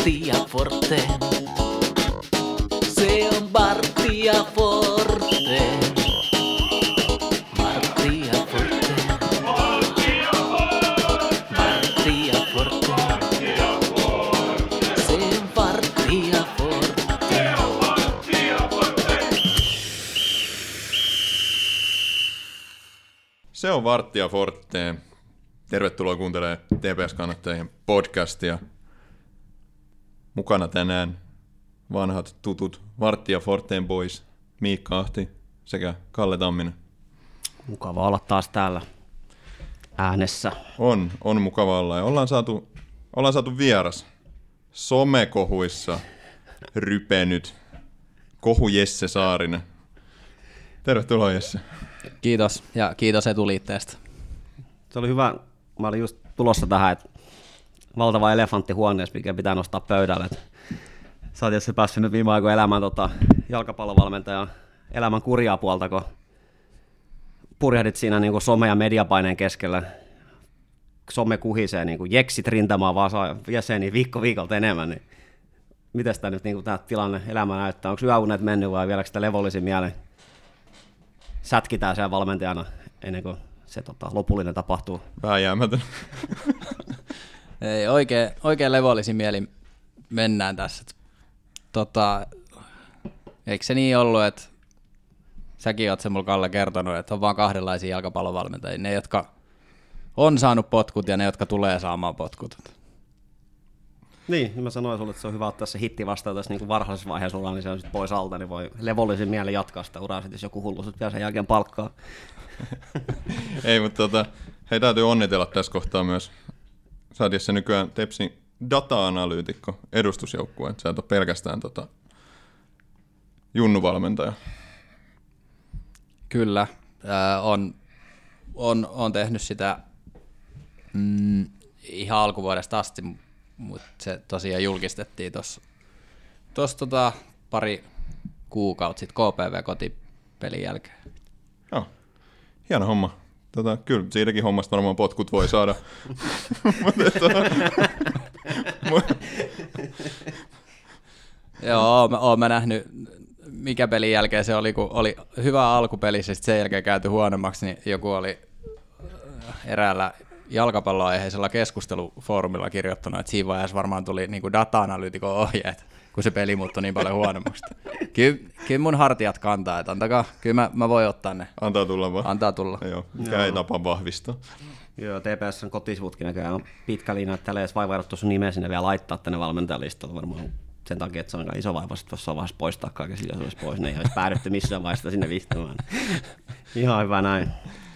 Martti ja Forte. Se on Martti ja Forte. Martti ja Forte. Martti ja Forte. Se on Martti ja Forte. Se on Martti ja Forte. Tervetuloa kuuntelemaan TPS-kannattajien podcastia. Mukana tänään vanhat tutut Martti ja Forteen boys, Miikka Ahti sekä Kalle Tamminen. Mukava olla taas täällä äänessä. On mukava olla ja ollaan saatu vieras somekohuissa rypenyt kohu Jesse Saarinen. Tervetuloa Jesse. Kiitos ja kiitos etuliitteestä. Se oli hyvä. Mä olin just tulossa tähän, että valtava elefantti huoneessa, mikä pitää nostaa pöydälle. Sä oot Jesse päässyt nyt viime aikoina elämään jalkapallovalmentajan elämän kurjaa puolta, kun purjahdit siinä niin kuin some- ja mediapaineen keskellä. Some kuhisee, niin kuin jeksit rintamaa vaan saa jäseniä viikolta enemmän. Niin miten tämä nyt niin tämä tilanne elämä näyttää? Onko yöunet mennyt vai vieläkö sitä levollisin mieleen sätkitään siellä valmentajana ennen kuin se lopullinen tapahtuu? Vääjäämätön. Ei, oikein levollisin mieli mennään tässä. Eikö se niin ollut, että säkin oot sen mulle Kalle kertonut, että on vaan kahdenlaisia jalkapallovalmentajia. Ne, jotka on saanut potkut ja ne, jotka tulee saamaan potkut. Niin mä sanoin sulle, että se on hyvä ottaa se hitti vastaan tässä niin varhaisessa vaiheessa uraa, niin se on sitten pois alta, niin voi levollisin mieli jatkaa sitä uraa, jos joku hullu sitten vielä sen jälkeen palkkaa. Ei, mutta hei, täytyy onnitella tässä kohtaa myös. Sä oot Jesse nykyään Tepsin data-analyytikko edustusjoukkueen. Sä et ole pelkästään junnuvalmentaja. Kyllä, on tehnyt sitä ihan alkuvuodesta asti, mutta se tosiaan julkistettiin tuossa pari kuukautta sitten KPV-kotipelin jälkeen. Joo, hieno homma. Kyllä siitäkin hommasta varmaan potkut voi saada. Joo, oon mä nähnyt, mikä pelin jälkeen se oli, kun oli hyvä alkupeli, ja sen jälkeen käyty huonommaksi, niin joku oli eräällä jalkapalloaiheisella keskustelufoorumilla kirjoittanut, että siinä vaiheessa varmaan tuli niin kuin data-analyytikon ohjeet, kun se peli muuttui niin paljon huonommaksi. Kyllä mun hartiat kantaa, että antakaa, kyllä mä voin ottaa ne. Antaa tulla vaan. Antaa tulla. Joo, mikä ei tapa vahvistaa. Joo, TPS:n kotisivutkin näköjään on pitkä linja, että tällä ei edes vaivaudu sun nimeä sinne vielä laittaa tänne valmentajalistalle varmaan sen takia, että se on iso vaiva sitten jossain vaiheessa poistaa kaiken sillä, jos olisi pois, ne ei olisi päädytty missään vaiheessa sinne viihtämään. Ihan hyvä näin.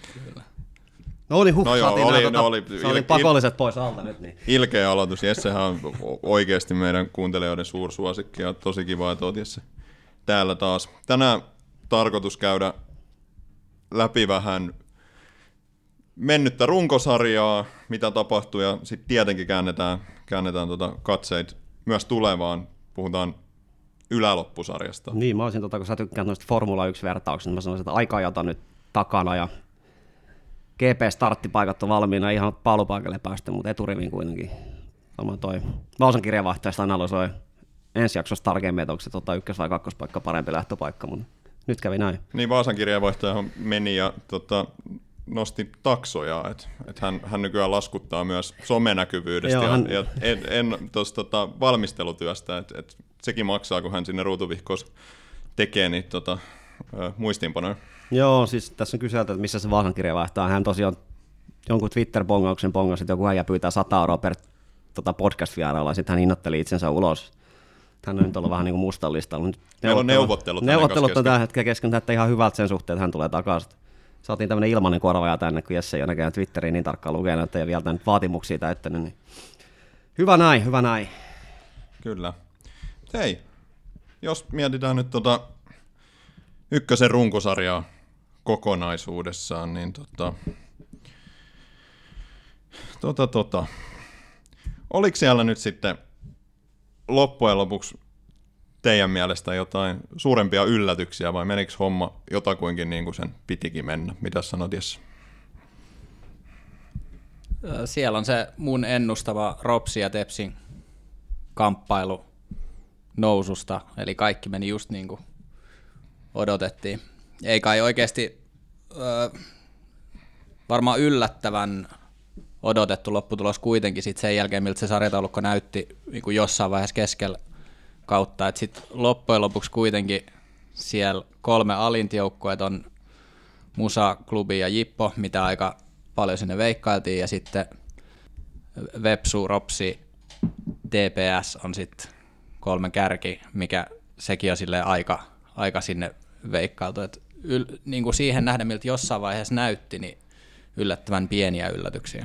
No niin, saatiin pakolliset pois alta nyt. Niin. Ilkeä aloitus. Jessehän on oikeasti meidän kuuntelijoiden suursuosikki ja tosi kiva, että oot Jesse täällä taas. Tänään tarkoitus käydä läpi vähän mennyttä runkosarjaa, mitä tapahtui, ja sitten tietenkin käännetään katseita myös tulevaan. Puhutaan yläloppusarjasta. Niin, mä olisin, kun sä tykkään noista Formula 1-vertauksista, mä sanoisin, että aika nyt takana, ja GP-starttipaikat on valmiina, ihan paalupaikalle päästä, mutta eturiviin kuitenkin. Samoin toi Vaasan kirjavaihtajasta analysoi ensi jaksossa tarkemmin, että onko se ykkös- vai kakkospaikka parempi lähtöpaikka, mutta nyt kävi näin. Niin, Vaasan kirjavaihtaja meni ja nosti taksoja, että hän nykyään laskuttaa myös somenäkyvyydestä. Joo, ja en tuosta valmistelutyöstä, että sekin maksaa, kun hän sinne ruutuvihkossa tekee niitä muistiinpanoja. Joo, siis tässä on kyselty, että missä se Vaasan kirjavaihtaja. Hän tosiaan jonkun Twitter-bongauksen bongasi, että joku äijä pyytää 100 € per podcast-vierailla, ja sitten hän hinnoitteli itsensä ulos. Hän on nyt ollut vähän niin kuin mustan listalla. Meillä on neuvottelut on tällä hetkellä kesken, että ihan hyvältä sen suhteen, että hän tulee takaisin. Saatiin tämmöinen ilmainen korvaaja tänne, kun Jesse ei ole näköjään Twitteriin niin tarkkaan lukenut, että ei vielä nyt vaatimuksia täyttänyt. Niin. Hyvä näin. Kyllä. Hei, jos mietitään nyt ykkösen runkosarjaa kokonaisuudessaan, niin oliko siellä nyt sitten loppujen lopuksi teidän mielestä jotain suurempia yllätyksiä vai menikö homma jotakuinkin niin kuin sen pitikin mennä? Mitä sanot Jesse? Siellä on se mun ennustava Ropsi ja Tepsin kamppailu noususta, eli kaikki meni just niin kuin odotettiin. Ei kai oikeasti varmaan yllättävän odotettu lopputulos kuitenkin sit sen jälkeen, miltä se sarjataulukko näytti niin kuin jossain vaiheessa keskellä kautta. Sitten loppujen lopuksi kuitenkin siellä 3 alinta joukkueet on Musa, Klubi ja Jippo, mitä aika paljon sinne veikkailtiin, ja sitten Vepsu, Ropsi, TPS on sitten 3 kärki, mikä sekin on silleen aika sinne veikkailtu. Niin kuin siihen nähdä, miltä jossain vaiheessa näytti, niin yllättävän pieniä yllätyksiä.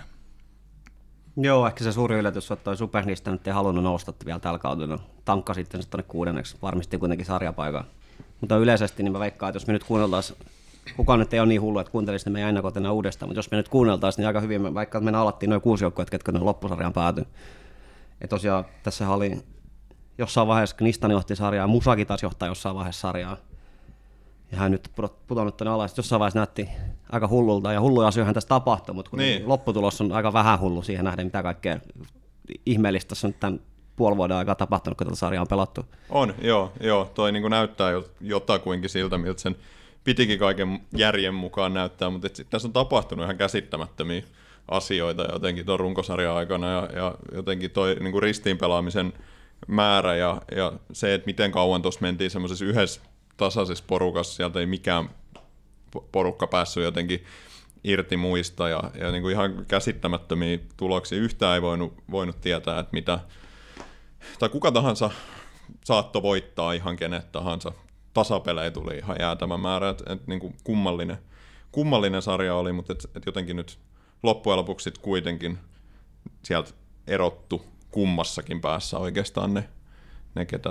Joo, ehkä se suuri yllätys on, että toi Supernista nyt ei halunnut nousta vielä tällä kaudella. Tankka sitten tuonne 6. varmisti kuitenkin sarjapaikan. Mutta yleisesti niin mä veikkaan, että jos me nyt kuunneltaisiin, kukaan nyt ei ole niin hullu, että kuuntelisi ne meidän ennakkoina uudestaan, mutta jos me nyt kuunneltaisiin, niin aika hyvin, vaikka me alattiin noin 6 joukkueet, ketkä ne loppusarjaan päätyi. Ja tosiaan tässä oli jossain vaiheessa Knistani johti sarjaa, Musakin taas johtaa jossain vaiheessa sarjaa. Ja hän nyt pudonnut tuonne alas, jossain vaiheessa näytti aika hullulta, ja hulluja asioihan tässä tapahtui, mutta niin. Lopputulos on aika vähän hullu siihen nähden, mitä kaikkea ihmeellistä tässä on tämän puoli vuoden aikaa tapahtunut, kun tätä sarjaa on pelattu. On, joo. Toi niin kuin näyttää jotakuinkin siltä, miltä sen pitikin kaiken järjen mukaan näyttää, mutta tässä on tapahtunut ihan käsittämättömiä asioita jotenkin tuon runkosarjan aikana, ja jotenkin toi niin kuin ristiinpelaamisen määrä, ja se, että miten kauan tuossa mentiin semmoisessa yhdessä tasaisessa porukassa, sieltä ei mikään porukka päässyt jotenkin irti muista, ja niin kuin ihan käsittämättömiä tuloksia. Yhtään ei voinut tietää, että mitä, tai kuka tahansa saattoi voittaa ihan kenet tahansa. Tasapelejä tuli ihan jäätävä määrä, että niin kuin kummallinen sarja oli, mutta et jotenkin nyt loppujen lopuksi kuitenkin sieltä erottu kummassakin päässä oikeastaan ne ketä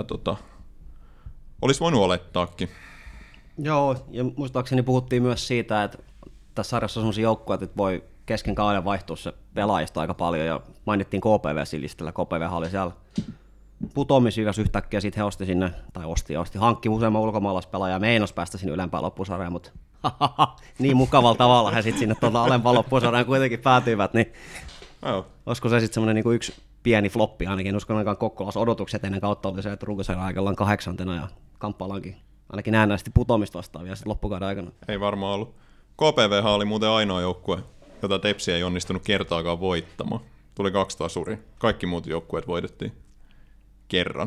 olisi voinut olettaakin. Joo, ja muistaakseni puhuttiin myös siitä, että tässä sarjassa on sellaisia joukkoja, että voi kesken kauden vaihtua se pelaajista aika paljon, ja mainittiin KPV-listalla. KPV oli siellä putoamisivas yhtäkkiä, sitten he osti sinne, tai hankki useamman ulkomaalaispelaajan ja meinos päästä sinne ylempään loppusarjaan, mutta niin mukavalla tavalla he sitten sinne alempaan loppusarjaan kuitenkin päätyivät, niin olisiko se sitten semmoinen niin yksi pieni floppi ainakin, uskon ainakaan Kokkolassa odotukset ennen kautta oli se, että runkosarjan aikalla on 8. ja kamppaillankin ainakin näennäisesti putoamista vastaavia sitten loppukauden aikana. Ei varmaan ollut. KPV oli muuten ainoa joukkue, jota Tepsi ei onnistunut kertaakaan voittamaan. Tuli 2 tasuria. Kaikki muut joukkueet voitettiin kerran.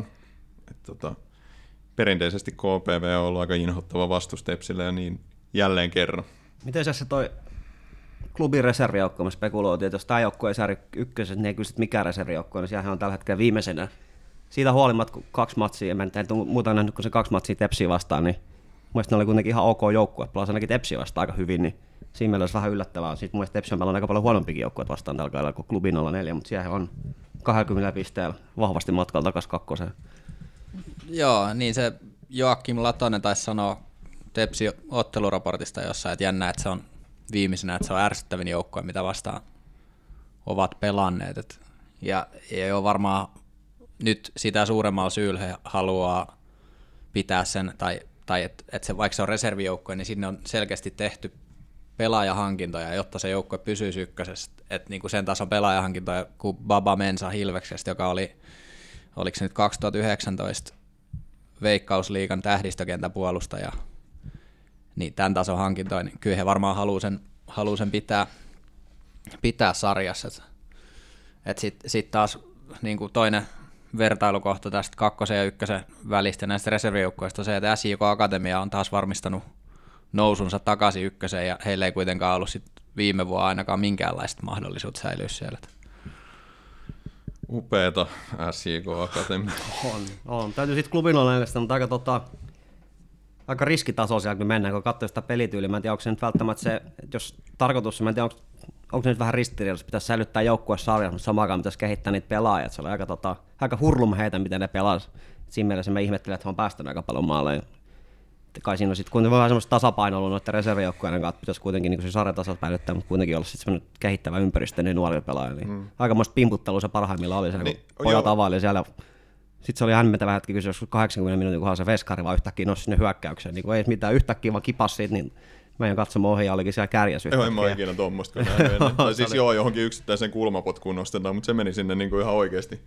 Perinteisesti KPV on ollut aika inhottava vastus Tepsille, ja niin jälleen kerran. Miten se toi klubin reservijoukko, me spekuloitiin, että jos tämä joukko ei saa ykköset, niin ei kysytä mikään reservijoukko, niin siellä on tällä hetkellä viimeisenä. Siitä huolimatta, kun 2 matsia, en muuta nähnyt kuin se 2 matsia Tepsiä vastaan, niin mielestäni ne oli kuitenkin ihan ok joukkue, pelasi ainakin Tepsiä vastaan aika hyvin, niin siinä mielessä vähän yllättävää. Sitten mielestäni Tepsi on pelannut aika paljon huonompikin joukkueet vastaan tällä kaudella kuin klubi 04, mutta siellä on 20 pisteellä vahvasti matkalla takaisin 2. Joo, niin se Joakim Latonen taisi sanoa Tepsi otteluraportista jossain, että jännä, että se on viimeisenä, että se on ärsyttävin joukkue, mitä vastaan ovat pelanneet. Ja ei ole varmaan nyt sitä suuremmalla syyllä he haluaa pitää sen, tai että se, vaikka se on reservijoukkue, niin sinne on selkeästi tehty pelaajahankintoja, jotta se joukkue pysyisi ykkösessä. Että niin kuin sen tason pelaajahankintoja kuin Baba Mensa Hilveksestä, joka oli, oliko se nyt 2019 Veikkausliigan tähdistökentän puolustaja, niin tämän tason hankintoja, niin kyllä he varmaan haluaa sen pitää sarjassa. Sitten taas niin kuin toinen vertailukohta tästä 2. ja 1. välistä näistä reservijoukkoista on se, että SJK Akatemia on taas varmistanut nousunsa takaisin 1. ja heillä ei kuitenkaan ollut sit viime vuonna ainakaan minkäänlaista mahdollisuutta säilyä siellä. Upeeta SJK Akatemia. On. Täytyy sitten klubilla näistä, mutta aika riskitaso siellä, kun mennään, kun katsoo sitä pelityyliä. Mä en tiedä, onko se nyt välttämättä se, jos tarkoitus, mä en tiedä, onko se nyt vähän ristiriidassa, pitäisi säilyttää joukkue sarjassa, mutta samaan aikaan pitäisi kehittää niitä pelaajia. Se oli aika hurluma heitä, miten ne pelasi. Siinä mielessä mä ihmettelen, että he on päästänyt aika paljon maaleen. Kai siinä on sitten kuitenkin vähän semmoista tasapainoa ollut noiden reservijoukkueiden kanssa, pitäisi kuitenkin niin se sarjatasot päivittää, mutta kuitenkin olla sitten semmoinen kehittävä ympäristö niin nuorille pelaajille. Niin aikamoista pimputtelua se parhaimmillaan oli, niin, kun pojat availi siellä. Sitten se oli hämmentävä hetki kysyä, jos 80 minuutin kohdalla se veskari vaan yhtäkkiä nosti sinne hyökkäykseen. Niin ei mitään yhtäkkiä vaan kipasi siitä, niin meidän katsomo ohjaaja olikin siellä kärjässä yhtäkkiä. En mä ikinä tuommoista nähnyt. Tai siis johonkin yksittäisen kulmapotkuun nostetaan, mutta se meni sinne niin kuin ihan oikeasti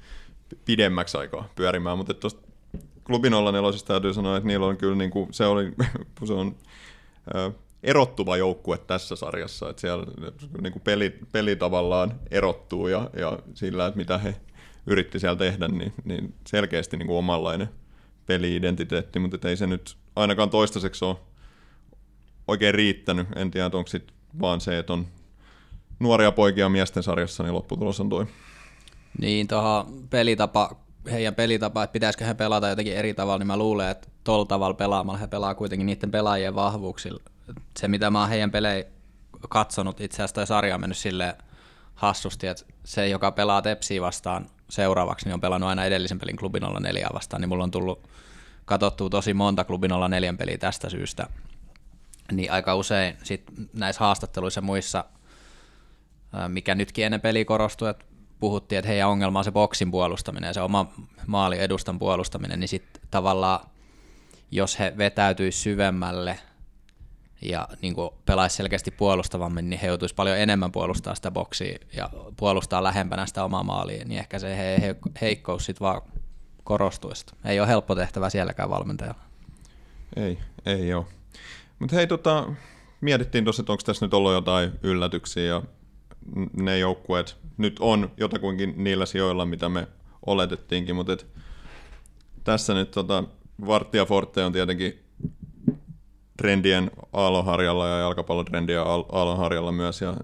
pidemmäksi aikaa pyörimään, mutta tuosta Klubi 04 täytyy sanoa, että niillä on kyllä niinku, se on erottuva joukkue tässä sarjassa, että siellä niinku peli tavallaan erottuu ja sillä, että mitä he yritti siellä tehdä, niin selkeästi niinku omanlainen peli-identiteetti, mutta ei se nyt ainakaan toistaiseksi ole oikein riittänyt. En tiedä, onko sitten vaan se, että on nuoria poikia miesten sarjassa, niin lopputulos on toi. Niin, tuohon heidän pelitapa, että pitäisikö he pelata jotenkin eri tavalla, niin mä luulen, että tuolla tavalla pelaamalla he pelaa kuitenkin niiden pelaajien vahvuuksilla. Se, mitä mä oon heidän pelejä katsonut, itse asiassa toi sarja on mennyt silleen hassusti, että se, joka pelaa Tepsiä vastaan seuraavaksi, niin on pelannut aina edellisen pelin Klubi 04 vastaan, niin mulla on tullut katsottua tosi monta Klubi 04 peliä tästä syystä. Niin aika usein sit näissä haastatteluissa ja muissa, mikä nytkin ennen peliä korostui, että puhuttiin, että heidän ongelma on se boksin puolustaminen ja se oma maalin edustan puolustaminen, niin sitten tavallaan, jos he vetäytyisivät syvemmälle ja niin pelaisi selkeästi puolustavammin, niin he joutuisi paljon enemmän puolustaa sitä boksia ja puolustaa lähempänä sitä omaa maalia, niin ehkä se heikkous sitten vaan korostuisi. Ei ole helppo tehtävä sielläkään valmentajalla. Ei ole. Mutta hei, mietittiin tuossa, että onko tässä nyt ollut jotain yllätyksiä ja ne joukkueet nyt on jotakuinkin niillä sijoilla, mitä me oletettiinkin, mutta tässä nyt Varttia Forte on tietenkin trendien aallonharjalla ja jalkapallotrendien aallonharjalla myös ja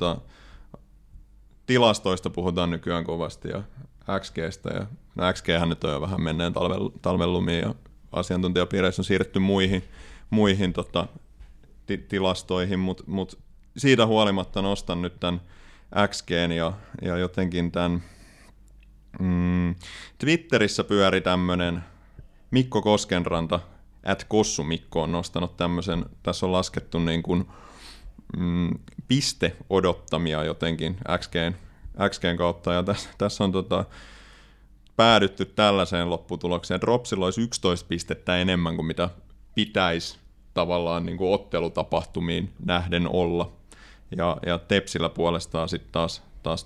tilastoista puhutaan nykyään kovasti ja XG:stä ja no XGhän nyt on jo vähän menneen talven lumiin ja asiantuntijapiireissä on siirretty muihin tilastoihin, mutta siitä huolimatta nostan nyt tämän XG:n ja jotenkin tämän Twitterissä pyöri tämmöinen Mikko Koskenranta, @kossumikko on nostanut tämmöisen, tässä on laskettu niin kuin, piste odottamia jotenkin XG:n kautta ja tässä on päädytty tällaiseen lopputulokseen. Dropsilla olisi 11 pistettä enemmän kuin mitä pitäisi tavallaan niin kuin ottelutapahtumiin nähden olla. Ja Tepsillä puolestaan sitten taas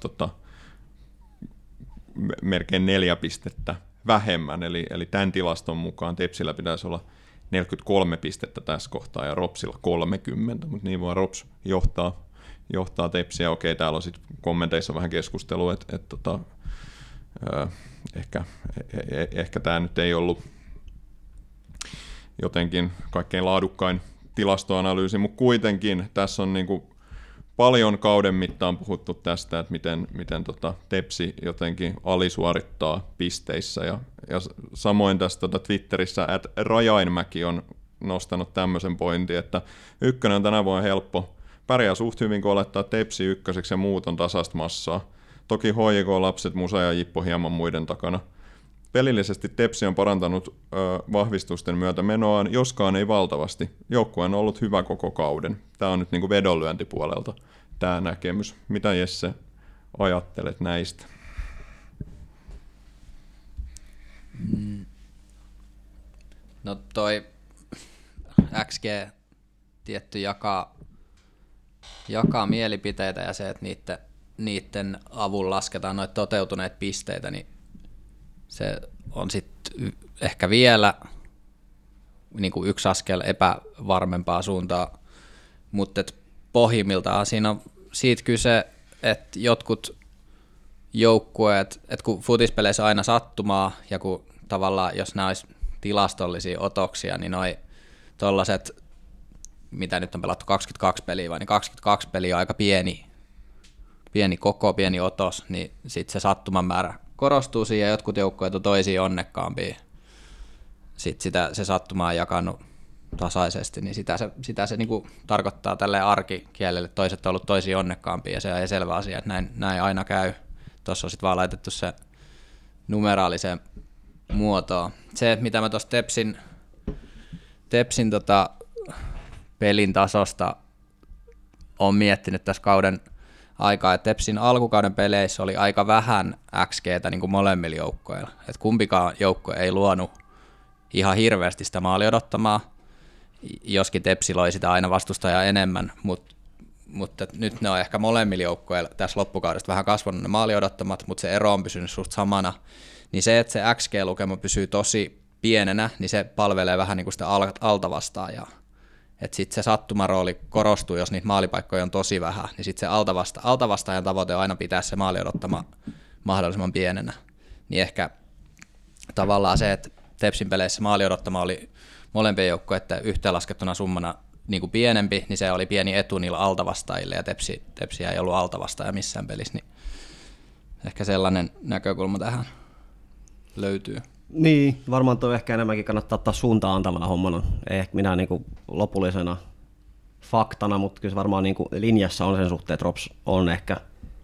melkein 4 pistettä vähemmän, eli tämän tilaston mukaan Tepsillä pitäisi olla 43 pistettä tässä kohtaa ja Ropsilla 30, mutta niin vaan Rops johtaa Tepsiä. Okei, täällä on sitten kommenteissa vähän keskustelua, että ehkä tämä nyt ei ollut jotenkin kaikkein laadukkain tilastoanalyysi, mutta kuitenkin tässä on niinku paljon kauden mittaan puhuttu tästä, että miten Tepsi jotenkin alisuorittaa pisteissä ja samoin tässä Twitterissä @Rajainmäki on nostanut tämmöisen pointin, että ykkönen on tänä vuonna helppo, pärjää suht hyvin, kun olettaa Tepsi ykköseksi ja muut on tasasta massaa. Toki HJK, Lapset, Musa ja Jippo hieman muiden takana. Pelillisesti Tepsi on parantanut vahvistusten myötä menoaan, joskaan ei valtavasti. Joukkue on ollut hyvä koko kauden. Tämä on nyt niin kuin vedonlyöntipuolelta tämä näkemys. Mitä Jesse ajattelet näistä? No toi XG tietty jakaa mielipiteitä ja se, että niiden avulla lasketaan noita toteutuneita pisteitä, niin se on sitten ehkä vielä niin kuin yksi askel epävarmempaa suuntaa, mutta pohjimmiltaan siinä on siitä kyse, että jotkut joukkueet, että kun futispeleissä on aina sattumaa ja kun tavallaan jos nämä olisi tilastollisia otoksia, niin noi tollaset, mitä nyt on pelattu 22 peliä vai, niin 22 peliä on aika pieni koko, pieni otos, niin sitten se sattuman määrä korostuu siihen ja jotkut joukkueet on toisiin onnekkaampia. Sitten se sattuma on jakanut tasaisesti, niin sitä se niinku tarkoittaa tälle arkikielelle, toiset on ollut toisiin onnekkaampia ja se on selvä asia, että näin aina käy. Tuossa on sitten vaan laitettu se numeraaliseen muotoon. Se, mitä mä tuossa Tepsin pelin tasosta on miettinyt tässä kauden aikaa, että Tepsin alkukauden peleissä oli aika vähän XGtä niin kuin molemmilla joukkoilla. Et kumpikaan joukko ei luonut ihan hirveästi sitä maali odottamaa, joskin Tepsi loi sitä aina vastustajaa enemmän, mutta mutta nyt ne on ehkä molemmilla joukkueilla tässä loppukaudesta vähän kasvanut ne maaliodottamat, mutta se ero on pysynyt suht samana. Niin se, että se XG-lukema pysyy tosi pienenä, niin se palvelee vähän niin kuin sitä altavastaajaa. Että sitten se sattumarooli korostuu, jos niitä maalipaikkoja on tosi vähän, niin sitten se altavastaajan tavoite on aina pitää se maali odottama mahdollisimman pienenä. Niin ehkä tavallaan se, että Tepsin peleissä maali odottama oli molempien joukkueiden yhteenlaskettuna summana niin kuin pienempi, niin se oli pieni etu niillä altavastaajille, ja Tepsiä ei ollut altavastaaja missään pelissä, niin ehkä sellainen näkökulma tähän löytyy. Niin, varmaan tuo ehkä enemmänkin kannattaa ottaa suuntaan antavana hommana. Ei ehkä minä niin kuin lopullisena faktana, mutta kyllä se varmaan niin kuin linjassa on sen suhteen, että Rops on ehkä...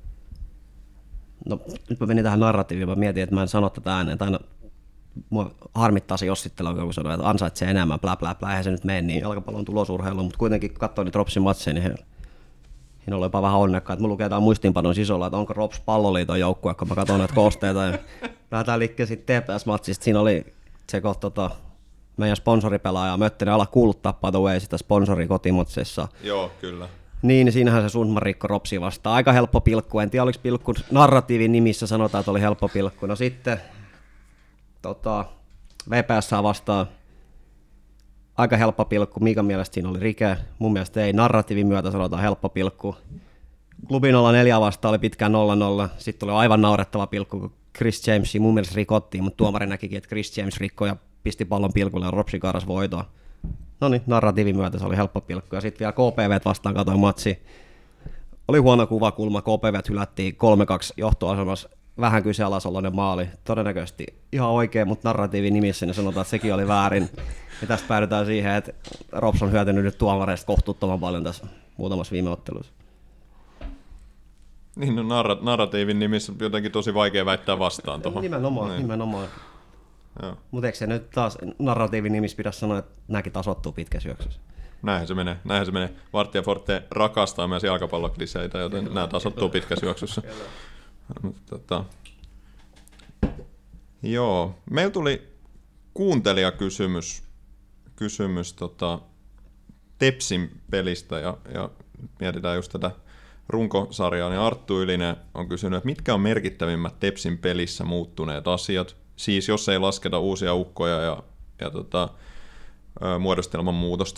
No nyt mä menin tähän narratiiviin, mä mietin, että mä en sano tätä ääneen, tai aina mua harmittaa se jossittelu, kun sanoo, että ansaitsee enemmän, blä blä blä, eihän se nyt mene niin jalkapallon tulosurheilu, mutta kuitenkin kun katsoo niitä Ropsin matseja, niin siinä oli jopa vähän onnekkaa, että mulla lukee jotain muistiinpanon sisolla, että onko Rops palloliiton joukkue, kun mä katson näitä koosteita ja lähdetään liikkeen sitten TPS-matsista. Siinä oli se kohta meidän sponsoripelaaja Möttinen ala kuuluttaa by the way sitä sponsoria kotimatsissa. Joo, kyllä. Niin siinähän se Sundman rikko Ropsi vastaan. Aika helppo pilkku, en tiedä oliko pilkku narratiivin nimissä sanotaan, että oli helppo pilkku. No sitten VPS vastaan aika helppo pilkku, Miikan mielestä siinä oli rike, mun mielestä ei, narratiivin myötä sanotaan helppo pilkku. Klubin 0-4 vastaan oli pitkään 0-0, sitten oli aivan naurettava pilkku, kun Chris James mun mielestä rikottiin, mutta tuomari näkikin, että Chris James rikkoi ja pisti pallon pilkulle ja Ropsi kaaras voitoa. No niin, narratiivin myötä se oli helppo pilkku, ja sitten vielä KPV vastaan katoin matsi. Oli huono kuvakulma, KPV hylättiin 3-2 johtoasemassa, vähän kyseenalaisoloinen maali, todennäköisesti ihan oikein, mutta narratiivin nimissä niin sanotaan, että sekin oli väärin. Ja tästä päädytään siihen, että Rops on hyötynyt nyt tuomareista kohtuuttoman paljon tässä muutamassa viime ottelussa. Niin, no narratiivin nimissä jotenkin tosi vaikea väittää vastaan tuohon. Nimenomaan. Mutta eikö se nyt taas narratiivin nimissä pidä sanoa, että nämäkin tasoittuu pitkässä juoksussa? Näinhän se menee. Vartija Forte rakastaa myös jalkapallokliseitä, joten nämä tasoittuu pitkässä juoksussa. Joo, meillä tuli kuuntelijakysymys Tepsin pelistä ja mietitään just tätä runkosarjaa, niin Arttu Ylinen on kysynyt, että mitkä on merkittävimmät Tepsin pelissä muuttuneet asiat, siis jos ei lasketa uusia ukkoja ja muodostelman muutosta.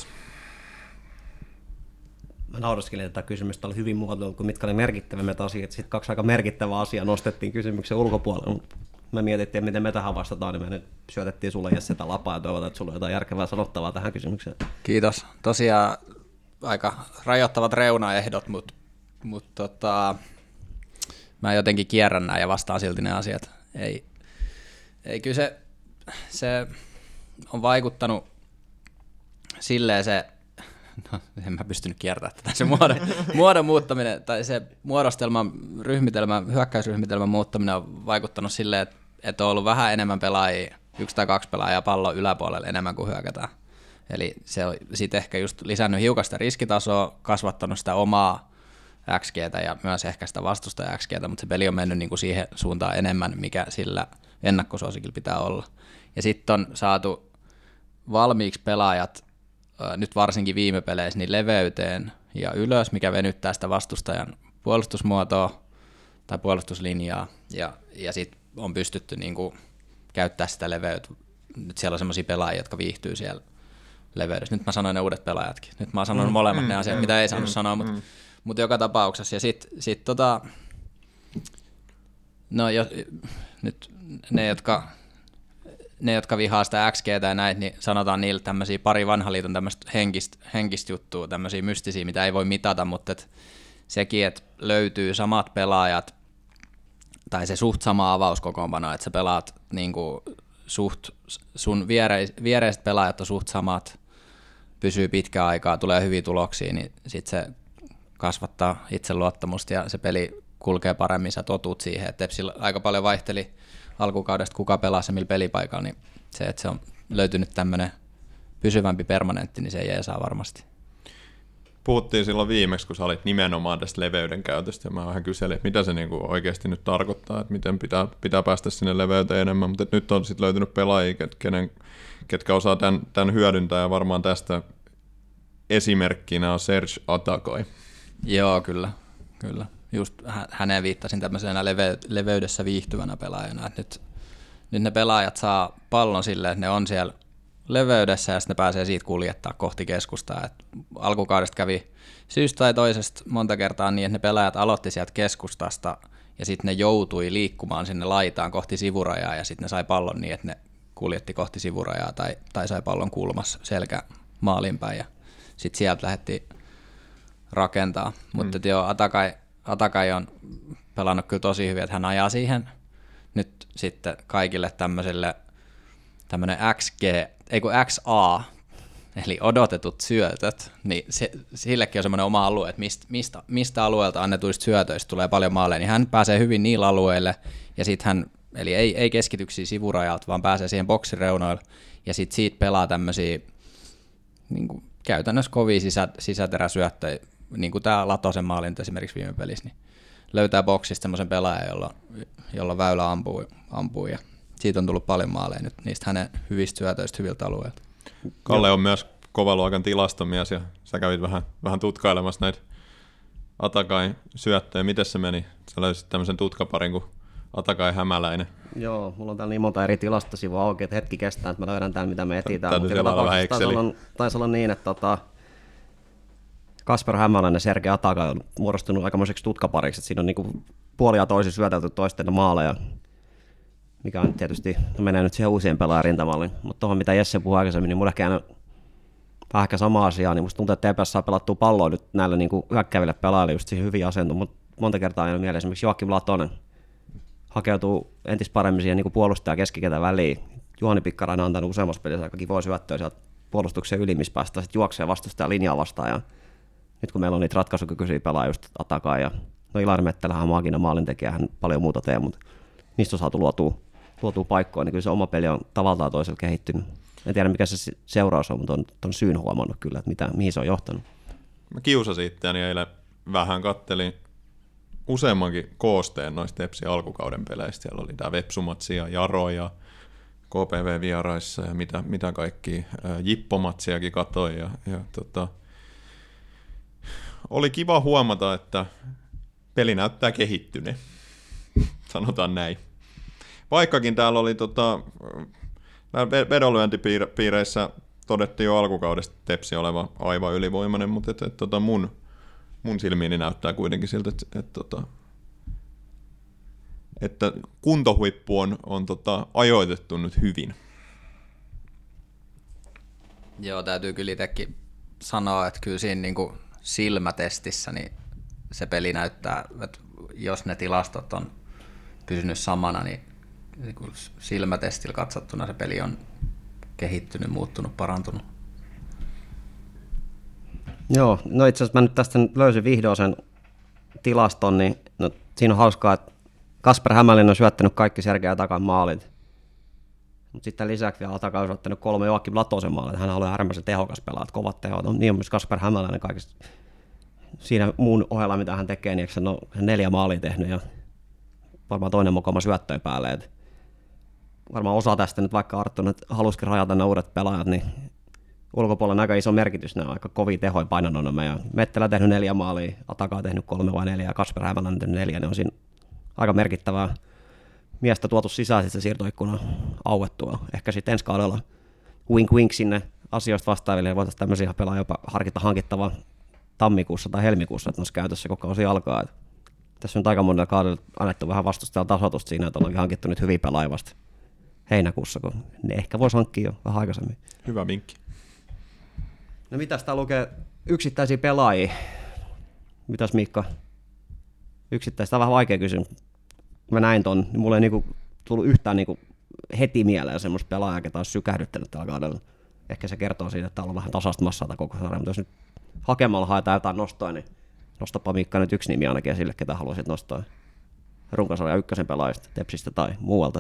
Mä nauraskelin tätä kysymystä, oli hyvin muotoiltu, kun mitkä oli merkittävimmät asiat. Sitten 2 aika merkittävää asiaa nostettiin kysymyksen ulkopuolelle, mutta me mietittiin, miten me tähän vastataan, niin me nyt syötettiin sulle Jesse tätä lapaa ja toivotaan, että sulla on jotain järkevää sanottavaa tähän kysymykseen. Kiitos. Tosiaan aika rajoittavat reunaehdot, mutta mä jotenkin kierrän nämä ja vastaan silti ne asiat. Ei kyllä se on vaikuttanut silleen se, no en mä pystynyt kiertämään tätä, se muodon muuttaminen tai se hyökkäysryhmitelmän muuttaminen on vaikuttanut silleen, että on ollut vähän enemmän pelaajia, 1 tai 2 pelaajaa pallon yläpuolelle enemmän kuin hyökätään. Eli se on sitten ehkä just lisännyt hiukan sitä riskitasoa, kasvattanut sitä omaa XGtä ja myös ehkä sitä vastustaja XGtä, mutta se peli on mennyt niinku siihen suuntaan enemmän, mikä sillä ennakkosuosikilla pitää olla. Ja sitten on saatu valmiiksi pelaajat, nyt varsinkin viime peleissä, niin leveyteen ja ylös, mikä venyttää sitä vastustajan puolustusmuotoa tai puolustuslinjaa, ja sitten on pystytty niinku käyttää sitä leveyttä. Nyt siellä on semmoisia pelaajia, jotka viihtyy siellä leveydessä. Nyt mä sanoin ne uudet pelaajatkin. Nyt mä oon sanonut molemmat ne asiat, mitä ei saanut sanoa, mutta joka tapauksessa. Ja sit no nyt ne, jotka vihaa sitä XGtä ja näitä, niin sanotaan niille tämmöisiä pari vanhan liiton tämmöistä henkistä juttua, tämmöisiä mystisiä, mitä ei voi mitata, mutta sekin, että löytyy samat pelaajat, tai se suht sama avauskokoonpano, että sä pelaat niinku sun viereiset pelaajat on suht samat, pysyy pitkään aikaa, tulee hyviä tuloksia, niin sit se kasvattaa itseluottamusta ja se peli kulkee paremmin, sä totut siihen, että Tepsillä aika paljon vaihteli alkukaudesta, kuka pelaa se millä pelipaikalla, niin se, että se on löytynyt tämmöinen pysyvämpi permanentti, niin se ei saa varmasti. Puhuttiin silloin viimeksi, kun sä olit nimenomaan tästä leveyden käytöstä, ja mä vähän kyselin, että mitä se niinku oikeasti nyt tarkoittaa, että miten pitää päästä sinne leveyteen enemmän, mutta nyt on sitten löytynyt pelaajia, ketkä osaa tämän hyödyntää, ja varmaan tästä esimerkkinä on Serge Atakoi. Joo, kyllä. Just häneen viittasin tämmöisenä leveydessä viihtyvänä pelaajana, että nyt ne pelaajat saa pallon silleen, että ne on siellä leveydessä ja sitten ne pääsee siitä kuljettaa kohti keskustaa. Et alkukaudesta kävi syystä tai toisesta monta kertaa niin, että ne pelaajat aloitti sieltä keskustasta ja sitten ne joutui liikkumaan sinne laitaan kohti sivurajaa ja sitten ne sai pallon niin, että ne kuljetti kohti sivurajaa tai sai pallon kulmassa selkä maalin päin ja sitten sieltä lähdettiin rakentaa. Mutta joo, Atakai on pelannut kyllä tosi hyvin, että hän ajaa siihen nyt sitten kaikille tämmöinen XA, eli odotetut syötöt, niin sillekin on semmoinen oma alue, että mistä alueelta annetuista syötöistä tulee paljon maaleja, niin hän pääsee hyvin niillä alueille, ja sitten hän, eli ei keskityksiä sivurajalta, vaan pääsee siihen boksin reunoille, ja sitten siitä pelaa tämmöisiä niin kuin käytännössä kovia sisäteräsyöttöjä, niin kuin tämä Latosen maali nyt esimerkiksi viime pelissä, niin löytää boksista semmoisen pelaajan, jolla väylä ampuu ja siitä on tullut paljon maaleja nyt niistä hänen hyvistä syötöistä hyviltä alueilta. Kalle on myös kovaluokan tilastomies ja sä kävit vähän tutkailemassa näitä Atakain syöttöjä. Miten se meni? Sä löysit tämmöisen tutkaparin kuin Atakai Hämäläinen. Joo, mulla on täällä niin monta eri tilastosivua auki, että hetki kestää, että mä löydän tämän, mitä me etsitään. Täytyy siellä olla vähän Exceli. Taisi olla niin, että Kasper Hämäläinen ja Sergei Atakai on muodostunut aikamoiseksi tutkapariksi, että siinä on niinku puolia toisin syötelty toisten maaleja, mikä on tietysti, menee nyt siihen uusien pelaajarintamalle, mutta tuohon mitä Jesse puhui aikaisemmin, niin mulla vähän ehkä sama asia, niin musta tuntuu, että TPS saa pelattua palloa nyt näillä niinku hyökkääville pelaajille just siihen hyvin asentu, mutta monta kertaa ei ole mieleen, esimerkiksi Joakim Latonen hakeutuu entistä paremmin siihen niinku puolustaja keskikentän väliin. Juhani Pikkarainen on antanut useammassa pelissä aika kivoja syöttöjä sieltä puolustuksen ylimmissä päästä, sitten juoksee vastustajan linjaa vastaan ja nyt kun meillä on niitä ratkaisukykyisiä pelaajia just Atakai ja Ilari Mettelähän on maaginen maalintekijä, hän paljon muuta tee, mutta niistä on saatu luotua paikkoja, niin kyllä se oma peli on tavallaan toisella kehittynyt. En tiedä mikä se seuraus on, mutta on ton syyn huomannut kyllä, että mihin se on johtanut. Mä kiusasin itseäni eilen vähän, kattelin useammankin koosteen noista Tepsin alkukauden peleistä. Siellä oli tää Vepsumatsi ja Jaro ja KPV-vieraissa ja mitä kaikki Jippomatsiakin katsoin. Oli kiva huomata, että peli näyttää kehittyneen. Sanotaan näin. Vaikkakin täällä oli vedonlyöntipiireissä todettiin jo alkukaudesta Tepsi oleva aivan ylivoimainen, mutta mun silmiini näyttää kuitenkin siltä, että kuntohuippu on ajoitettu nyt hyvin. Joo, täytyy kyllä itsekin sanoa, että kyllä siinä niin kuin silmätestissä niin se peli näyttää, että jos ne tilastot on pysynyt samana, niin silmätestillä katsottuna se peli on kehittynyt, muuttunut, parantunut. Joo, no itse asiassa mä nyt tästä löysin vihdoin sen tilaston, niin no, siinä on hauskaa, että Kasper Hämäläinen on syöttänyt kaikki Sergei Atakan maalit, mutta sitten lisäksi vielä Ataka on syöttänyt 3 Joakim Latosen maalit, hän on ollut äärimmäisen tehokas pelaaja, kovat tehot, no, niin on myös Kasper Hämäläinen kaikista siinä muun ohella, mitä hän tekee, niin hän on 4 maalia tehnyt ja varmaan toinen mukama syöttöön päälle. Et varmaan osa tästä nyt, vaikka Arttu nyt halusikin rajata ne uudet pelaajat, niin ulkopuolella on aika iso merkitys, ne on aika kovia tehoja painanut. Mettelä tehnyt 4 maalia, Ataka on tehnyt 3 vai 4 ja Kasper Hämäläinen tehnyt 4, ne on siinä aika merkittävää miestä tuotu sisään sitten siirtoikkuna auettua. Ehkä sitten ensi kaudella wink sinne asioista vastaaville ja voitaisiin tämmöisiä pelaa jopa harkita hankittavaa tammikuussa tai helmikuussa, että olisi käytössä koko kausi alkaa. Et tässä on nyt aika monella kaudella annettu vähän vastustajan tasoitusta siinä, että on hankittu nyt hyviä pelaajia vasta heinäkuussa, kun ne ehkä voisi hankkia jo vähän aikaisemmin. Hyvä vinkki. No mitäs tää lukee yksittäisiä pelaajia? Mitäs Miikka? Yksittäistä on vähän vaikea kysymys. Mä näin ton, niin mulla ei niinku tullut yhtään niinku heti mieleen semmoista pelaajaa, ketä olisi sykähdyttänyt tällä kaudella. Ehkä se kertoo siitä, että täällä on vähän tasasta massaa koko sarja, mutta jos nyt hakemalla haetaan jotain nostoa, niin nostapa Miikka nyt yksi nimi ainakin esille, ketä haluaisit nostaa runkosarjan ykkösen pelaajista, Tepsistä tai muualta.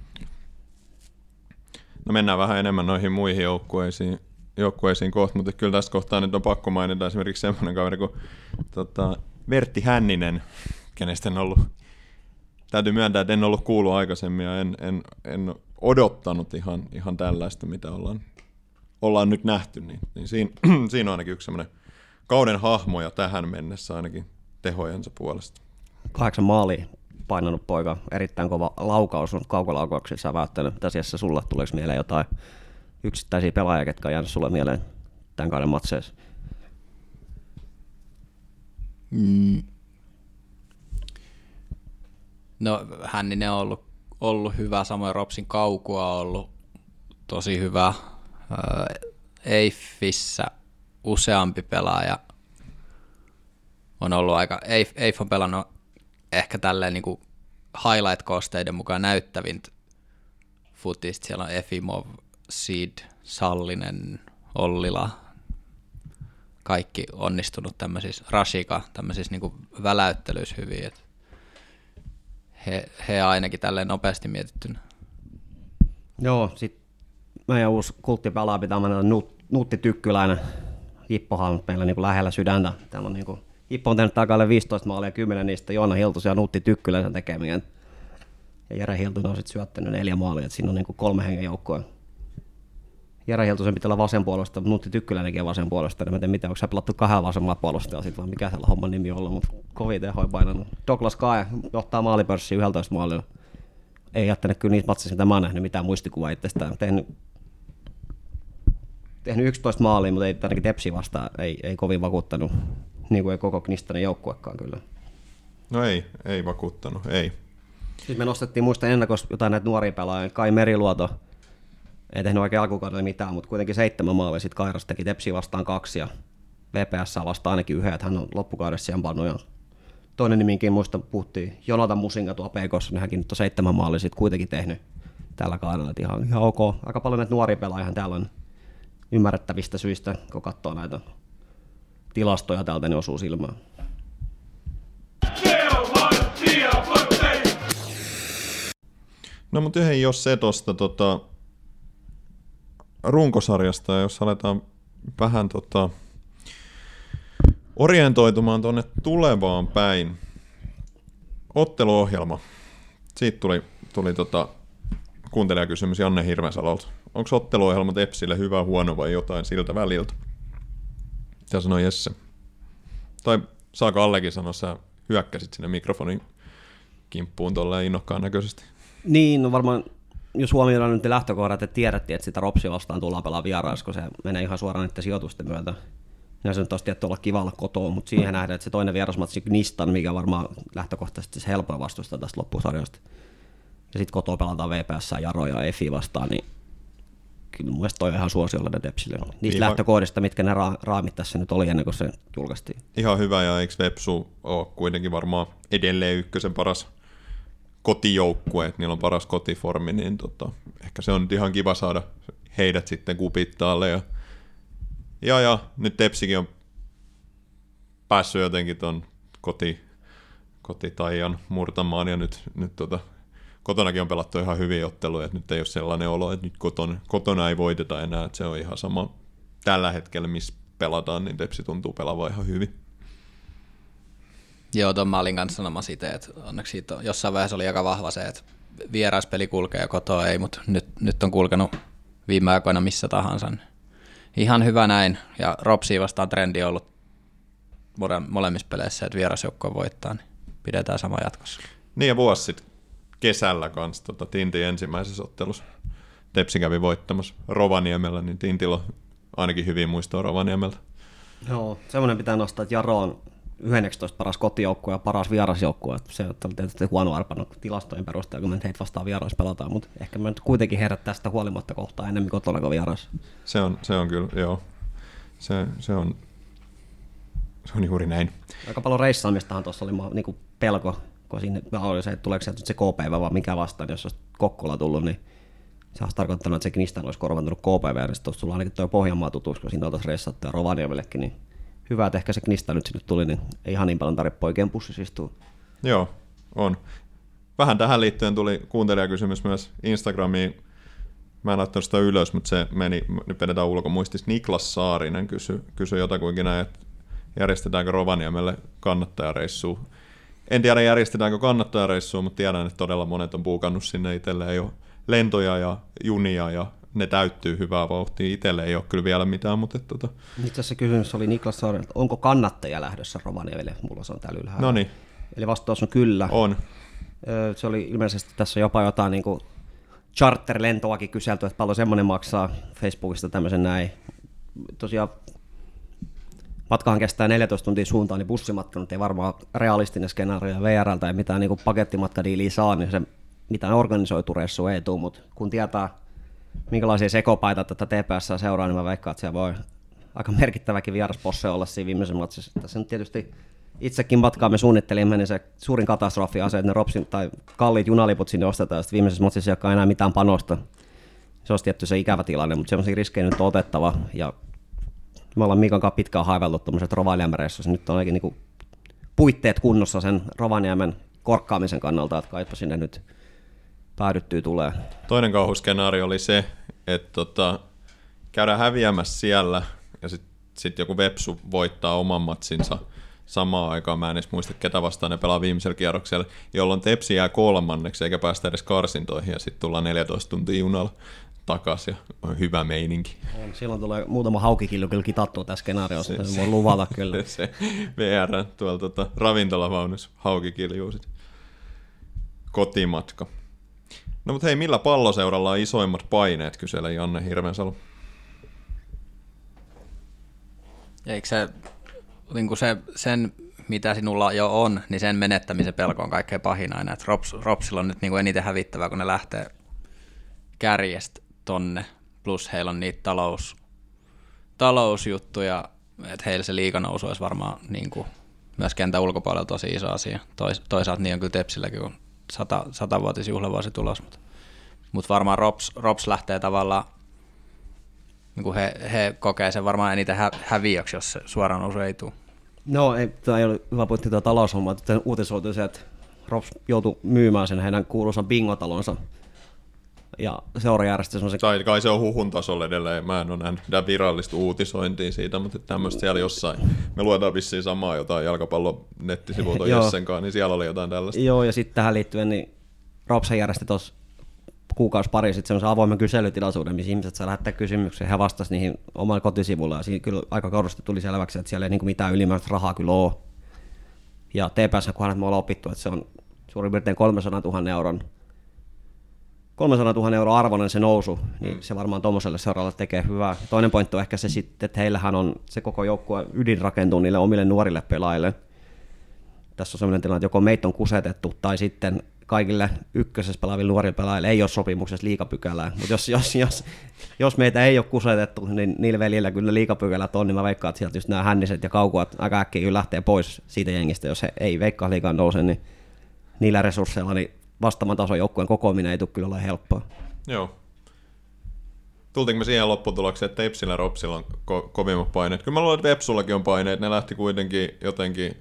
No mennään vähän enemmän noihin muihin joukkueisiin kohta, mutta kyllä tästä kohtaa nyt on pakko mainita esimerkiksi semmoinen kaveri kuin Vertti Hänninen, kenestä en ollut, täytyy myöntää, että en ollut kuullut aikaisemmin ja en odottanut ihan tällaista, mitä ollaan nyt nähty, niin siinä on ainakin yksi semmoinen kauden hahmoja tähän mennessä ainakin tehojensa puolesta. 8 maalia painanut poika, erittäin kova laukaus on kaukolaukauksissa välttänyt. Mitä asiassa sulla tuleeko mieleen jotain yksittäisiä pelaajia, ketkä on jäänyt sulle mieleen tämän kauden matseissa? No Hänninen on ollut hyvä, samoin Ropsin Kaukua on ollut tosi hyvä. Eiffissä useampi pelaaja on ollut aika, Eif on pelannut ehkä tälleen niin kuin highlight-kosteiden mukaan näyttävintä futista. Siellä on Efimov, Sid, Sallinen, Ollila, kaikki onnistunut tämmöisissä, Rashika, tämmöisissä niin kuin väläyttelyissä hyvin. Et he ainakin tälleen nopeasti mietittynä. Joo, sitten meidän uusi kulttipelaaja pitää mennä Nuutti Tykkyläinen. Jippohan on meillä niin kuin lähellä sydäntä. Täällä on niin kuin, Jippo on tehnyt takalle 15 maalia, 10 niistä Joona Hiltusen ja Nuutti Tykkyläisen tekeminen. Ja Jere Hiltunen on sitten syöttänyt 4 maalia, että siinä on niin kuin 3 hengen joukkoa. Jere Hiltusen pitää olla vasenpuolesta, mutta Nuutti Tykkyläinenkin on vasenpuolesta. En tiedä, mitä, onko sä pelattu 2 vasemmalla puolustajalla sitten, vai mikä siellä homman nimi on ollut, mutta kovin tehoja painanut. Douglas Kae johtaa maalipörssiä 11 maalilla. Ei jättänyt kyllä niitä matseissa, mitä mä oon nähnyt, mitään muistikuvaa itsestään. Tehnyt 11 maalia, mutta ei ainakin Tepsi vastaan ei kovin vakuuttanut, niin kuin ei koko Knistanen joukkuekaan kyllä. No ei vakuuttanut, ei. Sitten me nostettiin muista ennakossa jotain näitä nuoria pelaajia. Kai Meriluoto ei tehnyt oikein alkukaudella mitään, mutta kuitenkin 7 maalia. Sitten Kairas teki Tepsi vastaan 2 ja VPS vastaan ainakin 1, että hän on loppukaudessa siihen pannut. Ja toinen nimikin muista puhuttiin, Jonatan Musinga tuolla PK:ssa, niin hänkin nyt on 7 maalia sitten kuitenkin tehnyt tällä kaudella. Ihan ok. Aika paljon näitä nuoria pelaajia täällä on ymmärrettävistä syistä, kun katsoo näitä tilastoja täältä, niin osuu silmään. No mutta hei, jos se tuosta runkosarjasta, jos aletaan vähän orientoitumaan tuonne tulevaan päin. Otteluohjelma. Siitä tuli kuuntelijakysymys Janne Hirvensalolta. Onko otteluohjelma Tepsille hyvä, huono vai jotain siltä väliltä? Mitä sanoi Jesse? Tai saako Allekin sanoa, sä hyökkäsit sinne mikrofonin kimppuun tolleen innokkaan näköisesti? Niin, no varmaan jos huomioidaan nyt lähtökohdat, että tiedettiin, että sitä Ropsia vastaan tullaan pelaa vieraissa, kun se menee ihan suoraan niiden sijoitusten myötä. Ja se nyt olisi tietty olla kiva olla kotoa, mutta siihen nähdään, että se toinen vierasmatsi Knistan, mikä varmaan lähtökohtaisesti se helpoin vastusta tästä loppusarjasta. Ja sitten kotoa pelataan VPS, Jaro ja Efi vastaan, niin kyllä mun mielestä toi on ihan suosiollinen Tepsille. Niistä lähtökohdista, mitkä ne raamit tässä nyt oli ennen kuin se julkaistiin. Ihan hyvä, ja eikö Vepsu ole kuitenkin varmaan edelleen ykkösen paras kotijoukkue, että niillä on paras kotiformi, niin ehkä se on nyt ihan kiva saada heidät sitten kupittaalle. Ja nyt Tepsikin on päässyt jotenkin ton kotitaian murtamaan, ja nyt kotonakin on pelattu ihan hyviä otteluja, että nyt ei ole sellainen olo, että nyt kotona ei voiteta enää, että se on ihan sama tällä hetkellä, missä pelataan, niin Tepsi tuntuu pelaavan ihan hyvin. Joo, tuon mä olin kanssa sanomassa itse, että onneksi siitä jossain vaiheessa oli aika vahva se, että vieraspeli kulkee ja kotoa ei, mutta nyt on kulkenut viime aikoina missä tahansa. Ihan hyvä näin, ja Ropsia vastaan trendi on ollut molemmissa peleissä, että vierasjoukkoa voittaa, niin pidetään sama jatkossa. Niin ja vuosi sitten kesällä kanssa Tintin ensimmäisessä ottelussa Tepsi kävi voittamassa Rovaniemellä, niin Tintillä on ainakin hyvin muistoa Rovaniemeltä. Joo, semmoinen pitää nostaa, että Jaro on 19 paras kotijoukkue ja paras vierasjoukkue. Se on tietysti huono arpannut tilastojen perusteella, kun me heitä vastaan vieraissa pelataan, mutta ehkä me nyt kuitenkin herät tästä huolimatta kohtaa enemmän kotona kuin vierassa. Se on kyllä, joo. Se on juuri näin. Aika paljon reissaamistahan tuossa oli niinku pelko, kun siinä oli se, että tuleeko sieltä se KPV vai mikä vastaan, jos olisi Kokkola tullut, niin se olisi tarkoittanut, että se Knistan olisi korvantunut KPV, ja sitten sulla ainakin tuo Pohjanmaa tutuus, kun siinä oltaisiin reissattu ja Rovaniemellekin, niin hyvä, että ehkä se Knistan nyt sinne tuli, niin ei ihan niin paljon tarvitse poikien pussissa istua. Joo, on. Vähän tähän liittyen tuli kuuntelijakysymys myös Instagramiin. Mä en laittanut sitä ylös, mutta se meni, nyt vedetään ulkomuistissa. Niklas Saarinen kysyi jotakuinkin näin, että järjestetäänkö Rovaniemelle kannattajareissua. En tiedä järjestetäänkö kannattajareissua, mutta tiedän, että todella monet on puukannut sinne itselleen jo lentoja ja junia ja ne täyttyy hyvää vauhtia. Itselle ei ole kyllä vielä mitään, mutta Itse asiassa kysymys oli Niklas Saarelta, onko kannattaja lähdössä Rovaniemelle? Mulla se on täällä ylhäällä. Noniin. Eli vastaus on kyllä. On. Se oli ilmeisesti tässä jopa jotain niin kuin charter-lentoakin kyselty, että paljon semmoinen maksaa Facebookista tämmöisen näin. Tosiaan matkahan kestää 14 tuntia suuntaan, niin bussimatka nyt ei varmaan realistinen skenaario VR:ltä, ei mitään niin pakettimatkadiiliä saa, niin se mitään organisoitu reissu ei tule, mutta kun tietää, minkälaisia sekopaita tätä TPS seuraa, niin mä veikkaan, että siellä voi aika merkittäväkin vierasposse olla siinä viimeisen matsissa. Tässä nyt tietysti itsekin matkaa me suunnittelimme, niin se suurin katastrofi on se, että ne Ropsin tai kalliit junaliput sinne ostetaan, ja sitten viimeisessä matsissa ei olekaan enää mitään panosta. Se olisi tietty se ikävä tilanne, mutta semmoisia riskejä nyt on otettava, ja me ollaan Mikan kanssa pitkään haiveltu tuommoiset Rovaniemen reissuissa. Nyt on ainakin niinku puitteet kunnossa sen Rovaniemen korkkaamisen kannalta, että kaipa sinne nyt päädyttyy tulee. Toinen kauhuskenaario oli se, että käydään häviämässä siellä ja sitten joku Vepsu voittaa oman matsinsa samaan aikaan. Mä en edes muista, ketä vastaan ne pelaa viimeisellä kierroksella, jolloin Tepsi jää kolmanneksi eikä päästä edes karsintoihin ja sitten tullaan 14 tuntia junalla takaisin ja on hyvä meininki. Silloin tulee muutama haukikilju kyllä kitattua tässä skenaariossa, se voi luvata kyllä. Se VR tuolla ravintolavaunussa haukikilju sit. Kotimatka. No mutta hei, millä palloseuralla on isoimmat paineet, kyselee Janne Hirvensalo. Eikö se, niin kuin sen, mitä sinulla jo on, niin sen menettämisen pelko on kaikkein pahin aina. Että Ropsilla on nyt niin kuin eniten hävittävää, kun ne lähtee kärjestä tonne, plus heillä on niitä talousjuttuja, että heillä se liiganousu olisi varmaan niin kuin myös kentän ulkopuolella tosi iso asia. Toisaalta niin on kyllä Tepsilläkin, kun 100-vuotisjuhlavuosi tulos, mutta varmaan Rops lähtee tavallaan, niin kuin he kokee sen varmaan eniten häviöksi, jos se suoraan nousu ei tule. No, tämä ei ole hyvä pointti tuo taloushomma, että uutisoitu se, että Rops joutui myymään sen heidän kuuluisan bingotalonsa ja seura järjesti semmoisen... Kai se on huhun tasolla edelleen, mä en ole nähnyt virallista uutisointia siitä, mutta tämmöistä siellä jossain. Me luetaan vissiin samaa jotain jalkapallon nettisivuilta Jessenkaan, niin siellä oli jotain tällaista. Joo, ja sitten tähän liittyen, niin Rops järjesti tuossa kuukausi pari sitten semmoisen avoimen kyselytilaisuuden, missä ihmiset saa lähettää kysymyksiä, he vastasivat niihin omalla kotisivulla, ja siinä kyllä aika kaudosti tuli selväksi, että siellä ei niin mitään ylimääräistä rahaa kyllä ole. Ja TPS:n kohdalla me ollaan opittu, että se on suurin piirtein 300 000 € arvoinen se nousu, niin se varmaan tuommoiselle seuraavalle tekee hyvää. Toinen pointti on ehkä se sitten, että heillähän on se koko joukkue ydin rakentuu niille omille nuorille pelaajille. Tässä on sellainen tilanne, että joko meitä on kusetettu tai sitten kaikille ykkösessä pelaaville nuorille pelaajille ei ole sopimuksessa liigapykälää. Mutta jos meitä ei ole kusetettu, niin niillä veljillä kyllä liigapykälät on, niin mä veikkaan, että sieltä just nämä Hänniset ja Kaukuat aika äkkiä kyllä lähtee pois siitä jengistä, jos he ei veikkaa liigaan nouse, niin niillä resursseilla niin vastaavan tason joukkueen kokoaminen ei tule kyllä ole helppoa. Joo. Tultiinko me siihen lopputulokseen, että Tepsillä ja Ropsilla on kovimmat paineet? Kyllä mä luulen, että Vepsullakin on paineet. Ne lähti kuitenkin jotenkin...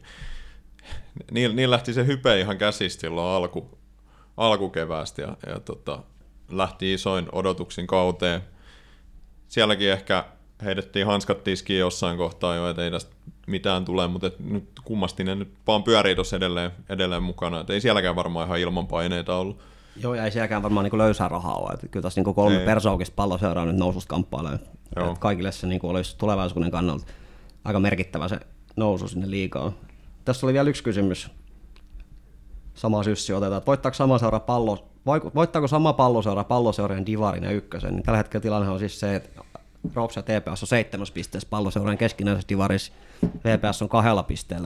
Niin lähti se hype ihan käsistä silloin alkukeväästä ja lähti isoin odotuksin kauteen. Sielläkin ehkä heitettiin hanskat tiskiin jossain kohtaa jo, että ei tästä mitään tule, mutta nyt kummasti ne nyt vaan pyörii tuossa edelleen mukana. Et ei sielläkään varmaan ihan ilman paineita ollut. Joo, ja ei sielläkään varmaan niin löysää rahaa ole. Että kyllä tässä niin 3 persaukista palloseuraa nyt noususta kamppailee. Kaikille se niin olisi tulevaisuuden kannalta aika merkittävä se nousu sinne liigaan. Tässä oli vielä yksi kysymys. Sama syssy otetaan, että voittaako sama palloseura palloseuran divarin ja ykkösen? Niin tällä hetkellä tilanne on siis se, että Rops ja TPS on 7 pisteessä palloseuran keskinäisessä divarissa, VPS on 2 pisteellä.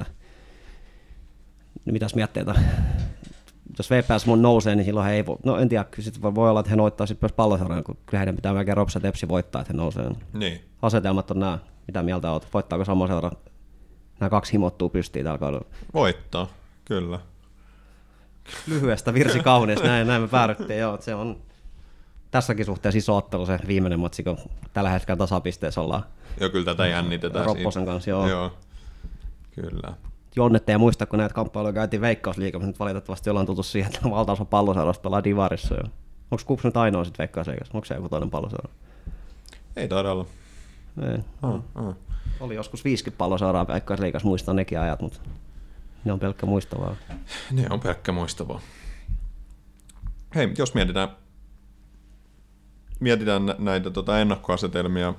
Mitäs mietteitä? Jos VPS nousee, niin silloin he ei voi, no en tiedä, sitten voi olla, että he noittaa sitten myös palloseuran, kun kyllä heidän pitää melkein Rops ja Tepsi voittaa, että he nousee. Niin. Asetelmat on nämä, mitä mieltä olet? Voittaako sama seura? Nämä 2 himottuu pystiin tällä kaudella. Voittaa, kyllä. Lyhyestä virsi kaunis, näin me päädyttiin. Joo, se on tässäkin suhteessa iso ottelu se viimeinen matsi, kun tällä hetkellä tasapisteessä ollaan. Joo, kyllä tätä jännitetään. Ropposen kanssa, joo. Joo, kyllä. Jonnette ja muista, kun näitä kamppailuja käytiin Veikkausliigassa, mutta nyt valitettavasti ollaan tultu siihen, että valtaosa palloseurasta pelaa divarissa. Onko KuPS nyt ainoa sitten Veikkausliigassa? Onko se joku toinen palloseura? Ei taida olla. Ei. Oli joskus 50 palloseuraa Veikkausliigassa, muistan nekin ajat, mutta ne on pelkkä muistavaa. Ne on pelkkä muistavaa. Hei, jos mietitään mietitään näitä ennakkoasetelmia,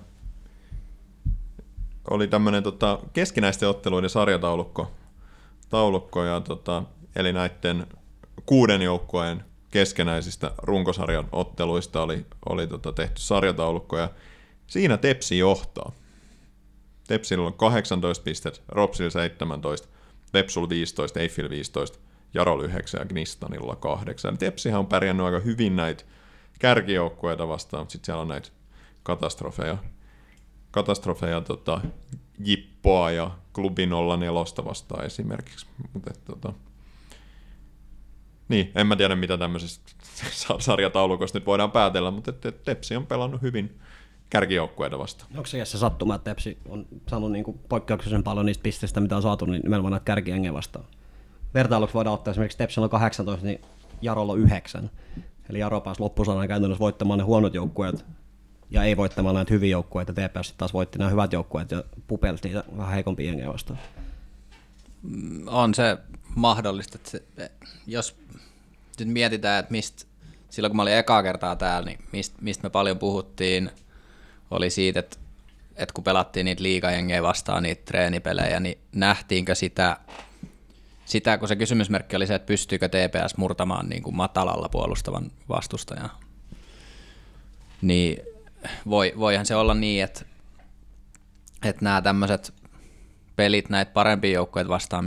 oli tämmöinen keskinäisten otteluiden sarjataulukko, ja, eli näiden 6 joukkueen keskenäisistä runkosarjan otteluista oli tehty sarjataulukko, ja siinä Tepsi johtaa. Tepsillä on 18 pistettä, Ropsilla 17, Vepsulla 15, Eiffillä 15, Jarolla 9 ja Gnistanilla 8. Eli Tepsihän on pärjännyt aika hyvin näitä kärkijoukkueita vastaan, mutta sitten siellä on näitä katastrofeja Jippoa ja Klubi 04 vastaan esimerkiksi. Niin, en mä tiedä mitä tämmöisestä sarjataulukosta nyt voidaan päätellä, mutta Tepsi on pelannut hyvin kärkijoukkueita vastaan. Onko se sattuma, että Tepsi on saanut niinku poikkeuksellisen paljon niistä pisteistä, mitä on saatu, niin nimenomaan näitä kärkijengiä vastaan? Vertailuksi voidaan ottaa esimerkiksi Tepsillä on 18, niin Jarolla on 9. Eli Jaro pääsi loppusarjaan käytännössä voittamaan ne huonot joukkueet ja ei voittamaan näitä hyviä joukkueita. TPS taas voitti nämä hyvät joukkueet ja pupelti vähän heikompia jengejä vastaan. On se mahdollista, että jos nyt mietitään, että silloin kun mä olin ekaa kertaa täällä, niin mistä me paljon puhuttiin, oli siitä, että kun pelattiin niitä liigajengejä vastaan, niitä treenipelejä, niin nähtiinkö sitä, kun se kysymysmerkki oli se, että pystyykö TPS murtamaan niin kuin matalalla puolustavan vastustajan, niin voihan se olla niin, että nämä tämmöiset pelit näitä parempia joukkoja vastaan,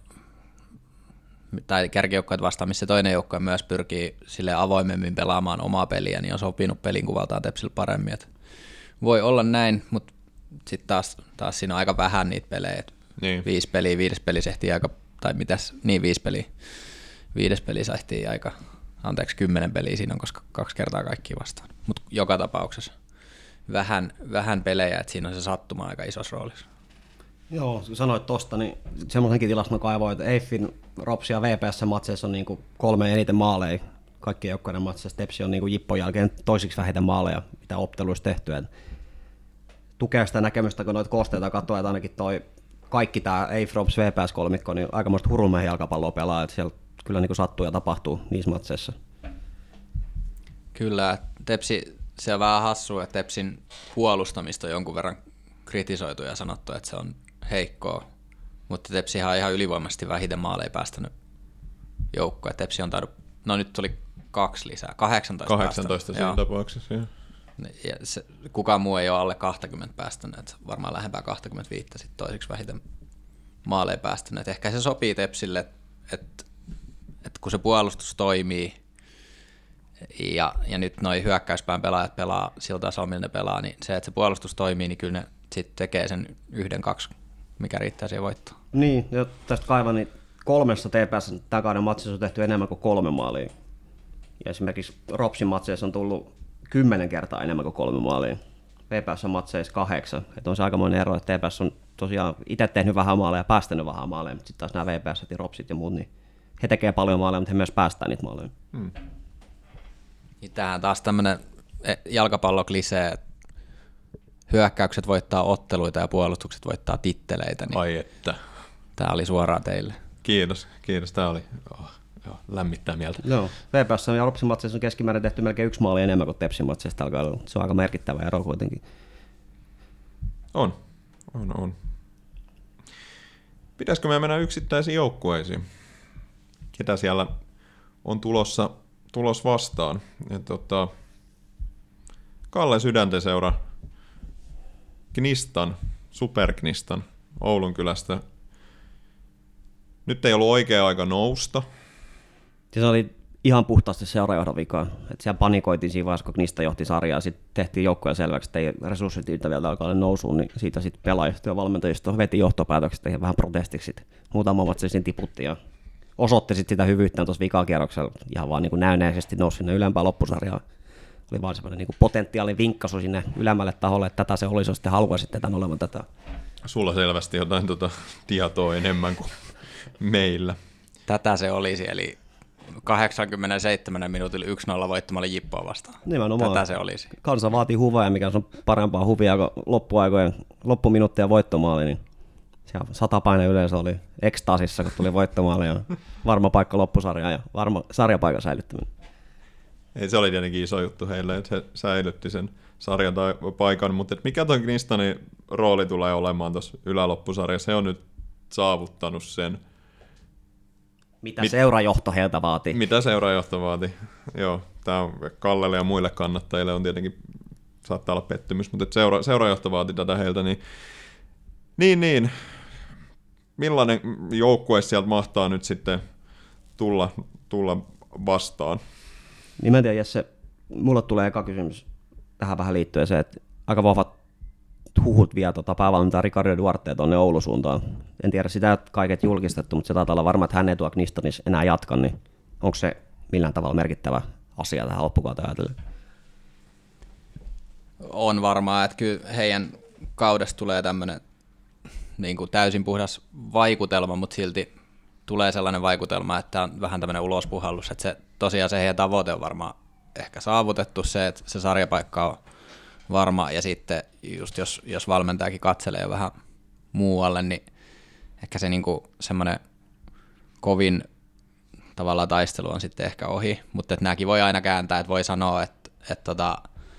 tai kärkijoukkoja vastaan, missä toinen joukkue myös pyrkii sille avoimemmin pelaamaan omaa peliä, niin on sopinut pelin kuvaltaan Tepsillä paremmin. Et voi olla näin, mutta sitten taas siinä on aika vähän niitä pelejä. Niin. 5 peliä ehtii aika, tai mitäs, niin 5 peliä. 5 peliä ehtii aika, 10 peliä siinä on, koska 2 kertaa kaikki vastaan. Mutta joka tapauksessa vähän pelejä, että siinä on se sattuma aika isossa roolissa. Joo, sanoit tosta, niin semmoisenkin tilasta mä kaivoin, että Eiffin, Ropsi ja VPS-matseissa on niinku 3 eniten maaleja kaikkien joukkojen matseissa. Tepsi on niinku Jippon jälkeen toisiksi vähiten maaleja, mitä otteluissa tehty. Et tukee sitä näkemystä, kun noita koosteita katsoo, että ainakin kaikki tämä Eiff, Rops, VPS-kolmikko, niin aikamoista hurulmeen jalkapalloa pelaa, että siellä kyllä niinku sattuu ja tapahtuu niissä matseissa. Kyllä, Tepsi, se on vähän hassua, että Tepsin puolustamista on jonkun verran kritisoitu ja sanottu, että se on heikkoa, mutta Tepsihan on ihan ylivoimaisesti vähiten maaleja päästänyt joukkoja. Tepsi on tainnut, no nyt tuli 2 lisää, 18 siinä tapauksessa, joo. Ja kukaan muu ei ole alle 20 päästänyt, varmaan lähempää 25 sitten toiseksi vähiten maaleja päästänyt. Ehkä se sopii Tepsille, että kun se puolustus toimii ja nyt noi hyökkäyspään pelaajat pelaa sillä tasolla, millä ne pelaa, niin se, että se puolustus toimii, niin kyllä ne sitten tekee sen 1-2, mikä riittää siihen voittoon. Niin, ja tästä kaivan, niin 3 TPS tämän kauden matsissa on tehty enemmän kuin 3 maalia. Ja esimerkiksi Ropsin matseissa on tullut 10 kertaa enemmän kuin 3 maalia. VPS-matseissa 8. Että on se aikamoinen ero, että TPS on tosiaan itse tehnyt vähän maaleja ja päästänyt vähän maaleja, mutta sitten taas nämä VPS ja Ropsit ja muut, niin he tekee paljon maaleja, mutta he myös päästään niitä maaleja. Tämähän taas tämmöinen jalkapalloklisee, että hyökkäykset voittaa otteluita ja puolustukset voittaa titteleitä. Niin ai että. Tämä oli suoraan teille. Kiitos. Tämä oli lämmittää mieltä. Joo, VPS ja Ropsin matseissa on keskimäärin tehty melkein 1 maali enemmän kuin Tepsin matseista alkaa olla. Se on aika merkittävä ero kuitenkin. On. Pitäisikö me mennä yksittäisiin joukkueisiin? Ketä siellä on tulossa vastaan? Ja Kalle Sydänten seura Gnistan, Supergnistan Oulun kylästä. Nyt ei ollut oikea aika nousta. Se oli ihan puhtaasti seurajohdon vikaa. Että siellä panikoitiin siinä vaiheessa, kun Gnista johti sarjaa. Sitten tehtiin joukkoja selväksi, että ei resurssit yhtävältä alkaa nousuun, niin siitä sitten pelaajista ja valmentajista veti johtopäätökset ja vähän protestiksi. Muutama matsi siinä tiputti ja osoitti sitä hyvyyttään tuossa vikakierroksella. Ihan vaan niin kuin näynäisesti nousi sinne ylempään loppusarjaan. Oli vaan semmoinen niin kuin potentiaalinen vinkkaisu sinne ylemmälle taholle, että tätä se olisi, jos sitten haluaisitte tämän olevan tätä. Sulla selvästi jotain tietoa enemmän kuin meillä. Tätä se olisi, eli 87 minuutilla 1-0 voittamalla Jippoa vastaan. Nimenomaan. Tätä se olisi. Kansa vaatii huvaa, mikä on parempaa huvia kuin loppuminuuttia voittomaali, niin siellä 100 paine yleensä oli ekstaasissa, kun tuli voittomaali ja varma paikka loppusarjaan ja varma sarjapaikan säilyttäminen. Ei, se oli tietenkin iso juttu heille, että he säilytti sen sarjan tai paikan, mutta mikä toi Knistanin rooli tulee olemaan tuossa yläloppusarjassa? He on nyt saavuttanut sen. Mitä seurajohto heiltä vaatii? Mitä seurajohto vaatii? Joo, tämä on Kallelle ja muille kannattajille on tietenkin, saattaa olla pettymys, mutta seurajohto vaatii tätä heiltä, niin. Millainen joukkue sieltä mahtaa nyt sitten tulla vastaan? Niin mä en tiedä, Jesse, mulle tulee eka kysymys tähän vähän liittyen se, että aika vahvat huhut vie päävalmentaja Ricardo Duarte tuonne Oulun suuntaan. En tiedä, sitä ei ole kaiket julkistettu, mutta se taitaa olla varma, että hän ei tuo Knistanissa enää jatka, niin onko se millään tavalla merkittävä asia tähän loppukauteen ajatellen? On varmaa, että kyllä heidän kaudesta tulee tämmöinen niin kuin täysin puhdas vaikutelma, mutta silti tulee sellainen vaikutelma, että on vähän tämmöinen ulospuhallus, että tosiaan se heidän tavoite on varmaan ehkä saavutettu se, että se sarjapaikka on varma, ja sitten just jos valmentajakin katselee jo vähän muualle, niin ehkä se niinku semmoinen kovin tavallaan taistelu on sitten ehkä ohi, mutta nämäkin voi aina kääntää, että voi sanoa, että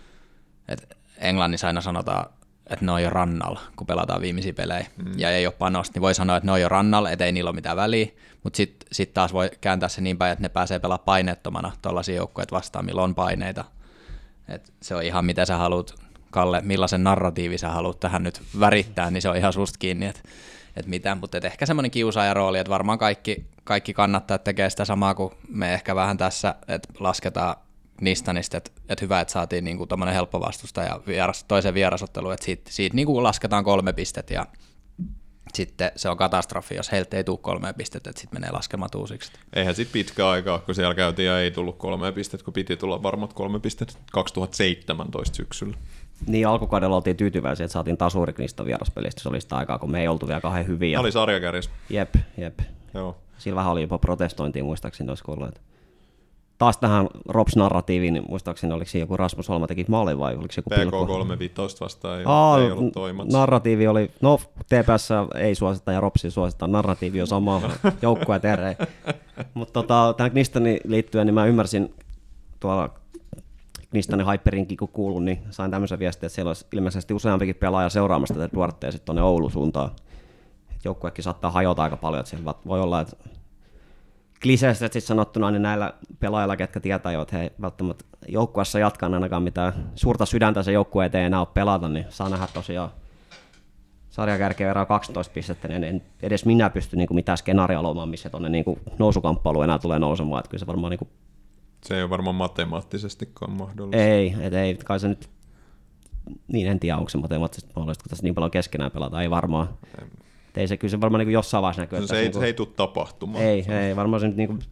Englannissa aina sanotaan, että ne on jo rannalla, kun pelataan viimeisiä pelejä, ja ei ole panosta, niin voi sanoa, että ne on jo rannalla, että ei niillä ole mitään väliä, mutta sitten taas voi kääntää se niin päin, että ne pääsee pelaamaan paineettomana tuollaisia joukkoja vastaan, millä on paineita. Et se on ihan mitä sä haluat, Kalle, millaisen narratiivi sä haluat tähän nyt värittää, niin se on ihan susta kiinni, että mitä, mutta ehkä semmoinen kiusaajan rooli, että varmaan kaikki kannattaa tekee sitä samaa kuin me ehkä vähän tässä, että lasketaan Knistanista, että hyvä, että saatiin niinku tommoinen helppo vastusta ja toisen vierasottelu, että siitä niinku lasketaan 3 pistettä ja sitten se on katastrofi, jos heiltä ei tule 3 pistettä, että sitten menee laskelmat uusiksi. Eihän sitten pitkä aikaa, kun siellä käytiin ja ei tullut 3 pistettä, kun piti tulla varmat 3 pistettä 2017 syksyllä. Niin, alkukaudella oltiin tyytyväisiä, että saatiin tasuri Knistan vieraspelistä. Se oli sitä aikaa, kun me ei oltu vielä kauhean hyviä. Ne oli sarjakärjessä. Jep. Joo. Sillä vähän oli jopa protestointia, muistaakseni olisiko ollut. Taas tähän Rops-narratiiviin, niin muistaakseni oliko joku Rasmus Holma teki maalin vai oliko se joku pilkku? PK3-15 vastaan ei ollut toimassa. Narratiivi oli, no TPS ei suosita ja Ropsi suosita, narratiivi on sama joukkue terve. Mutta tähän Knistanin liittyen, niin mä ymmärsin tuolla Knistanin Hyperinkin kun kuulun, niin sain tämmöisen viestin, että siellä olisi ilmeisesti useampikin pelaaja seuraamassa tätä Duartea sitten tuonne Oulun suuntaan. Joukkuekin saattaa hajota aika paljon, että siellä voi olla, että kliseisesti sitten sanottuna, niin näillä pelaajilla, ketkä tietää jo, että he välttämättä joukkueessa jatkaa ainakaan mitään suurta sydäntä se joukkue ei enää ole pelata, niin saa nähdä tosiaan sarjakärkeä erää 12 pistettä, niin en edes minä pysty niin mitään skenaaria luomaan, missä tuonne niin nousukamppailu enää tulee nousemaan, että kyllä se varmaan niin se ei ole varmaan matemaattisestikaan mahdollista. Ei, kai se nyt, niin en tiedä, onko se matemaattisesti mahdollista, kun tässä niin paljon keskenään pelata, ei varmaan. Ei se kyllä se varmaan niin jossain vaiheessa näkyy. Se ei tule tapahtumaan. Ei, varmaan se nyt niin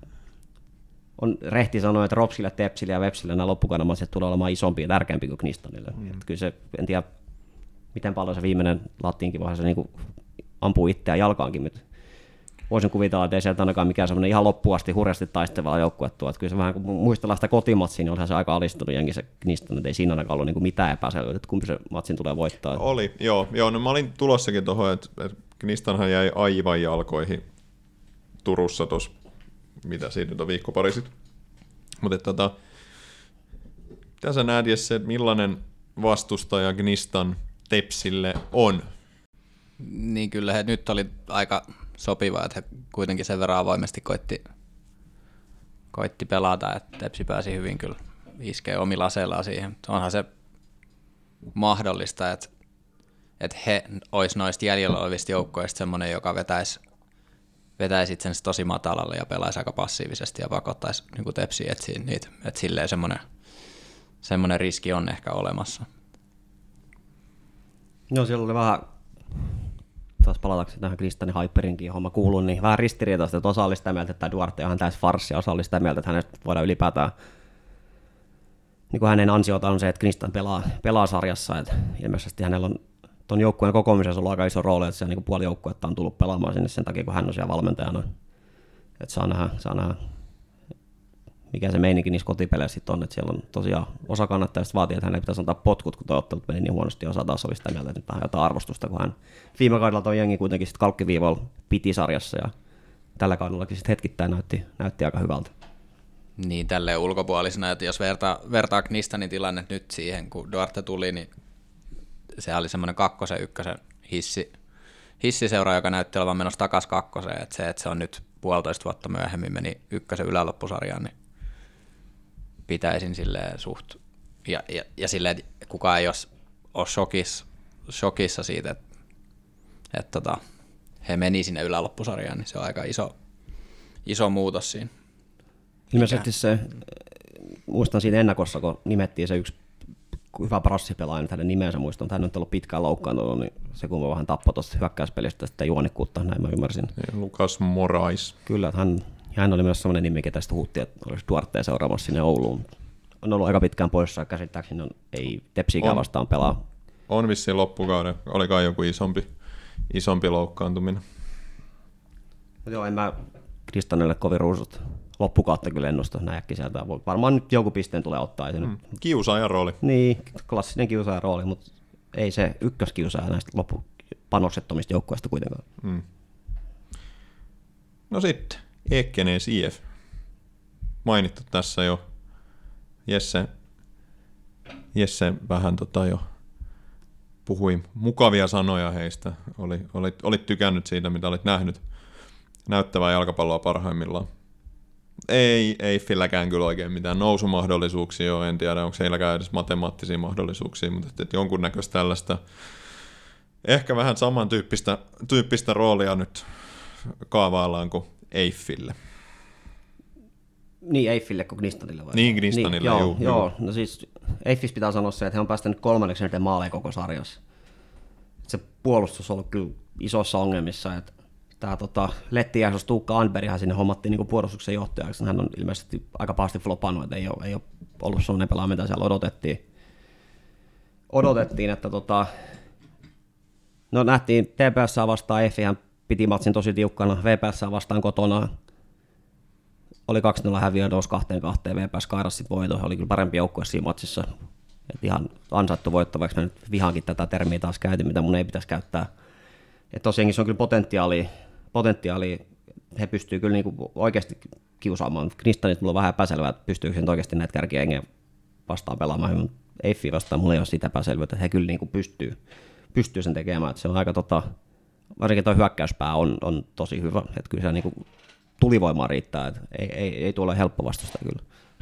on rehti sanoa, että Ropsille, Tepsille ja Vepsille nämä loppukaudematsit tulee olemaan isompia ja tärkeämpiä kuin Knistanille. Kyllä se, en tiedä miten paljon se viimeinen lattiinkin vaiheessa niin ampuu itseään jalkaankin, mutta voisin kuvitella, että ei sieltä ainakaan mikään semmoinen ihan loppuun asti hurjasti taisteleva joukkue tuo. Kyllä se vähän kun muistellaan sitä kotimatsia, niin olihan se aika alistunut jengi se Knistan, että ei siinä ainakaan ollut niin mitään epäselvyyttä, että kumpi se matsin tulee voittaa. Oli, joo, no mä olin tulossakin tuohon, että Knistanhan jäi aivan jalkoihin Turussa tuossa, mitä siitä nyt on viikko pari sitten. Mutta mitä sä näet, Jesse, että millainen vastustaja Knistan Tepsille on? Niin kyllä he nyt oli aika sopiva, että he kuitenkin sen verran avoimesti koitti pelata, että Tepsi pääsi hyvin kyllä iskee omilla aseillaan siihen. Onhan se mahdollista, että he olisi noista jäljellä olevista joukkoista semmoinen, joka vetäisi itsensä tosi matalalle ja pelaisi aika passiivisesti ja pakottaisi niin Tepsiä etsiä niitä. Että silleen semmoinen riski on ehkä olemassa. No siellä oli vähän, taas palatakseni tähän Knistanin Hyperinkin homma kuuluu, niin vähän ristiriitaista, että osa oli sitä mieltä, että Duarte on ihan täysin farssi, ja osa oli sitä mieltä, että hänestä voidaan ylipäätään, niin kuin hänen ansiota on se, että Knistan pelaa sarjassa, että ilmeisesti hänellä on tuon joukkueen kokoamisessa ollut aika iso rooli, että siellä niin puoli joukkuetta on tullut pelaamaan sinne sen takia, kun hän on siellä valmentajana. Että saa nähdä, mikä se meininki niissä kotipeleissä sitten on, että siellä on tosiaan osa kannattajista vaatii, että hänelle pitäisi antaa potkut, kun tuo ottelut meni niin huonosti, ja osa taas oli sitä mieltä, että nyt vähän jotain arvostusta, kun hän viime kaudella tuo jengi kuitenkin sitten kalkkiviivalla piti sarjassa, ja tällä kaudellakin sitten hetkittäin näytti aika hyvältä. Niin tälleen ulkopuolisena, että jos vertaa Knistanin tilanne nyt siihen, kun Duarte tuli, niin se oli semmoinen 2. ja 1. hissiseura, joka näytti olevan menossa takaisin 2. Että se on nyt 1,5 vuotta myöhemmin meni 1. yläloppusarjaan, niin pitäisin silleen suht. Ja silleen, että kukaan ei ole shokissa siitä, että he meni sinne yläloppusarjaan, niin se on aika iso muutos siinä. Ilmeisesti se, muistan siinä ennakossa, kun nimettiin se yksi hyvä brassipelaaja, nyt hänen nimensä muistan, mutta hän on ollut pitkään loukkaantunut, niin se kun vähän tappoi tuosta hyökkäyspelistä sitä juonikkuutta, näin mä ymmärsin. Lukas Morais. Kyllä, että hän oli myös sellainen nimi, ketä sitä huuttiin, että olisi Duartea seuraamassa sinne Ouluun. On ollut aika pitkään poissa, ja käsittääkseni ei Tepsikään vastaan pelaa. On vissiin loppukauden, olikaan joku isompi loukkaantuminen. Joo, en mä Kristanelle kovin ruusut loppukautta kyllä ennusta näin äkkiseltä. Varmaan nyt joku pisteen tulee ottaa. Kiusaajan rooli. Niin, klassinen kiusaajan rooli, mutta ei se ykköskiusaaja näistä loppupanoksettomista joukkueista kuitenkaan. No sitten, Ekenäs IF. Mainittu tässä jo. Jesse vähän jo puhui mukavia sanoja heistä. Olit tykännyt siitä, mitä olit nähnyt. Näyttävää jalkapalloa parhaimmillaan. Ei Filläkään kyllä oikein mitään nousumahdollisuuksia ole. En tiedä, onko heilläkään edes matemaattisia mahdollisuuksia, mutta että jonkunnäköistä tällaista ehkä vähän samantyyppistä roolia nyt kaavaillaan kuin Eiffille. Niin, Eiffille kuin Knistanille vai? Niin, Knistanille, niin, joo. No siis Eiffis pitää sanoa se, että he on päästänyt 3. maaleja koko sarjassa. Se puolustus on ollut kyllä isossa ongelmissa, että tämä Letti-Jääsos Tuukka Anberghan sinne hommattiin niin puolustuksen johtajaksi. Hän on ilmeisesti aika pahasti flopannut, että ei ole ollut sellainen pelaaja, mitä siellä odotettiin, että no nähtiin TPS vastaan, Effihän piti matsin tosi tiukkana, VPS vastaan kotona. Oli 2-0 häviö, nousi 2-2, VPS kairasi sitten voito, oli kyllä parempi joukkue siinä matsissa. Et ihan ansaittu voitto, vaikka mä nyt vihaankin tätä termiä taas käytin, mitä mun ei pitäisi käyttää. Et tosiaankin se on kyllä potentiaali. He pystyy kyllä niinku oikeasti kiusaamaan. Knistanit mulla on vähän epäselvää, että pystyykö se oikeasti näitä kärkiä vastaan pelaamaan. Eiffi vastaan mulla ei ole siitä epäselvyyttä, että he kyllä niinku pystyy sen tekemään. Et se on aika varsinkin tuo hyökkäyspää on tosi hyvä. Et kyllä se niinku tulivoimaa riittää, että ei tule helppo vastusta kyllä.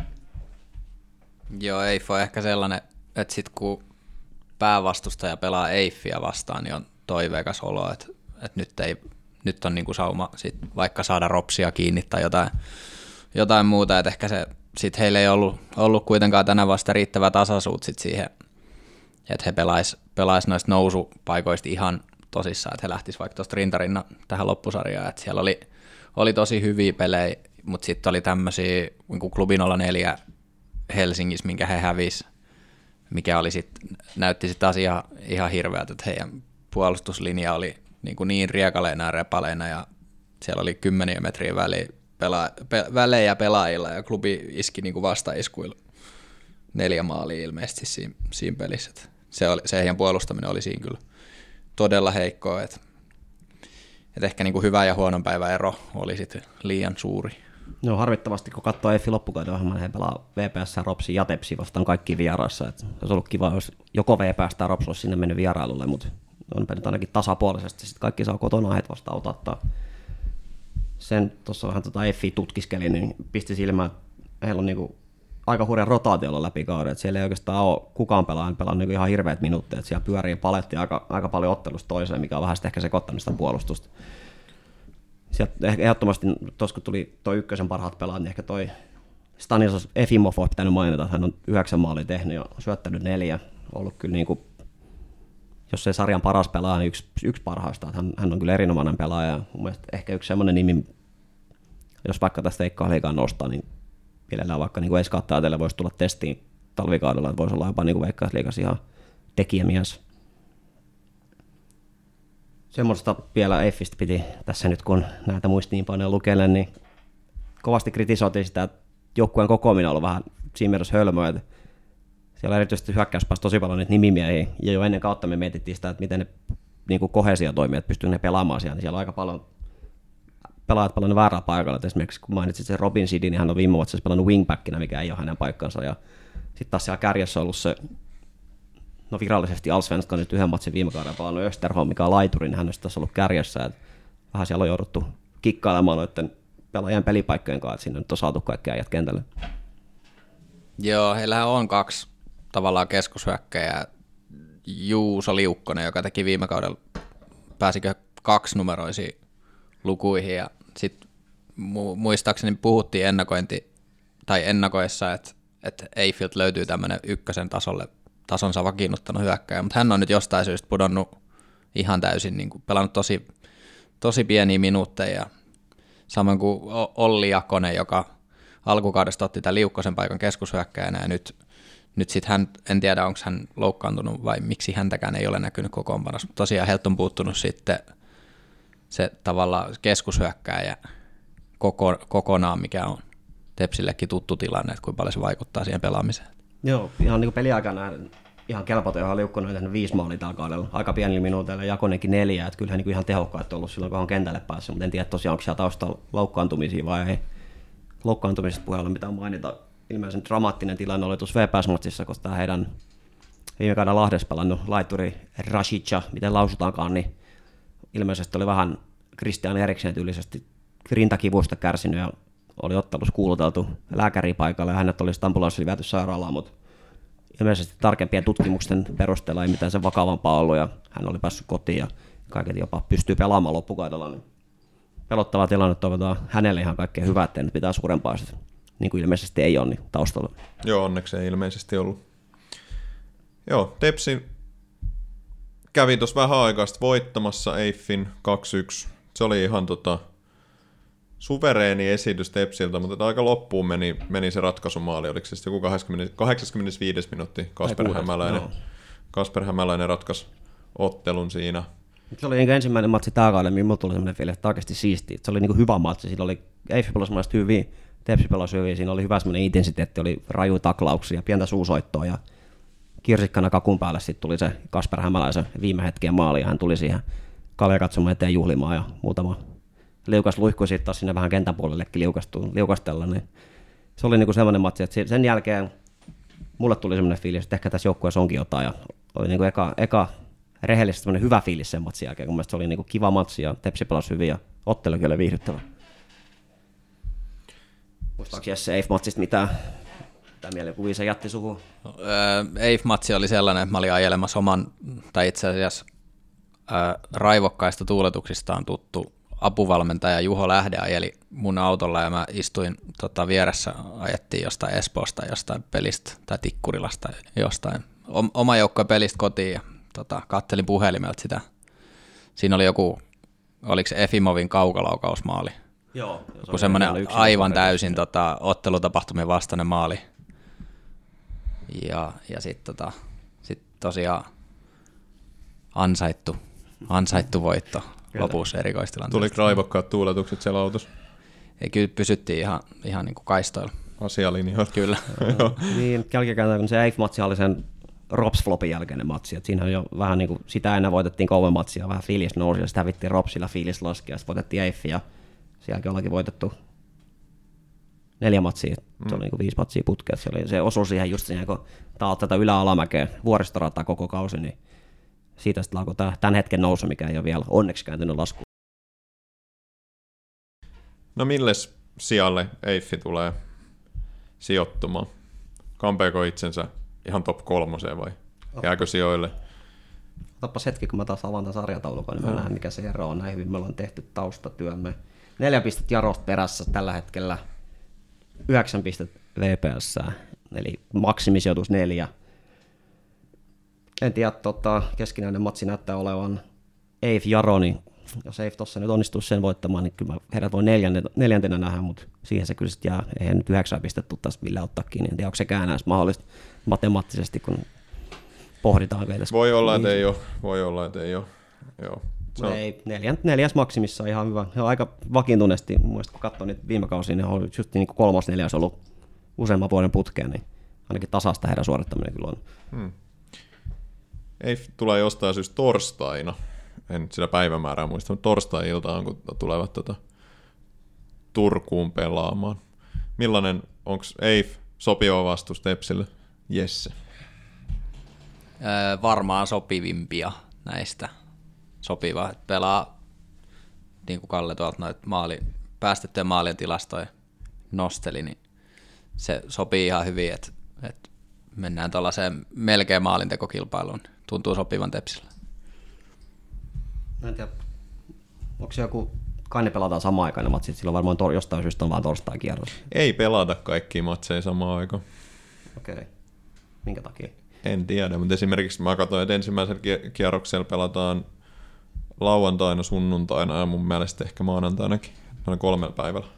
Joo, Eiff on ehkä sellainen, että sit kun päävastustaja pelaa Eiffiä vastaan, niin on toiveikas olo, että nyt on niinku sauma sit vaikka saada ropsia kiinni tai jotain muuta, että ehkä se sit heillä ei ollut kuitenkaan tänä vasta riittävä tasaisuus sit siihen, että he pelais noista nousupaikoista ihan tosissaan, että he lähtis vaikka tuosta rintarinnan tähän loppusarjaan, että siellä oli tosi hyviä pelejä, mutta sitten oli tämmöisiä niin Klubi 04 Helsingissä, minkä he hävisi, mikä oli näytti sitten taas ihan hirveältä, että heidän puolustuslinja oli niin riekaleina ja repaleina, ja siellä oli 10 metriä välejä pelaajilla, ja klubi iski niin vastaiskuilla 4 maalia ilmeisesti siinä pelissä. Se heidän puolustaminen oli siinä kyllä todella heikkoa, että ehkä niin kuin hyvä ja huonon päivän ero oli sitten liian suuri. No harmittavasti, kun katsoo Effi loppukauden ohjelman, he pelaa VPS, Ropsi ja Tepsi vastaan kaikki vieraissa. Että olisi ollut kiva, jos joko VPS tai Rops olisi sinne mennyt vierailulle, mutta on nyt ainakin tasapuolisesti. Sitten kaikki saa kotona heitä vastaan ottaa. Sen tuossa vähän Effi tutkiskeli, niin pisti silmään, että heillä on niinku aika hurjan rotaatiolla läpi kauden. Että siellä ei oikeastaan ole kukaan pelaa niinku ihan hirveät minuutteja. Siellä pyörii paletti aika paljon ottelusta toiseen, mikä on vähän ehkä sekoittanut sitä puolustusta. Sieltä ehdottomasti, tuossa kun tuli tuo ykkösen parhaat pelaat, niin ehkä toi Stanislas Efimov on pitänyt mainita, että hän on 9 maalia tehnyt ja syöttänyt 4. Ollut kyllä niin kuin, jos ei sarjan paras pelaaja, niin yksi parhaista. Hän on kyllä erinomainen pelaaja. Mun mielestä ehkä yksi semmoinen nimi, jos vaikka tästä Veikkausliigaan nostaa, niin mielellään vaikka niin Eskautta ajatellen voisi tulla testiin talvikaudella, että voisi olla jopa niin Veikkausliigassa ihan tekijämies. Semmoista vielä Eiffistä piti tässä nyt, kun näitä muistiinpanoja lukelen, niin kovasti kritisoitiin sitä, että joukkueen kokoaminen on ollut vähän siinä mielessä hölmöä. Siellä on erityisesti hyökkäyspäässä tosi paljon niitä nimimiehiä, ja jo ennen kautta me mietittiin sitä, että miten ne niin koheesiotoimijat pystyy ne pelaamaan siellä, niin siellä on aika paljon pelaajat pelannut väärällä paikalla. Et esimerkiksi kun mainitsit sen Robin Sidin, niin hän on viime vuonna pelannut wingbackinä, mikä ei ole hänen paikkansa. Ja sitten taas siellä kärjessä on ollut se, no virallisesti Allsvenskan nyt yhden matsin viime kaudella pelannut Österholm, mikä on laituri, niin hän on tässä ollut kärjessä. Et vähän siellä on jouduttu kikkailemaan noiden pelaajien pelipaikkojen kanssa, että sinne nyt on saatu kaikki äijät kentälle. Joo, heillähän on 2 tavallaan keskushyökkäjää. Juuso Liukkonen, joka teki viime kaudella, pääsikö 2-numeroisiin lukuihin, ja sitten muistaakseni puhuttiin ennakoissa, että Eifield löytyy tämmöinen ykkösen tasonsa vakiinnuttanut hyökkäjä, mutta hän on nyt jostain syystä pudonnut ihan täysin, niin kuin pelannut tosi pieniä minuutteja, samoin kuin Olli Jakonen, joka alkukaudesta otti tämän Liukkosen paikan keskushyökkäjänä, ja nyt sitten hän, en tiedä onko hän loukkaantunut vai miksi häntäkään ei ole näkynyt kokoonpanossa, mutta tosiaan heiltä on puuttunut sitten se tavallaan keskushyökkääjä kokonaan, mikä on Tepsillekin tuttu tilanne, että kuinka paljon se vaikuttaa siihen pelaamiseen. Joo, ihan niin kuin peliaikana ihan kelpoton, johon Liukkonen on tehnyt 5 maalia tällä kaudella, aika pienillä minuutilla, ja Jakonenkin 4, että kyllähän niin ihan tehokkaat on ollut silloin, kun on kentälle päässyt, mutta en tiedä tosiaan, onko siellä taustalla loukkaantumisia vai ei. Loukkaantumisesta puheella mitään mainita. Ilmeisen dramaattinen tilanne oli tuossa VPS-matsissa, koska tämä heidän viime kaudella Lahdessa pelannut laituri Rashica, miten lausutaankaan, niin ilmeisesti oli vähän Christian Eriksen tyylisesti rintakivuista kärsinyt ja oli ottelussa kuuluteltu lääkäripaikalle ja hänet olisi ambulanssi viety sairaalaan, mutta ilmeisesti tarkempien tutkimusten perusteella ei mitään sen vakavampaa ollut ja hän oli päässyt kotiin ja kaiket jopa pystyy pelaamaan loppukaudella. Niin pelottava tilanne, toivotaan hänelle ihan kaikkea hyvää, ettei nyt pitää suurempaa sitä. Niin kuin ilmeisesti ei ole niin taustalla. Joo, onneksi ei ilmeisesti ollut. Joo, Tepsi kävi tuossa vähän aikaa voittamassa Eiffin 2-1. Se oli ihan suvereeni esitys Tepsiltä, mutta aika loppuun meni se ratkaisumaali. Oliko se joku 85 minuutti Kasper Hämäläinen ratkaisi ottelun siinä. Se oli ensimmäinen matsi tää kaudella, mihin mulla tuli sellainen fiilis, että oikeasti siistiä. Se oli niin hyvä matsi. Siinä oli Eiffin pelasi mielestäni hyvin, Tepsi pelasi hyvin. Siinä oli hyvä semmoinen intensiteetti, oli raju taklauksia, pientä suusoittoa ja kirsikkana kakun päälle sitten tuli se Kasper Hämäläisen viime hetkien maali ja hän tuli siihen kalja katsomaan eteen juhlimaan ja muutama liukas luikkui sitten taas sinne vähän kentän puolellekin liukastella. Niin se oli niinku semmoinen matsi, että sen jälkeen mulle tuli semmoinen fiilis, että ehkä tässä joukkueessa onkin jotain ja oli niinku eka rehellisesti semmoinen hyvä fiilis sen matsin jälkeen, kun mielestäni se oli niinku kiva matsi ja Tepsi pelasi hyvin ja ottelukin oli viihdyttävä. Muistaako Jesse Eif-matsista mitään mielikuvia se jätti suhun? Eif-matsi oli sellainen, että mä olin ajelemassa tai itse asiassa raivokkaista tuuletuksistaan tuttu apuvalmentaja Juho Lähde ajeli mun autolla ja mä istuin vieressä, ajettiin jostain Espoosta, jostain pelistä tai Tikkurilasta jostain oma joukkojen pelistä kotiin ja kattelin puhelimelta sitä. Siinä oli joku, oliko se Efimovin kaukolaukausmaali? Joo. Joku semmoinen aivan täysin ottelutapahtumien vastainen maali. Ja sitten sit tosiaan ansaittu voitto lopussa erikoistilanteessa. Tuli raivokkaat tuuletukset siellä autossa? Ei, kyllä pysyttiin ihan niin kuin kaistoilla. Asialinjoilla. Kyllä. Niin, jälkikäteen kun se Eif-matsi oli sen Rops-flopin jälkeinen matsi, että siinähän jo vähän niin kuin sitä ennen voitettiin kolme matsia, vähän fiilis nousi ja sitten hävittiin Ropsilla, fiilis laski ja sitten voitettiin Eifi ja sen jälkeen ollaankin voitettu 4 matsia, se oli niin kuin 5 matsia putkea, se osui siihen just siihen, kun taat tätä ylä-alamäkeä vuoristorataa koko kausi, niin siitä sitten alkoi tämän hetken nousu, mikä ei ole vielä onneksi kääntynyt laskuun. No milles sijalle Eifi tulee sijoittumaan? Kampeeko itsensä ihan top 3 vai jääkö sijoille? Otapas hetki, kun mä taas avaan tämän sarjataulukon, niin mä näen, mikä se ero on. Näin hyvin me ollaan tehty taustatyömme. 4 pistettä Jarosta perässä tällä hetkellä, 9 pistettä VPS, eli maksimisijoitus 4. En tiedä, keskinäinen matsi näyttää olevan Eif Jaro, niin jos Eif tuossa nyt onnistuisi sen voittamaan, niin kyllä heidät voi neljäntenä nähdä, mutta siihen se kyllä sitten jää. Eihän nyt 9 pistettä tule taas Ville ottaa kiinni. En tiedä, onko sekään edes mahdollista matemaattisesti, kun pohditaan vielä. Voi olla, että ei ole. Voi olla, että ei ole. Joo. Ei, 4. maksimissa on ihan hyvä. He on aika vakiintuneesti, mun mielestä kun katsoo niitä viime kausia, niin on just niin kuin 3. 4. ollut useamman vuoden putkeen, niin ainakin tasasta heidän suorittaminen kyllä on. Eif tulee jostain syystä torstaina. En sitä päivämäärää muista, mutta torstai-iltaan, kun tulevat Turkuun pelaamaan. Millainen, onko Eif sopiva vastus Tepsille? Jesse. Varmaan sopivimpia näistä. Sopiva, että pelaa, niin kuin Kalle tuolta noita päästettyjen maalien tilastoja nosteli, niin se sopii ihan hyvin, että mennään tuollaiseen melkein maalintekokilpailuun. Tuntuu sopivan Tepsillä. Mä en tiedä, onko se joku, kai ne pelataan samaan aikaan ne matsit, silloin varmaan jostain syystä on vaan torstai-kierros. Ei pelata kaikkia matseja samaan aikaan. Okei. Minkä takia? En tiedä, mutta esimerkiksi mä katsoin, että ensimmäisellä kierroksella pelataan lauantaina, sunnuntaina ja mun mielestä ehkä maanantainakin, noin 3 päivällä.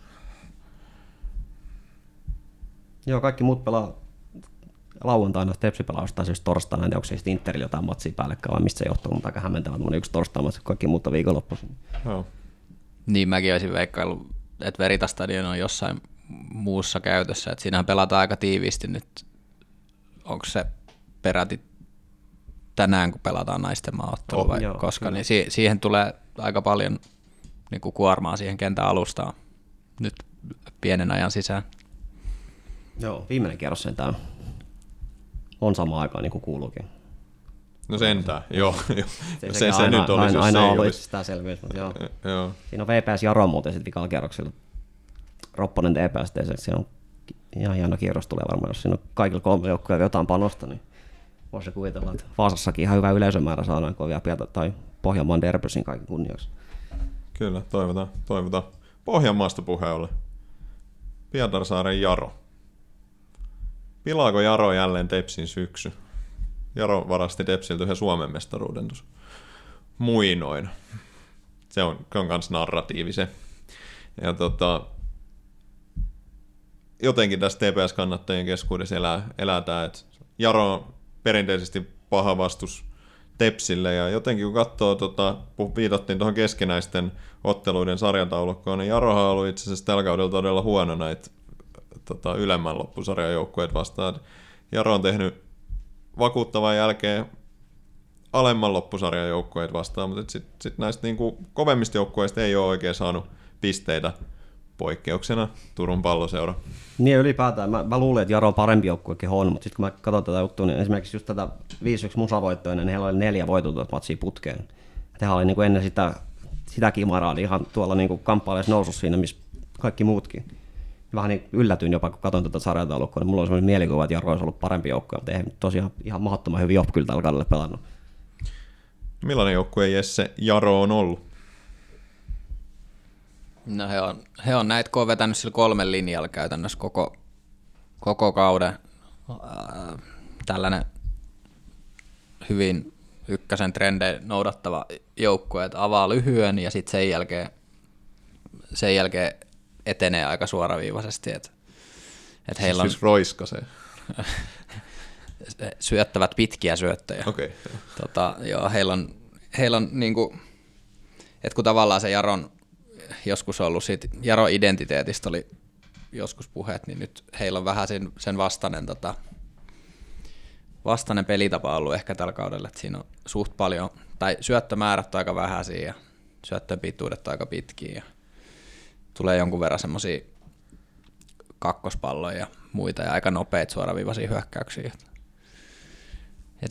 Joo, kaikki muut pelaa lauantaina, Tepsi pelaa jostain syystä torstaina, en tiedä, onko se sitten Interillä jotain matsia päällekään vai mistä se johtuu, mutta aika hämmentävä, että yksi torstai-matsi, kaikki muut on viikonloppuisin. Joo. Niin mäkin olisin veikkaillut, että Veritastadion on jossain muussa käytössä, että siinähän pelataan aika tiiviisti nyt. Onko se peräti tänään, kun pelataan naisten maaottelu vai joo, koska, kyllä. niin siihen tulee aika paljon niin kuin kuormaa siihen kentän alustaan nyt pienen ajan sisään. Joo, viimeinen kierros sentään on samaan aikaan, niin kuin kuuluukin. No sentään, joo. Se aina, nyt olisi, jos aina se ei ollut olisi. itsestäänselvyys, mutta joo. Joo. Siinä on VPS Jaro muuten sitten vikalla kierroksella. Ropponen TPS, siinä on ihan hieno kierros tulee varmaan, jos siinä on kaikilla 3 joukkueilla jotain panosta, niin voisi kuvitella, että Vaasassakin ihan hyvä yleisömäärä saadaan, kun on vielä tai Pohjanmaan derbysin kaiken kunniaksi. Kyllä, toivotaan. Pohjanmaasta puheen ollen. Pietarsaaren Jaro. Pilaako Jaro jälleen Tepsin syksy? Jaro varasti Tepsiltä yhden Suomen mestaruuden tuossa muinoin. Se on kans narratiivi se. Ja jotenkin tässä TPS-kannattajien keskuudessa elää tämä, että Jaro on perinteisesti paha vastus Tepsille, ja jotenkin kun katsoo, viitattiin tuohon keskinäisten otteluiden sarjataulukkoon, niin Jarohan on ollut itse asiassa tällä kaudella todella huono näitä ylemmän loppusarjan joukkueet vastaan. Jaro on tehnyt vakuuttavan jälkeen alemman loppusarjan joukkueet vastaan, mutta sitten näistä niinku kovemmista joukkueista ei ole oikein saanut pisteitä, poikkeuksena Turun Palloseura. Niin ylipäätään. Mä luulin, että Jaro on parempi joukkuekin on, mutta sitten kun mä katson tätä juttua, niin esimerkiksi just tätä 5-1 musavoittoa, niin heillä oli 4 voitonta matsia putkeen. He oli niinku ennen sitä kimaraa niin ihan tuolla niinku kamppaileessa nousussa siinä, missä kaikki muutkin. Vähän niin yllätyin jopa, kun katson tätä sarjataulukkoa, niin mulla oli sellainen mielikuva, että Jaro olisi ollut parempi joukkue, mutta ei tosiaan ihan mahdottoman hyvin kyllä tällä kaudella pelannut. Millainen joukkue Jesse Jaro on ollut? No he on näitä, kun on vetänyt sillä 3 linjalla käytännössä koko kauden. Tällainen hyvin ykkösen trendejä noudattava joukkue, että avaa lyhyen ja sitten sen jälkeen etenee aika suoraviivaisesti. Että heillä on siis roiskasee. syöttävät pitkiä syöttöjä. Okay. Joo, heillä on niinku, että kun tavallaan se Jaron joskus ollut siitä Jaro-identiteetistä oli joskus puheet, niin nyt heillä on vähän sen vastainen pelitapa ollut ehkä tällä kaudella, että siinä on suht paljon, tai syöttömäärät on aika vähäisiä ja syöttöjen pituudet on aika pitkiä ja tulee jonkun verran semmoisia kakkospalloja ja muita ja aika nopeita suoraviivaisia hyökkäyksiä. Et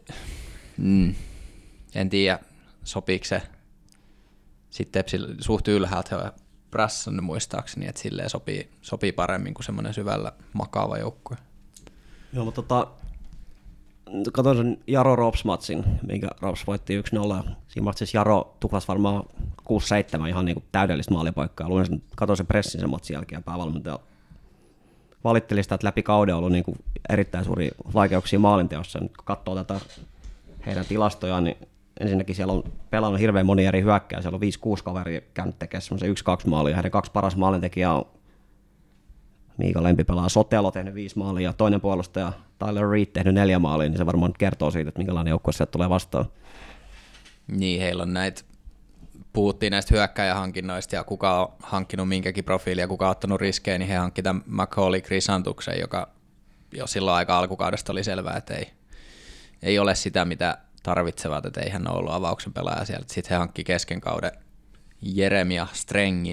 en tiedä, sopiiko se sitten suht ylhäältä he on prässannut muistaakseni, että silleen sopii paremmin kuin semmoinen syvällä makaava joukkue. Joo, mutta katsoin sen Jaro Rops-matsin, minkä Rops voitti 1-0. Siinä matsissa Jaro tuklasi varmaan 6-7 ihan niin kuin täydellistä maalipaikkaa. Katsoin sen pressin sen matsin jälkeen ja päävalmentaja valitteli sitä, että läpi kauden on ollut niin kuin erittäin suuria vaikeuksia maalinteossa. Nyt kun katsoo tätä heidän tilastojaan, niin ensinnäkin siellä on pelannut hirveän moni eri hyökkääjä. Siellä on 5-6 kaveria käynyt tekemään semmoisen 1-2 maalia. Heidän 2 paras maalintekijää on Miika Lempi pelaa Sotelo, tehnyt 5 maalia, ja toinen puolustaja Tyler Reed tehnyt 4 maalia, niin se varmaan kertoo siitä, että minkälainen joukkue sieltä tulee vastaan. Niin, heillä on näitä, puhuttiin näistä hyökkäjähankinnoista ja kuka on hankkinut minkäkin profiilia ja kuka on ottanut riskejä, niin he hankkivat tämän Macaulay Chrysantuksen, joka jo silloin aika alkukaudesta oli selvää, että ei ole sitä, mitä tarvitsevat, että ei hän ole ollut avauksen pelaaja sieltä. Sitten he hankki kesken kauden Jeremia Strengin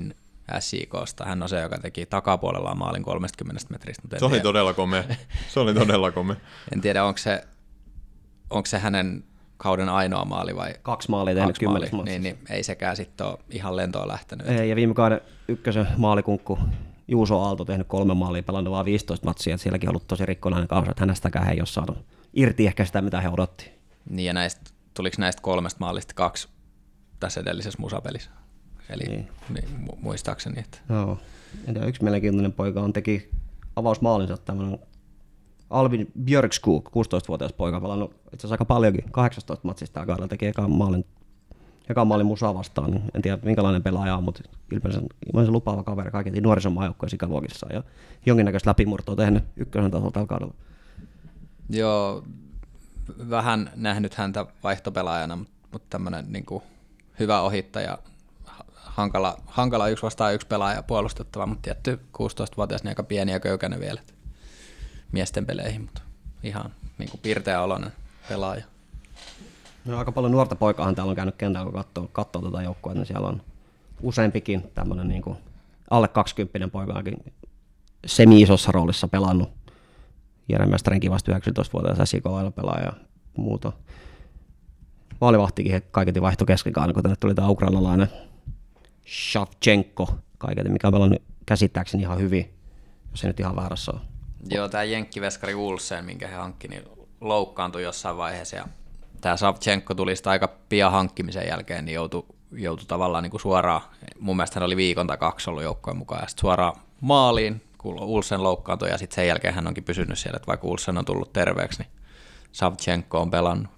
SJK:sta. Hän on se, joka teki takapuolellaan maalin 30 metristä. Mutta Se oli todella komea. Se oli todella komea. En tiedä, onko se hänen kauden ainoa maali vai 2 maalia tehnyt 10 matsissa. Niin ei sekään sitten ole ihan lentoon lähtenyt. Ei, ja viime kauden ykkösen maalikunkku Juuso Aalto tehnyt 3 maalia, pelannut vain 15 matsia, että sielläkin on ollut tosi rikkonainen kausi, että hänestäkään he ei ole saanut irti ehkä sitä, mitä he odotti. Niin, ja tuliko näistä 3 maalista 2 tässä edellisessä musapelissä? Eli niin, muistaakseni. Että. Joo. Yksi mielenkiintoinen poika teki avausmaalinsa tämmöinen Albin Björkskog, 16-vuotias poika, pelannut itse asiassa aika paljonkin, 18 matsista tällä kaudella, teki ekan maalin musaa vastaan. Niin en tiedä minkälainen pelaaja on, mutta ilmeisesti lupaava kaveri kaiketi nuorison maajoukkojen ikäluokissa ja jonkinnäköistä läpimurtoa tehnyt ykkösen tasolla tällä kaudella. Joo, vähän nähnyt häntä vaihtopelaajana, mutta tämmöinen niin kuin hyvä ohittaja, hankala 1 vastaan 1 pelaaja puolustettava, mutta tietty 16-vuotias niin aika pieni ja köykäinen vielä miesten peleihin, mutta ihan niin kuin pirteä oloinen pelaaja. No, aika paljon nuorta poikaahan täällä on käynyt kentällä, kun katsoo tätä joukkoa, niin siellä on useampikin tämmöinen niin kuin alle 20 poikaakin semi-isossa roolissa pelannut. Jeremestrenkin vasta 19-vuotias SJK-lailla pelaaja ja muuta. Maalivahtikin he kaiketi vaihto keskikaan, kun tänne tuli tämä ukrainalainen Shavchenko kaiketi, mikä on pelannut käsittääkseni ihan hyvin, jos ei nyt ihan väärässä ole. Joo, tämä jenkkiveskari Ulsen, minkä he hankki, niin loukkaantui jossain vaiheessa ja tämä Savchenko tuli sitä aika pian hankkimisen jälkeen, niin joutui tavallaan niin kuin suoraan, mun mielestä hän oli viikon tai 2 ollut joukkojen mukaan, ja sitten suoraan maaliin, kun Ulsen loukkaantui, ja sitten sen jälkeen hän onkin pysynyt siellä, että vaikka Ulsen on tullut terveeksi, niin Savchenko on pelannut.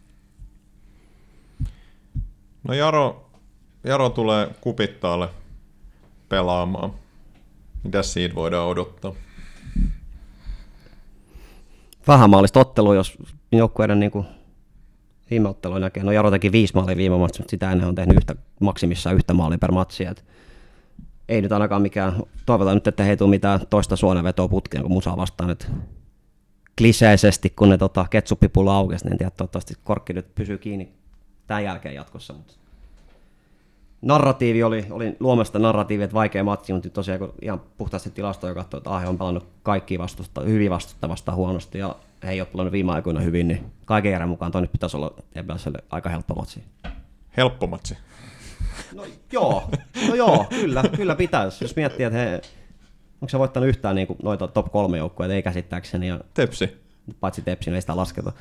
No Jaro tulee Kupittaalle pelaamaan. Mitäs siitä voidaan odottaa? Vähän maalista ottelua, jos joukkueiden niin viime ottelua näkee. No Jaro teki 5 maalia viime matsissa, mutta sitä ennen on tehnyt maksimissaan 1 maalia per matsi. Et ei nyt ainakaan mikään, toivotaan nyt, että he ei tule mitään toista suonenvetoa putkeen, kun musaa vastaan nyt kliseisesti, kun ne ketsuppipullo aukesi, niin en tiedä, toivottavasti korkki nyt pysyy kiinni tämän jälkeen jatkossa. Mutta narratiivi oli luomasta narratiivia, että vaikea matsi, mutta tosiaan kun ihan puhtaasti tilastoja katsoo, että he on pelannut kaikki hyvin vastustavasta huonosti ja he ei ole pelannut viime aikoina hyvin, niin kaiken järjen mukaan toi nyt pitäisi olla TPS:lle aika helppo matsi. Helppo matsi. No joo, kyllä pitäisi. Jos miettii, että onko se voittanut yhtään niin noita top 3 joukkueita, ei käsittääkseni. Ja, Tepsi. Paitsi Tepsi, niin ei sitä lasketa.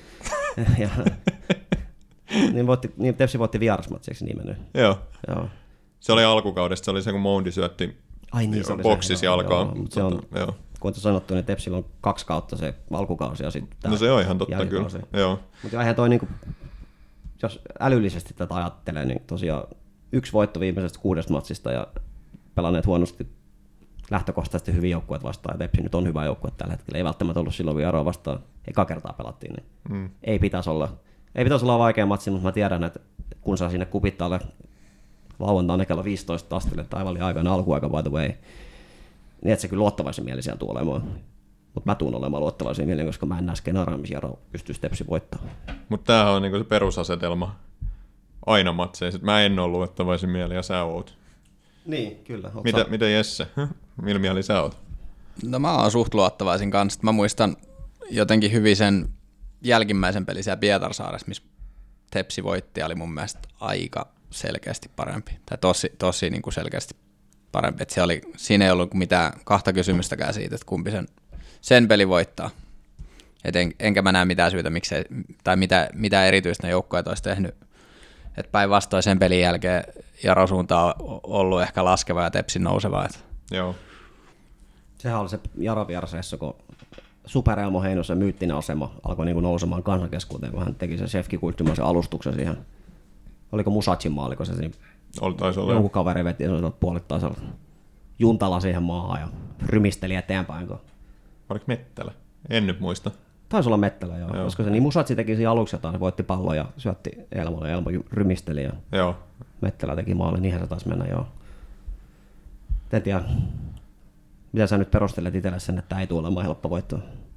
Niin Tepsi voitti vierasmatsi, eikö niin mennyt? Joo. Se oli alkukaudesta, se oli se, kun Moundi syötti boksissa jalkaan. Kun on sanottu, niin Tepsillä on 2 kautta se alkukausi ja sitten no se on ihan totta kyllä. Mutta eihän toi, niinku, jos älyllisesti tätä ajattelee, niin tosiaan 1 voitto viimeisestä 6 matsista ja pelanneet huonosti lähtökohtaisesti hyvin joukkueet vastaan. Ja Tepsi nyt on hyvä joukkue tällä hetkellä. Ei välttämättä ollut silloin Viaroa vastaan. Eka kertaa pelattiin, niin ei pitäisi olla vaikea matsi, mutta mä tiedän, että kun saa sinne Kupittaalle lauantaina kello 15 astille taivallin aikana alkuaika by the way, niin että se kyllä luottavaisen mieli siellä tulee olemaan. Mutta mä tuun olemaan luottavaisen mieli, koska mä en näe skenaaria, missä Jaro pystyy Tepsi voittamaan. Mutta tämähän on niinku se perusasetelma aina matseissa. Mä en ole luottavaisen mieli ja sä oot. Niin, kyllä. Mitä Jesse? Millä mieli sä oot? No mä oon suht luottavaisin kanssa. Mä muistan jotenkin hyvin sen jälkimmäisen pelin siellä Pietarsaaressa, missä Tepsi voitti, oli mun mielestä aika selkeästi parempi. Tai tosi niin kuin selkeästi parempi. Että siinä ei ollut mitään 2 kysymystäkään siitä, että kumpi sen peli voittaa. Enkä mä näe mitään syytä, miksei, tai mitä erityistä ne joukkueet olisi tehnyt. Että päinvastoin sen pelin jälkeen Jaro suunta on ollut ehkä laskeva ja Tepsi nouseva. Joo. Sehän oli se Jaro vierasessa, kun Super Elmo Heinosen myyttinen asema alkoi niin kuin nousemaan kansankeskuuteen, kun hän teki sen Shefki-kulttimaisen alustuksen siihen. Oliko Musacin maali, kun se siinä joku kaveri veti puolittaisella juntalla siihen maahan ja rymisteli eteenpäin. Oliko Mettälä? En nyt muista. Taisi olla Mettälä, joo. Koska se niin Musaci teki siinä aluksi jotain, Voitti pallon ja syötti Elmolle ja Elmo rymisteli ja joo. Mettälä teki maalin, niinhän se taisi mennä, joo. En tiedä, mitä sä nyt perustelet itselle sen, että ei tule olemaan helppo voittoa?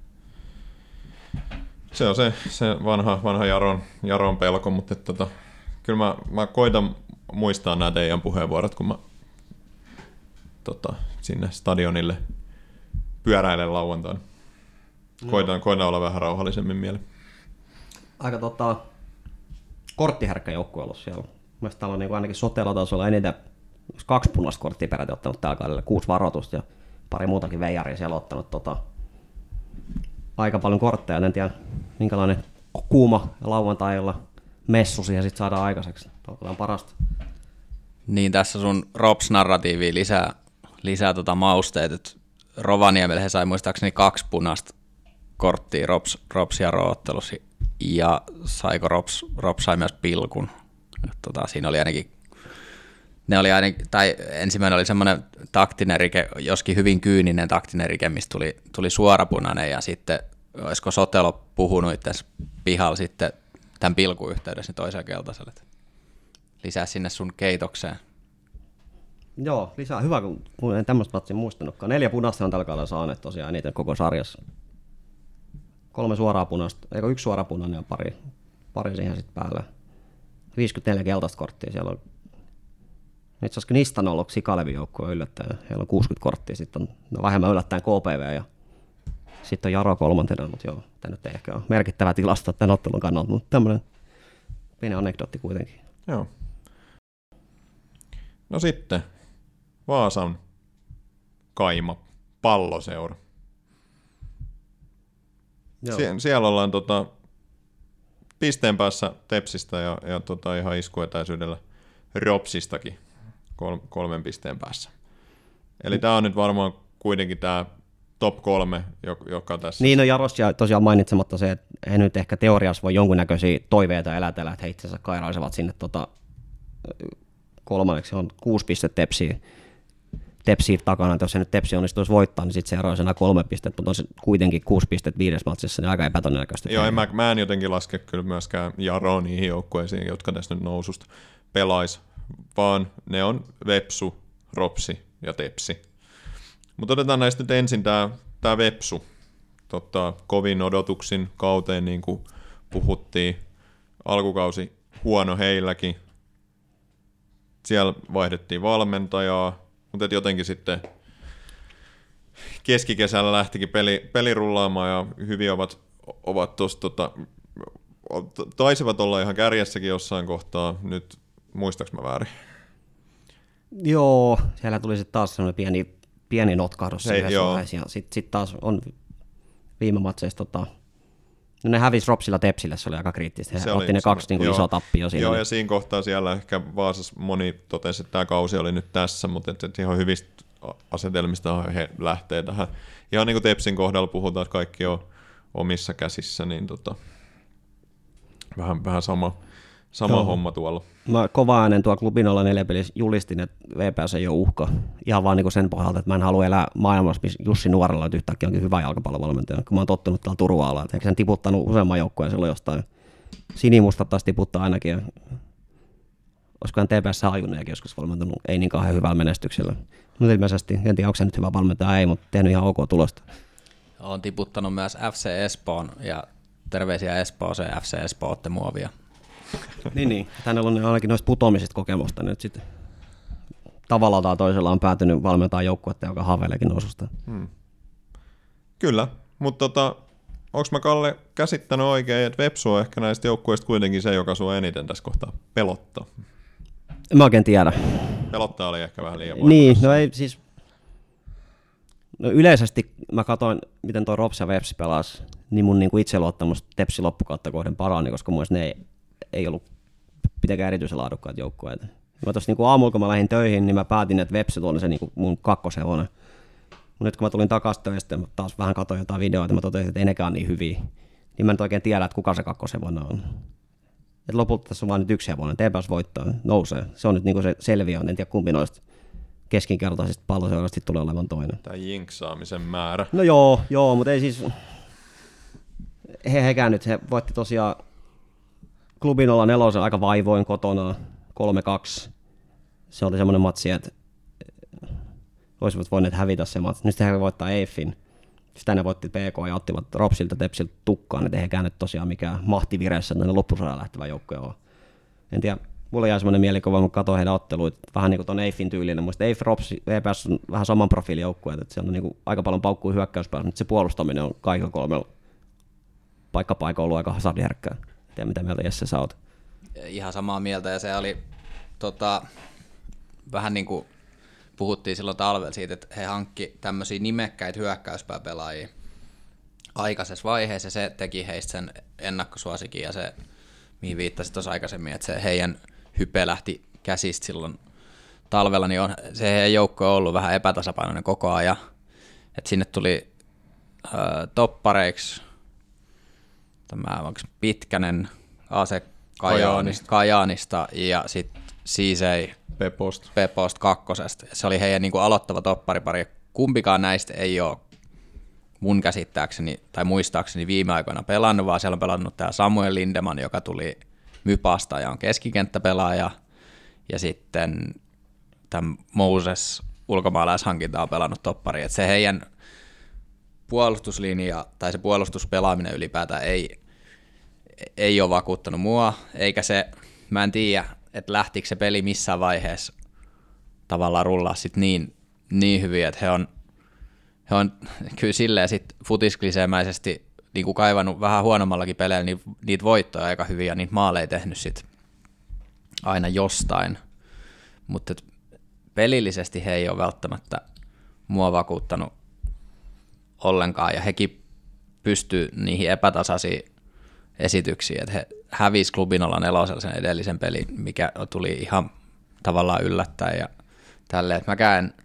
Se on se vanha Jaron pelko, mutta kyllä mä koitan muistaa nämä teidän puheenvuorot, kun mä sinne stadionille pyöräille lauantaina. Koitaan olla vähän rauhallisemmin mielin. Aika korttiherkkä joukkue ollut siellä. Mielestäni täällä on niin ainakin Sotella tasolla eniten 2 punaista korttia peräti ottanut tällä kaudella, 6 varoitusta ja pari muutakin veijaria siellä ottanut aika paljon kortteja. En tiedä minkälainen kuuma lauantailla messu siihen sitten saadaan aikaiseksi. Toivotaan parasta. Niin, tässä sun Rops-narratiiviin lisää mausteet. Rovaniemelle he sai muistaakseni 2 punaista korttia Rops ja Roottelussa, ja saiko Rops sai myös pilkun. Siinä oli ainakin, tai ensimmäinen oli semmoinen taktinen rike, joskin hyvin kyyninen taktinen rike, mistä tuli suorapunainen, ja sitten olisiko Sotelo puhunut itse pihalla sitten tämän pilkun yhteydessä toiseen keltaiselle. Lisää sinne sun keitokseen. Joo, lisää. Hyvä, kun en tämmöistä matsia muistanutkaan. 4 punaista on tällä kaudella saaneet tosiaan niitä koko sarjassa. 3 suoraa punaista, eikö 1 suora punainen ja pari siihen sitten päälle. 54 keltaista korttia siellä on. Itse asiassa Knistan on ollut Sikalevin joukkue yllättäen. Heillä on 60 korttia, sitten on vähemmän yllättäen KPV ja sitten on Jaro 3, mutta joo, tämä nyt ei ehkä ole merkittävä tilasto tämän ottelun kannalta, mutta tämmöinen pieni anekdootti kuitenkin. Joo. No sitten Vaasan Kaima palloseura. Siellä ollaan pisteen päässä Tepsistä ja ihan iskuetäisyydellä Ropsistakin 3 pisteen päässä. Eli tämä on nyt varmaan kuitenkin tämä top 3, joka tässä... Niin, no Jaros ja tosiaan mainitsematta se, että he nyt ehkä teoriassa voi jonkunnäköisiä toiveita elätellä, että he itse asiassa kairaisevat sinne kolmanneksi, on 6 pistettä Tepsiä takana, että jos se nyt Tepsi onnistuisi voittaa, niin sitten se eroisi enää 3 pistettä, mutta on se kuitenkin 6 pistettä 5 matsissa, niin aika epätodennäköistä. Joo, mä en jotenkin laske kyllä myöskään Jaroa niihin joukkueisiin, jotka tässä nyt noususta pelaisi, vaan ne on Vepsu, Ropsi ja Tepsi. Mutta otetaan näistä nyt ensin tämä Vepsu. Kovin odotuksin kauteen, niin kuin puhuttiin. Alkukausi huono heilläkin. Siellä vaihdettiin valmentajaa, mutta jotenkin sitten keskikesällä lähtikin peli rullaamaan ja hyvin ovat tuossa, taisivat olla ihan kärjessäkin jossain kohtaa. Nyt muistaaks mä väärin? Joo, siellä tuli sitten taas semmoinen pieni notkahdus yhdessä vaiheessa. Sitten taas on viime matseissa no ne hävisi Ropsilla Tepsille, se oli aika kriittistä. He otti ne 2 niin isoa tappia siinä. Joo, ja siinä kohtaa siellä ehkä Vaasassa moni totesi, että tämä kausi oli nyt tässä, mutta et ihan hyvistä asetelmista he lähtee tähän. Ihan niin kuin Tepsin kohdalla puhutaan, että kaikki on omissa käsissä, niin vähän sama homma tuolla. Mä kova äänen tuolla Klubin 04 pelissä julistin, että VPS ei ole uhka. Ihan vaan niin sen pohjalta, että mä en halua elää maailmassa, missä Jussi Nuorella että yhtäkkiä onkin hyvä jalkapallovalmentaja, kun mä oon tottunut täällä Turun alalla. Eikö sen tiputtanut useamman joukkueen silloin jostain? Sinimusta taas tiputtaa ainakin. Olisikohan TPS Ajunnejakin joskus valmentanut, ei niin kauhean hyvällä menestyksellä. Mutta ilmeisesti, en tiedä onko se nyt hyvä valmentaja, ei, mutta tehnyt ihan ok tulosta. Olen tiputtanut myös FC Espoon ja terveisiä Espooseen, FC Espoo otte muovia. Niin. Hänellä on ainakin noista putoamisista kokemusta nyt sitten. Tavallaan tai toisella on päätynyt valmentaa joukkuetta, joka haaveileekin noususta. Kyllä, mutta onko mä Kalle käsittänyt oikein, että Vepsu on ehkä näistä joukkueista kuitenkin se, joka sua eniten tässä kohtaa pelottaa? En mä oikein tiedä. Pelottaa oli ehkä vähän liian voimakas. Niin, no ei siis... No yleisesti mä katsoin, miten toi Rops ja Vepsi pelasi, niin mun niinku itseluottamus Tepsi loppukautta kohden parani, koska mun mielestä ne ei ollut mitenkään erityisen laadukkaat joukkueet. Mä tuossa niinku aamulla, kun mä lähdin töihin, niin mä päätin, että Vepsi on se niinku mun kakkoshevonen. Mutta nyt kun mä tulin takaisin töistä, mä taas vähän katsoin jotain videoita, mä totesin, että ei nekään ole niin hyviä. Niin mä nyt oikein tiedä, että kuka se kakkoshevonen on. Et lopulta tässä on vain nyt 1 hevonen. TPS voittaa, nousee. Se on nyt niinku se selviö, en tiedä kumpi noista keskinkertaisista palloseurasta tulee olevan toinen. Tämä jinksaamisen määrä. No joo, mutta ei siis... Hekään nyt, he voitti tosiaan Klubin 04 aika vaivoin kotona 3-2. Se oli semmoinen matsi, että olisivat voineet hävitä se matsi. Nyt he voittaa EIFin. Sitä ne voitti PK ja ottivat Ropsilta Tepsiltä tukkaan, että eihän nyt tosiaan mikään mahtivireessä tänne loppusarjaan lähtevä joukkoja ole. En tiedä, mulla jäi semmoinen mielikuva, kun katsoin heidän otteluita, vähän niin kuin ton Eiffin tyylinen. Muista Eiff Ropsi VPS on vähän saman profiilin joukkueet, että siellä on niin kuin aika paljon paukkuu hyökkäyspäässä, mutta se puolustaminen on kaikilla kolmella paikka ollut aika hasardiherkkää. Tiedä mitä mieltä Jesse sä oot. Ihan samaa mieltä, ja se oli vähän niin kuin puhuttiin silloin talvella siitä, että he hankki tämmöisiä nimekkäitä hyökkäyspääpelaajia aikaisessa vaiheessa, ja se teki heistä sen ennakkosuosikin, ja se, mihin viittasit tuossa aikaisemmin, että se heidän hype lähti käsistä silloin talvella, niin on, se heidän joukko on ollut vähän epätasapainoinen koko ajan, että sinne tuli toppareiksi onko Pitkänen, Ase Kajaanista ja sitten Siisei Pepost kakkosesta. Se oli heidän niin kuin aloittava topparipari. Kumpikaan näistä ei ole mun käsittääkseni tai muistaakseni viime aikoina pelannut, vaan siellä on pelannut tämä Samuel Lindeman, joka tuli Mypasta ja on keskikenttäpelaaja. Ja sitten tämä Moses ulkomaalaishankinta on pelannut toppari. Et se heidän puolustuslinja tai se puolustuspelaaminen ylipäätään ei ole vakuuttanut mua, eikä se, mä en tiedä, että lähtikö se peli missään vaiheessa tavallaan rullaa sit niin hyvin, että he on kyllä silleen sit futiskliseemäisesti niin kuin kaivannut vähän huonommallakin peleillä niitä voittoja aika hyviä, ja niitä maaleja tehnyt sit aina jostain, mutta pelillisesti he ei ole välttämättä mua vakuuttanut ollenkaan, ja hekin pystyy niihin epätasaisiin esityksiin, että he hävisi Klubin 04 sen edellisen pelin, mikä tuli ihan tavallaan yllättäen ja tälleen, että mäkään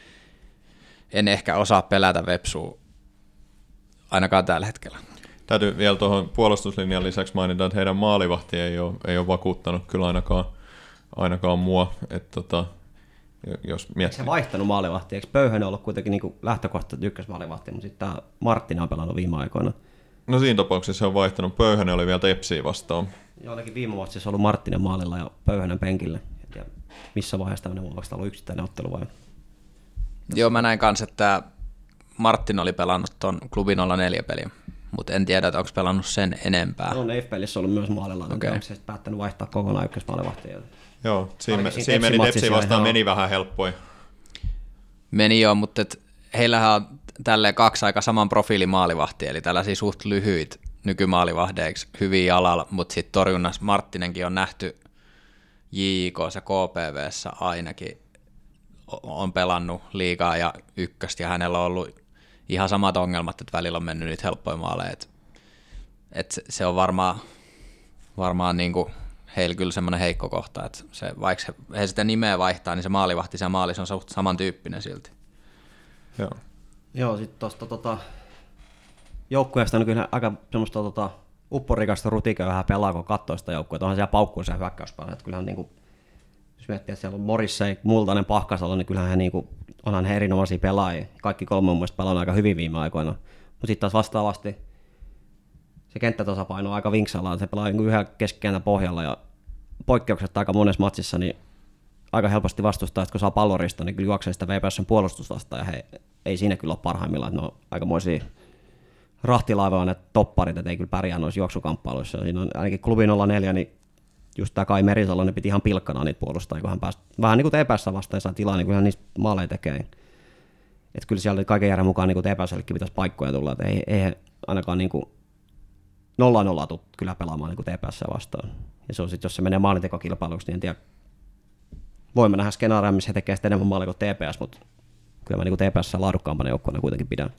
en ehkä osaa pelätä Vepsua ainakaan tällä hetkellä. Täytyy vielä tuohon puolustuslinjan lisäksi mainita, että heidän maalivahti ei ole vakuuttanut kyllä ainakaan mua, että jos miettii. Se vaihtanut maalivahti, eikö Pöyhönen ollut kuitenkin niin lähtökohtaisesti ykkösmaalivahti, mutta sitten tämä Marttinen on pelannut viime aikoina. No siinä tapauksessa se on vaihtanut. Pöyhönen oli vielä Tepsiä vastaan. Joo, ainakin viime matsissa ollut Marttinen maalilla ja Pöyhönen penkille. En tiedä, missä vaiheessa tämmöinen onko tämä ollut yksittäinen ottelu vai? Joo, mä näin kanssa, että Martin oli pelannut ton Klubin 04 peliä, mutta en tiedä, että onko pelannut sen enempää. On Eiff-pelissä ollut myös maalilla, Okay. onko se päättänyt vaihtaa kokonaan ykkösmaalivahtia? Joo, siinä meni Tepsiä vastaan, meni vähän helppoin. Meni joo, mutta heillähän on tälleen kaksi aika saman profiilin maalivahtia, eli tällaisia suht lyhyitä nykymaalivahdeiksi hyviä alalla, mutta sitten torjunnassa Marttinenkin on nähty JJK:ssa ja KPV:ssä ainakin on pelannut liigaa ja ykköstä, ja hänellä on ollut ihan samat ongelmat, että välillä on mennyt niitä helppoja maaleja, että se on varmaan niin kuin heillä kyllä semmoinen heikko kohta, että se, vaikka he sitä nimeä vaihtaa, niin se maalivahti ja maalis on samantyyppinen silti. Joo, sitten tuosta joukkueesta on kyllä aika semmoista upporikasta rutikää vähän pelaa, kun katsoo sitä joukkuetta. Onhan siellä paukkuu siellä hyökkäyspäällä. Kyllähän niinku, jos miettii, että siellä on Morissei, Multanen, Pahkasalo, niin kyllähän he niinku, onhan he erinomaisia pelaajia. Kaikki kolme on mielestäni pelannut aika hyvin viime aikoina. Mutta sitten taas vastaavasti se kenttätasapaino on aika vinksalla. Se pelaa niinku yhden keskikentän pohjalla ja poikkeukset aika monessa matsissa, niin aika helposti vastustaa, että kun saa pallorista, niin kyllä juoksee sitä VPS:n puolustus vastaan, ja he ei siinä kyllä ole parhaimmillaan, että ne on aikamoisia rahtilaivoja ne topparit, että ei kyllä pärjää noissa juoksukamppailuissa. Siinä on ainakin Klubi 04, niin just tämä Kai Merisalo, ne piti ihan pilkkana niitä puolustaa, kun hän pääsi vähän niin kuin TPS:ssä vastaan saa tilaa, niin kyllä hän niistä maaleja tekee. Että kyllä siellä kaiken järjen mukaan niin TPS:llekin pitäisi paikkoja tulla, että ei he ainakaan niin 0-0 tule kyllä pelaamaan niin TPS:ssä vastaan. Ja se on sitten, jos se menee maalintekokilpailuksi, niin en tiedä, voimme nähdä skenaaria, missä he tekee sitten enemmän maalia kuin TPS, mutta kyllä mä niin TPS laadukkaampana joukkueena kuitenkin pidän.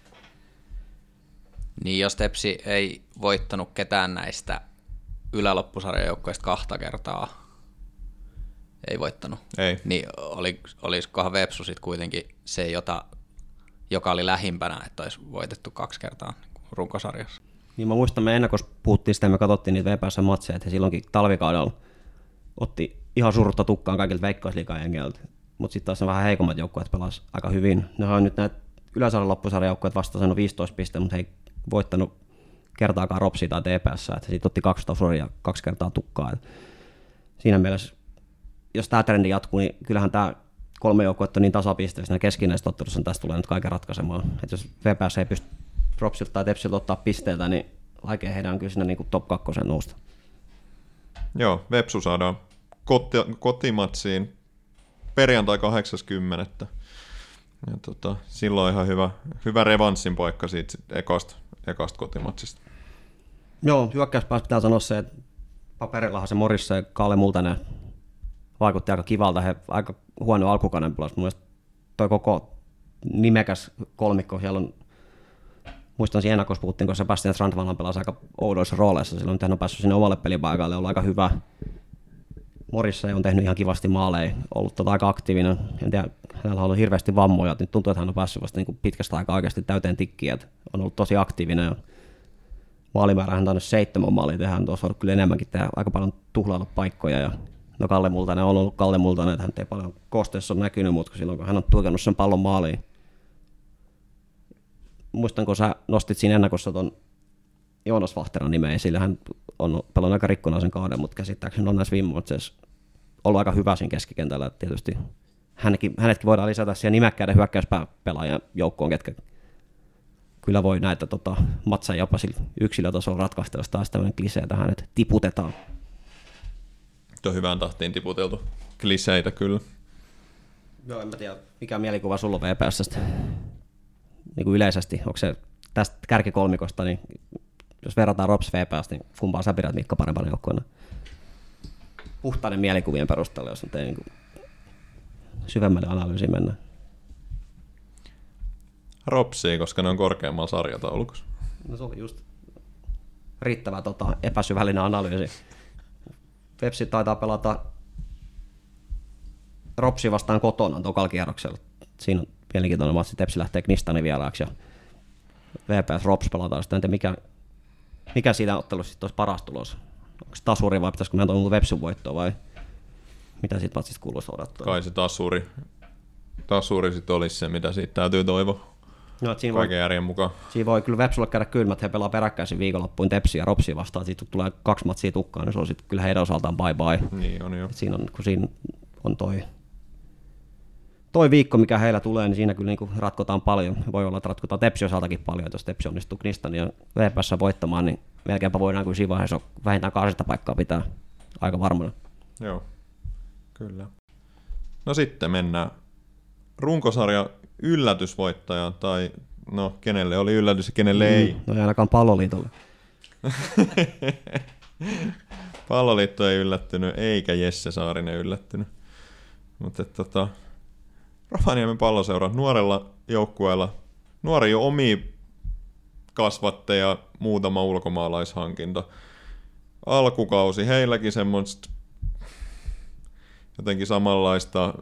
Niin jos Tepsi ei voittanut ketään näistä yläloppusarjan joukkueista 2 kertaa, ei voittanut, niin olisikohan Vepsu sitten kuitenkin se, joka oli lähimpänä, että olisi voitettu 2 kertaa runkosarjassa. Niin mä muistan, me ennakossa puhuttiin sitä, me katsottiin niitä VPS-matseja, että he silloinkin talvikaudella otti ihan surutta tukkaan kaikilta veikkausliigajengeltä, mutta sitten taas on vähän heikommat joukkueet pelasivat aika hyvin. Ne on nyt näitä yläsarjan loppusarjan joukkueet vasta saanut 15 pistettä, mutta he ei voittanut kertaakaan Ropsia tai TPS, että siitä otti 2 tasoria ja 2 kertaa tukkaa. Et siinä mielessä, jos tämä trendi jatkuu, niin kyllähän tämä 3 joukkuetta on niin tasapisteessä, että keskinäiset ottelussa tästä tulee nyt kaiken ratkaisemaan. Et jos VPS ei pysty Ropsilta tai Tepsiltä ottaa pisteitä, niin vaikea heidän on kyllä siinä niin top 2 nousta. Joo, Vepsu saadaan kotimatsiin perjantai 8.10. Ja silloin ihan hyvä revanssin paikka siitä ekasta kotimatsista. Joo, hyökkäyspäässä pitää sanoa se, että paperillahan se Morissa ja Kalle Multanen vaikutti aika kivalta. He aika huono alkukauden pelasi. Mun mielestä toi koko nimekäs kolmikko siellä on, muistan siinä ennakossa puhuttiin, kun Sebastian Strandvallan pelasi aika oudoissa rooleissa. Silloin hän on päässyt sinne omalle pelipaikalle, ollut aika hyvä. Morissa on tehnyt ihan kivasti maaleja, ollut aika aktiivinen. En tiedä, hänellä on ollut hirveästi vammoja. Nyt tuntuu, että hän on päässyt vasta niin pitkästä aikaa oikeasti täyteen tikkiä. On ollut tosi aktiivinen. Ja maalimäärä hän on tainnut 7 maalia tehdä. Hän tuossa on kyllä enemmänkin tehdä, aika paljon tuhlailla paikkoja. Ja no Kalle Multanen on ollut Kalle Multanen, että hän ei paljon kosteessa ole näkynyt, mutta silloin kun hän on tuikannut sen pallon maaliin. Muistan, kun sä nostit siinä ennakossa ton Joonas Vahteran nimeä, sillä hän on pelannut aika rikkonaisen kauden, mutta käsittääkseni on näissä viime vuosissa ollut aika hyvä siinä keskikentällä. Tietysti hänetkin voidaan lisätä siihen nimekkäiden hyökkäyspelaajan joukkoon, ketkä kyllä voi näitä matseja jopa yksilötasolla ratkaista, jos taas tämmöinen klisee tähän, että tiputetaan. Tuo hyvään tahtiin tiputeltu kliseitä kyllä. Joo, en mä tiedä, mikä mielikuva sulla on VPS:stä niin kuin yleisesti. Onko se tästä kärkikolmikosta, niin jos verrataan Rops VPS, niin kumpaa sä pidät Mikko parempana joukkueena? Puhtaiden mielikuvien perusteella, jos nyt ei niin syvemmälle analyysiin mennä. Ropsia, koska ne on korkeammalla sarjataulukossa. No se oli just riittävä epäsyvällinen analyysi. Pepsi taitaa pelata Ropsi vastaan kotona tokalla kierroksella. Siinä on mielenkiintoinen matsi. Tepsi lähtee Knistani vieraaksi ja VPS Rops pelataan. Sitten en tiedä, mikä siinä ottelussa sitten olisi paras tulos. Onko se tasuri vai pitäisikö meidän olla Vepsun voittoa vai mitä siitä matsista kuuluisi odottaa? Kai se tasuri sitten olisi se, mitä siitä täytyy toivoa. No, kaiken järjen mukaan. Siinä voi kyllä Vepsulle käydä kylmä, että he pelaa peräkkäisin viikonloppuun Tepsi ja Ropsi vastaan. Siitä tulee 2 matsia tukkaan, niin se on sitten kyllä heidän osaltaan bye bye. Niin on jo. Siinä on toi viikko, mikä heillä tulee, niin siinä kyllä niin ratkotaan paljon. Voi olla, että ratkotaan Tepsi osaltakin paljon, että jos Tepsi onnistuu Knistani ja VPS voittamaan, niin melkeinpä voidaan kuin siinä vaiheessa vähintään 2 paikkaa pitää aika varmana. Joo, kyllä. No sitten mennään runkosarja yllätysvoittajaan, tai no kenelle oli yllätys ja kenelle ei. No ei ainakaan Palloliitolle. Palloliitto ei yllättynyt, eikä Jesse Saarinen yllättynyt. Mutta Rovaniemen Palloseura nuorella joukkueella, nuori jo omia kasvatteja, muutama ulkomaalaishankinta. Alkukausi heilläkin semmoista jotenkin samanlaista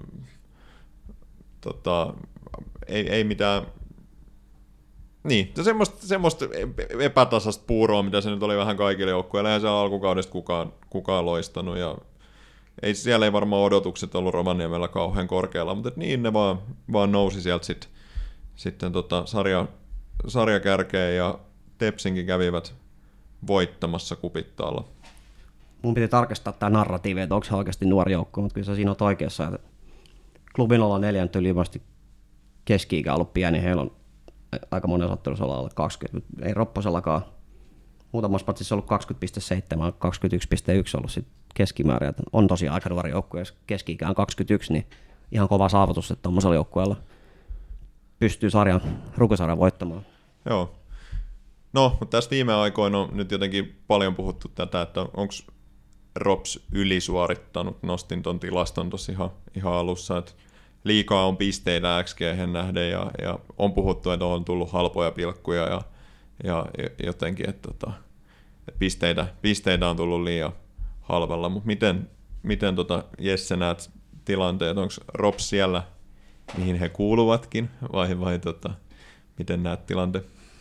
ei mitään niin, semmoista epätasasta puuroa, mitä se nyt oli vähän kaikille joukkueille. Eihän se alkukaudesta kukaan loistanut ja siellä ei varmaan odotukset ollut Rovaniemellä kauhean korkealla, mutta niin ne vaan nousi sieltä sitten sarjakärkeen ja Tepsinkin kävivät voittamassa Kupittaalla. Mun piti tarkistaa tämä narratiivi, että onko se oikeasti nuori joukko, mutta kyllä se siinä on oikeassa, että klubin 04 nyt ylivoimaisesti keski-ikä ollut pieni, heillä on aika monessa ottelussa olla alle 20, ei Ropposellakaan. Muutamassa matsissa on ollut 20,7, 21,1 ollut sit keskimäärä. On tosiaan aika nuori joukkue, jos keski-ikä on 21, niin ihan kova saavutus, että tuommoisella joukkueella pystyy runkosarjan voittamaan. Joo. No, mutta tässä viime aikoina on nyt jotenkin paljon puhuttu tätä, että onko Rops ylisuorittanut. Nostin ton tilaston tuossa ihan alussa, että liikaa on pisteitä XG:hen nähden ja on puhuttu, että on tullut halpoja pilkkuja ja jotenkin, että pisteitä on tullut liian halvalla. Mutta miten Jesse näet tilanteet, onko Rops siellä, mihin he kuuluvatkin vai miten näet tilanteen?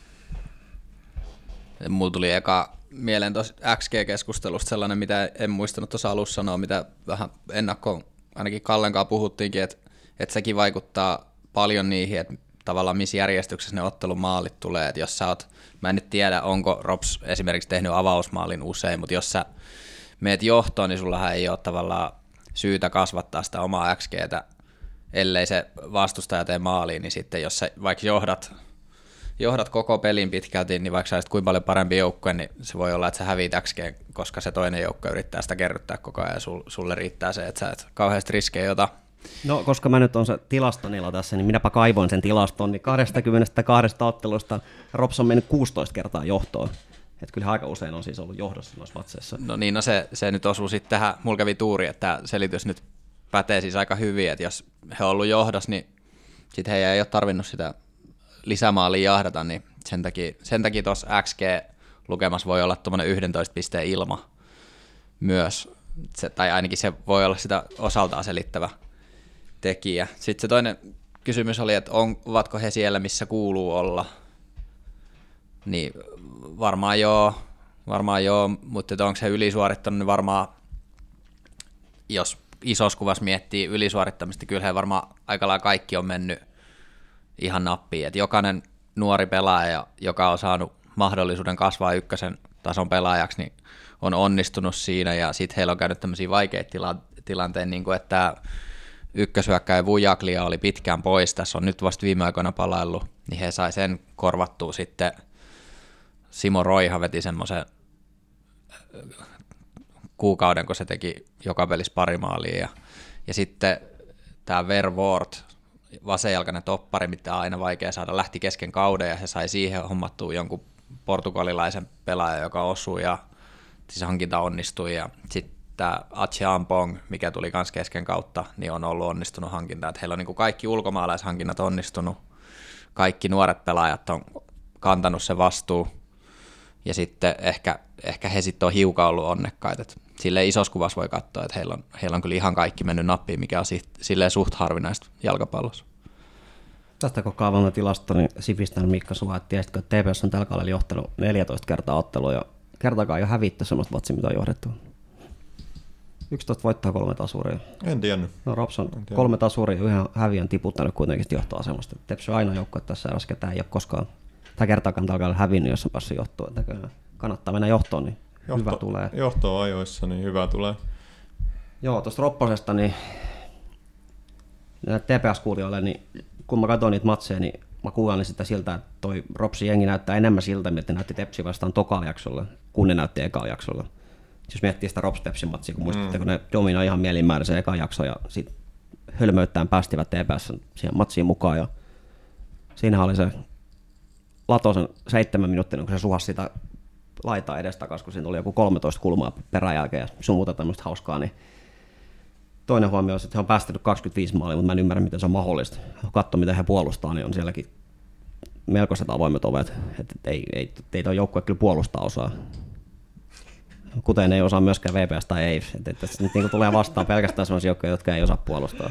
Mulla tuli eka mieleen tuossa XG-keskustelusta sellainen, mitä en muistanut tuossa alussa sanoa, mitä vähän ennakkoon ainakin Kallenkaan puhuttiinkin, että sekin vaikuttaa paljon niihin, että tavallaan missä järjestyksessä ne ottelumaalit tulee, että jos sä oot, mä en nyt tiedä, onko Rops esimerkiksi tehnyt avausmaalin usein, mutta jos sä meet johtoon, niin sullahan ei ole tavallaan syytä kasvattaa sitä omaa XGtä, ellei se vastustaja tee maaliin, niin sitten jos sä vaikka johdat johdat koko pelin pitkälti, niin vaikka sä olisit kuinka paljon parempi joukkue, niin se voi olla, että sä häviit XG, koska se toinen joukkue yrittää sitä kerryttää koko ajan ja sulle riittää se, että sä et kauheasti riskejä ota. No, koska mä nyt on se tilastonilla tässä, niin minäpä kaivoin sen tilaston, niin 22 ottelusta Rops on mennyt 16 kertaa johtoon. Että kyllä aika usein on siis ollut johdossa noissa matseissa. No niin, no se nyt osuu sitten tähän, mulla kävi tuuri, että tämä selitys nyt pätee siis aika hyvin, että jos he on ollut johdossa, niin sitten heidän ei ole tarvinnut sitä lisämaalia jahdata, niin sen takia tuossa XG-lukemassa voi olla tuommoinen 11 pisteen ilma myös, tai ainakin se voi olla sitä osaltaan selittävä tekijä. Sitten se toinen kysymys oli, että ovatko he siellä, missä kuuluu olla, niin varmaan joo, mutta onko he ylisuorittanut, niin varmaan, jos isossa kuvassa miettii ylisuorittamista, kyllä he varmaan aika lailla kaikki on mennyt ihan nappiin, että jokainen nuori pelaaja, joka on saanut mahdollisuuden kasvaa ykkösen tason pelaajaksi, niin on onnistunut siinä, ja sitten heillä on käynyt tämmöisiä vaikeita tilanteita, niin kuin että ykköshyökkäjä Vujaklia oli pitkään pois, tässä on nyt vasta viime aikoina palaillut, niin he sai sen korvattua sitten. Simo Roiha veti semmoisen kuukauden, kun se teki joka pelissä pari maalia. Ja sitten tämä Verwoord, vasenjalkainen toppari, mitä on aina vaikea saada, lähti kesken kauden ja se sai siihen hommattua jonkun portugalilaisen pelaajan, joka osui ja siis hankinta onnistui. Ja sitten tämä Ache Ampong, mikä tuli myös kesken kautta, niin on ollut onnistunut hankinta. Että heillä on niin kuin kaikki ulkomaalaishankinnat onnistunut, kaikki nuoret pelaajat on kantanut se vastuu. Ja sitten ehkä he sitten on hiukan ollut onnekkaita. Silleen isossa kuvassa voi katsoa, että heillä on kyllä ihan kaikki mennyt nappiin, mikä on silleen suht harvinaista jalkapallossa. Tästä kun kaavannut tilasto, niin Sifistän Mikka sua, että tiesitkö, että TPS on tällä kaudella johtanut 14 kertaa ottelua ja kertaakaan jo hävitty semmoista matsia, mitä on johdettu. 11 voittaa 3 tasuria. En tiennyt. No Rops on 3 tasuria yhden häviön tiputtanut kuitenkin johtoasemasta. Tepsi on aina joukkue tässä erässä, ketä ei ole koskaan tai kertaakaan tällä kaudella hävinnyt, jos on päässyt johtoon. Kannattaa mennä johtoon, niin hyvä tulee. Johtoon ajoissa, niin hyvä tulee. Joo, tuosta Ropposesta, niin TPS-kuulijoille, niin kun mä katsoin niitä matseja, niin mä kuulin sitä siltä, että toi Ropsin jengi näyttää enemmän siltä, mitä näytti Tepsi vastaan tokalla jaksolla, kun ne näytti ekalla jaksolla. Jos miettii sitä Rops-Tepsin matsia, kun muistatte, kun ne dominoi ihan mielinmääräisen ekan jakson ja sitten hölmöyttäen päästivät TPS siihen matsiin mukaan. Ja siinähän oli se Latosen 7 minuuttia, kun se suhasi sitä laitaa edestakaisin, kun siinä oli joku 13 kulmaa peräjälkeen ja sun muuta tämmöistä hauskaa, niin toinen huomio on, että he on päästänyt 25 maalia, mutta mä en ymmärrä, miten se on mahdollista. Katso, miten he puolustaa, niin on sielläkin melkoiset avoimet ovet. Ei tuo joukkue kyllä puolustaa osaa. Kuten ei osaa myöskään VPS tai ei. Tässä nyt niin tulee vastaan pelkästään sellaisia joukkoja, jotka ei osaa puolustaa.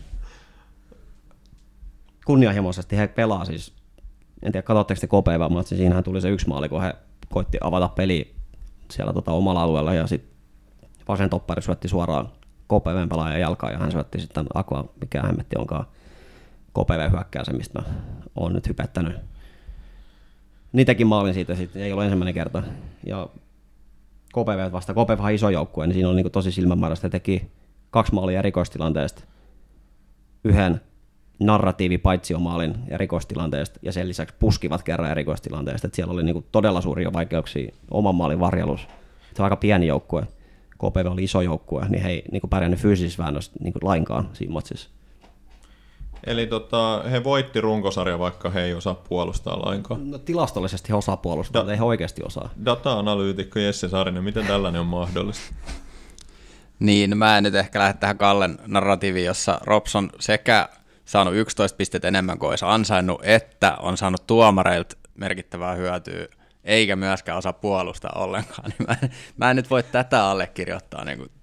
Kunnianhimoisesti he pelaa siis. En tiedä, katsotteko te KPV, mutta siinähän tuli se 1 maali, kun he koitti avata peliä siellä omalla alueella ja sitten vasen toppari syötti suoraan KPVn pelaajan jalkaan ja hän syötti sitten Aqua, mikä hemmetti onkaan KPV hyökkää se, mistä mä oon nyt hypettänyt. Niitäkin maalin siitä, sitten ei ollut ensimmäinen kerta. Ja KPV vasta, KPV on iso joukkue, niin siinä on niin tosi silmämääräistä, teki 2 maalia erikoistilanteesta, 1 narratiivipaitsiomaalin erikoistilanteesta ja sen lisäksi puskivat kerran erikoistilanteesta. Että siellä oli niin todella suuria vaikeuksia oman maalin varjelussa. Se on aika pieni joukkue. KPV oli iso joukkue, niin he ei niin pärjännyt fyysisessä väännössä niin lainkaan siinä matsissa. Eli he voitti runkosarja, vaikka he ei osaa puolustaa lainkaan. No, tilastollisesti he osaa puolustaa, mutta ei he oikeasti osaa. Data-analyytikko Jesse Saarinen, miten tällainen on mahdollista? Niin, mä en nyt ehkä lähde tähän Kallen narratiiviin, jossa Rops on sekä saanut 11 pistettä enemmän kuin olisi ansainnut, että on saanut tuomareilta merkittävää hyötyä, eikä myöskään osaa puolustaa ollenkaan. Niin mä en nyt voi tätä allekirjoittaa. Niin kuin,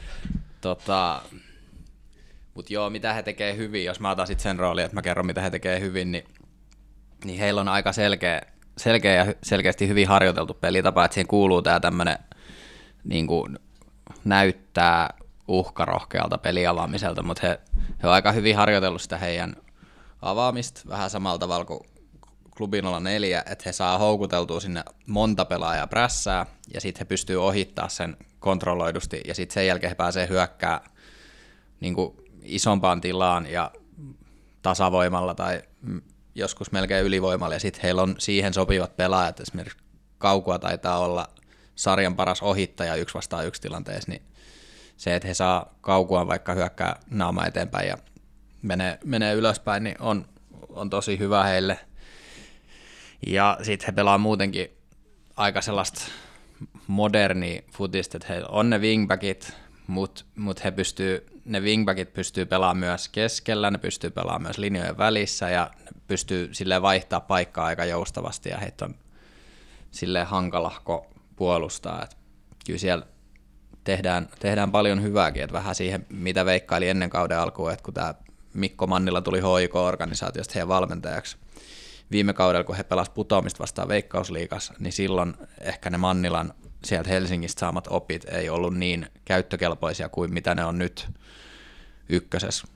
mutta joo, mitä he tekee hyvin, jos mä otan sitten sen roolin, että mä kerron, mitä he tekee hyvin, niin heillä on aika selkeä ja selkeästi hyvin harjoiteltu pelitapa, että siihen kuuluu tämä tämmöinen niin kuin näyttää uhkarohkealta peliavaamiselta, mutta he on aika hyvin harjoitellut sitä heidän avaamista vähän samalla tavalla kuin Klubi 04, että he saa houkuteltua sinne monta pelaajaa prässää ja sitten he pystyy ohittaa sen kontrolloidusti ja sitten sen jälkeen he pääsee hyökkää niin kuin isompaan tilaan ja tasavoimalla tai joskus melkein ylivoimalla, ja sitten heillä on siihen sopivat pelaajat, esimerkiksi Kaukua taitaa olla sarjan paras ohittaja 1-1 tilanteessa, niin se, että he saa Kaukuan vaikka hyökkää naama eteenpäin ja menee ylöspäin, niin on tosi hyvä heille. Ja sitten he pelaa muutenkin aika sellaista modernia futista, että heillä on ne wingbackit, mutta ne wingbackit pystyy pelaamaan myös keskellä, ne pystyy pelaamaan myös linjojen välissä ja ne pystyy silleen vaihtaa paikkaa aika joustavasti ja heitä on silleen hankalahko puolustaa. Et kyllä siellä tehdään paljon hyvääkin, että vähän siihen, mitä veikkaili ennen kauden alkuun, että kun tämä Mikko Mannila tuli HJK-organisaatiosta heidän valmentajaksi viime kaudella, kun he pelasivat putoamista vastaan Veikkausliigassa, niin silloin ehkä ne Mannilan sieltä Helsingistä saamat opit ei ollut niin käyttökelpoisia kuin mitä ne on nyt ykkösessä.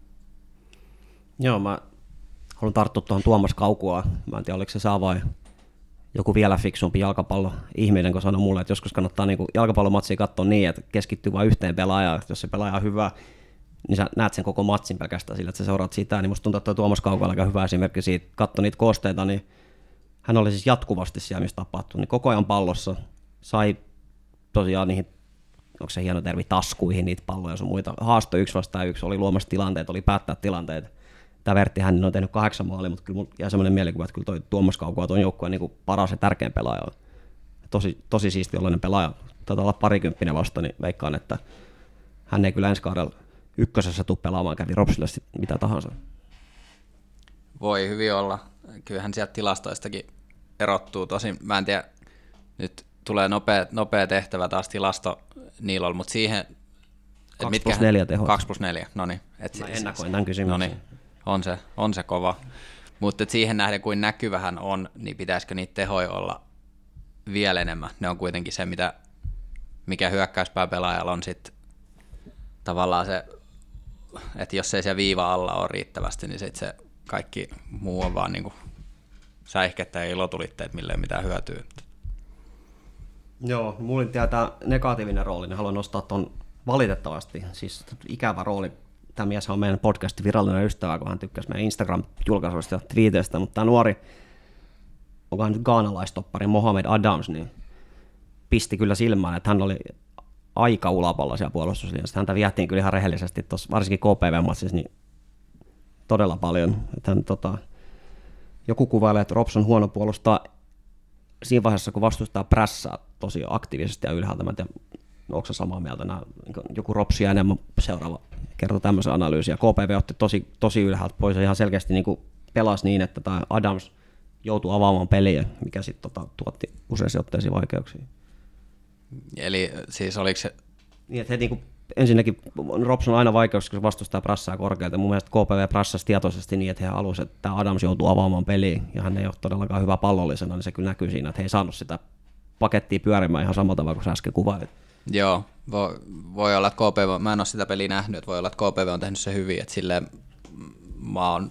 Joo, mä haluan tarttua tuohon Tuomas Kaukuaan. Mä en tiedä, oliko se saa vai joku vielä fiksumpi jalkapallo-ihminen, kun sanoi mulle, että joskus kannattaa niinku jalkapallomatsia katsoa niin, että keskittyy vain yhteen pelaajaan. Jos se pelaaja on hyvä, niin sä näet sen koko matsin pelkästään sillä, että sä seuraat sitä. Niin musta tuntuu, että Tuomas Kaukoa on aika hyvä esimerkki siitä. Katso niitä koosteita, niin hän oli siis jatkuvasti siellä, missä tapahtui. Niin koko ajan pallossa sai tosiaan niihin, onko se hieno termi, taskuihin niitä palloja ja sun muita. Haasto 1-1, oli luomassa tilanteet, oli päättää tilanteet. Tämä Vertti, hän on tehnyt 8 maalia, mutta kyllä mulla jäi semmoinen mielikuva, että kyllä toi Tuomas Kaukoa tuon joukkueen niin paras ja tärkein pelaaja on. Tosi siisti ollainen pelaaja. Taitaa olla 20 vasta, niin veikkaan, että hän ei kyllä ensi kaudella ykkösessä tule pelaamaan, kävi Ropsille mitä tahansa. Voi hyvin olla. Kyllähän sieltä tilastoistakin erottuu. Tosin mä en tiedä, nyt tulee nopea tehtävä taas tilasto Niilolla, mutta siihen... 2+4 tehot. 2+4, no niin. Mä ennakoin tämän kysymyksen. No niin, on se kova. Mutta siihen nähden, kuin näkyvähän on, niin pitäisikö niitä tehoja olla vielä enemmän? Ne on kuitenkin se, mikä hyökkäyspääpelaajalla on sitten tavallaan se, että jos ei se viiva alla ole riittävästi, niin sit se kaikki muu on vaan niinku säihkettä ja ilotulitteet, millä ei mitään hyötyä. Joo, mulla oli tämä negatiivinen rooli, niin haluan nostaa tuon valitettavasti, siis ikävä rooli. Tämä mies on meidän podcastin virallinen ystävä, kun hän tykkäsi meidän Instagram-julkaisuista ja twiiteistä, mutta tämä nuori, onkohan nyt ghanalaistoppari Mohamed Adams, niin pisti kyllä silmään, että hän oli aika ulapalla siellä puolustuslinjassa. Häntä viettiin kyllä ihan rehellisesti tuossa, varsinkin KPV-matsissa, niin todella paljon. Että hän, joku kuvailee, että Robson huono puolustaa siinä vaiheessa, kun vastustaa prässää tosi aktiivisesti ja ylhäältä. Mä en tiedä, onko se samaa mieltä. Joku Ropsia enemmän seuraava kertoo tämmöisen analyysin. Ja KPV otti tosi ylhäältä pois ja ihan selkeästi niin kuin pelasi niin, että tämä Adams joutui avaamaan peliä, mikä sitten tuotti useisiin otteisiin vaikeuksia. Eli siis oliko se... Niin, että heti ensinnäkin Robson on aina vaikeus, kun se vastustaa prassaa korkealta. Mun mielestä KPV prassasi tietoisesti niin, että he halusivat, että tämä Adams joutuu avaamaan peliä, ja hän ei ole todellakaan hyvä pallollisena, niin se kyllä näkyy siinä, että he ei saanut sitä pakettia pyörimään ihan samalla tavalla kuin sä äsken kuvailit. Joo, voi olla, että KPV, mä en ole sitä peliä nähnyt, että voi olla, että KPV on tehnyt se hyvin, että silleen mä oon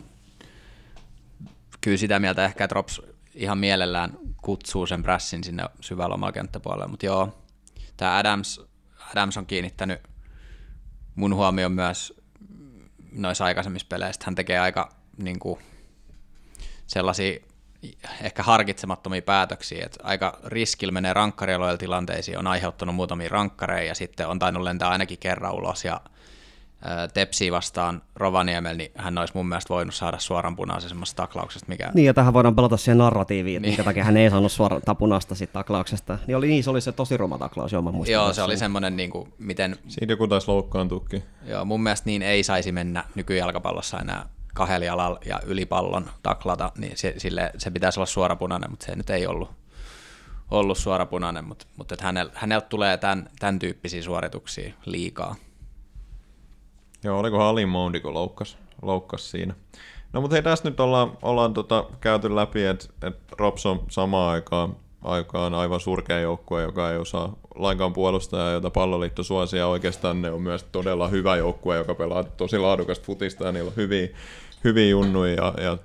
kyllä sitä mieltä ehkä, että Rops ihan mielellään kutsuu sen prässin sinne syvällä omalla kenttäpuolella, mutta joo, tämä Adams on kiinnittänyt mun huomioon myös noissa aikaisemmissa peleissä. Hän tekee aika niin kuin, sellaisia ehkä harkitsemattomia päätöksiä, että aika riskillä menee rankkarialoilla tilanteisiin, on aiheuttanut muutamia rankkareja ja sitten on tainnut lentää ainakin kerran ulos ja Tepsiä vastaan Rovaniemellä, niin hän olisi mun mielestä voinut saada suoran punaisen semmoista taklauksesta. Mikä... Niin, ja tähän voidaan pelata siihen narratiiviin, että minkä takia hän ei saanut suoran punaista siitä taklauksesta. Niin se oli se tosi ruma taklaus, joo, mä muistan. Joo, se oli semmoinen, niin kuin, miten... Siitä joku taisi loukkaantuukin. Joo, mun mielestä niin ei saisi mennä nykyjalkapallossa enää kahdella jalalla ja ylipallon taklata, niin se pitäisi olla suorapunainen, mutta se nyt ei ollut suorapunainen, mutta että häneltä tulee tämän tyyppisiä suorituksia liikaa. Joo, olikohan Ali Moundi, kun loukkas siinä. No mutta hei, tässä nyt ollaan käyty läpi, että Rops on samaan aikaan aivan surkea joukkue, joka ei osaa lainkaan puolustaa ja jota Palloliitto suosia. Ja oikeastaan ne on myös todella hyvä joukkue, joka pelaa tosi laadukasta futista ja niillä on hyviä junnuja.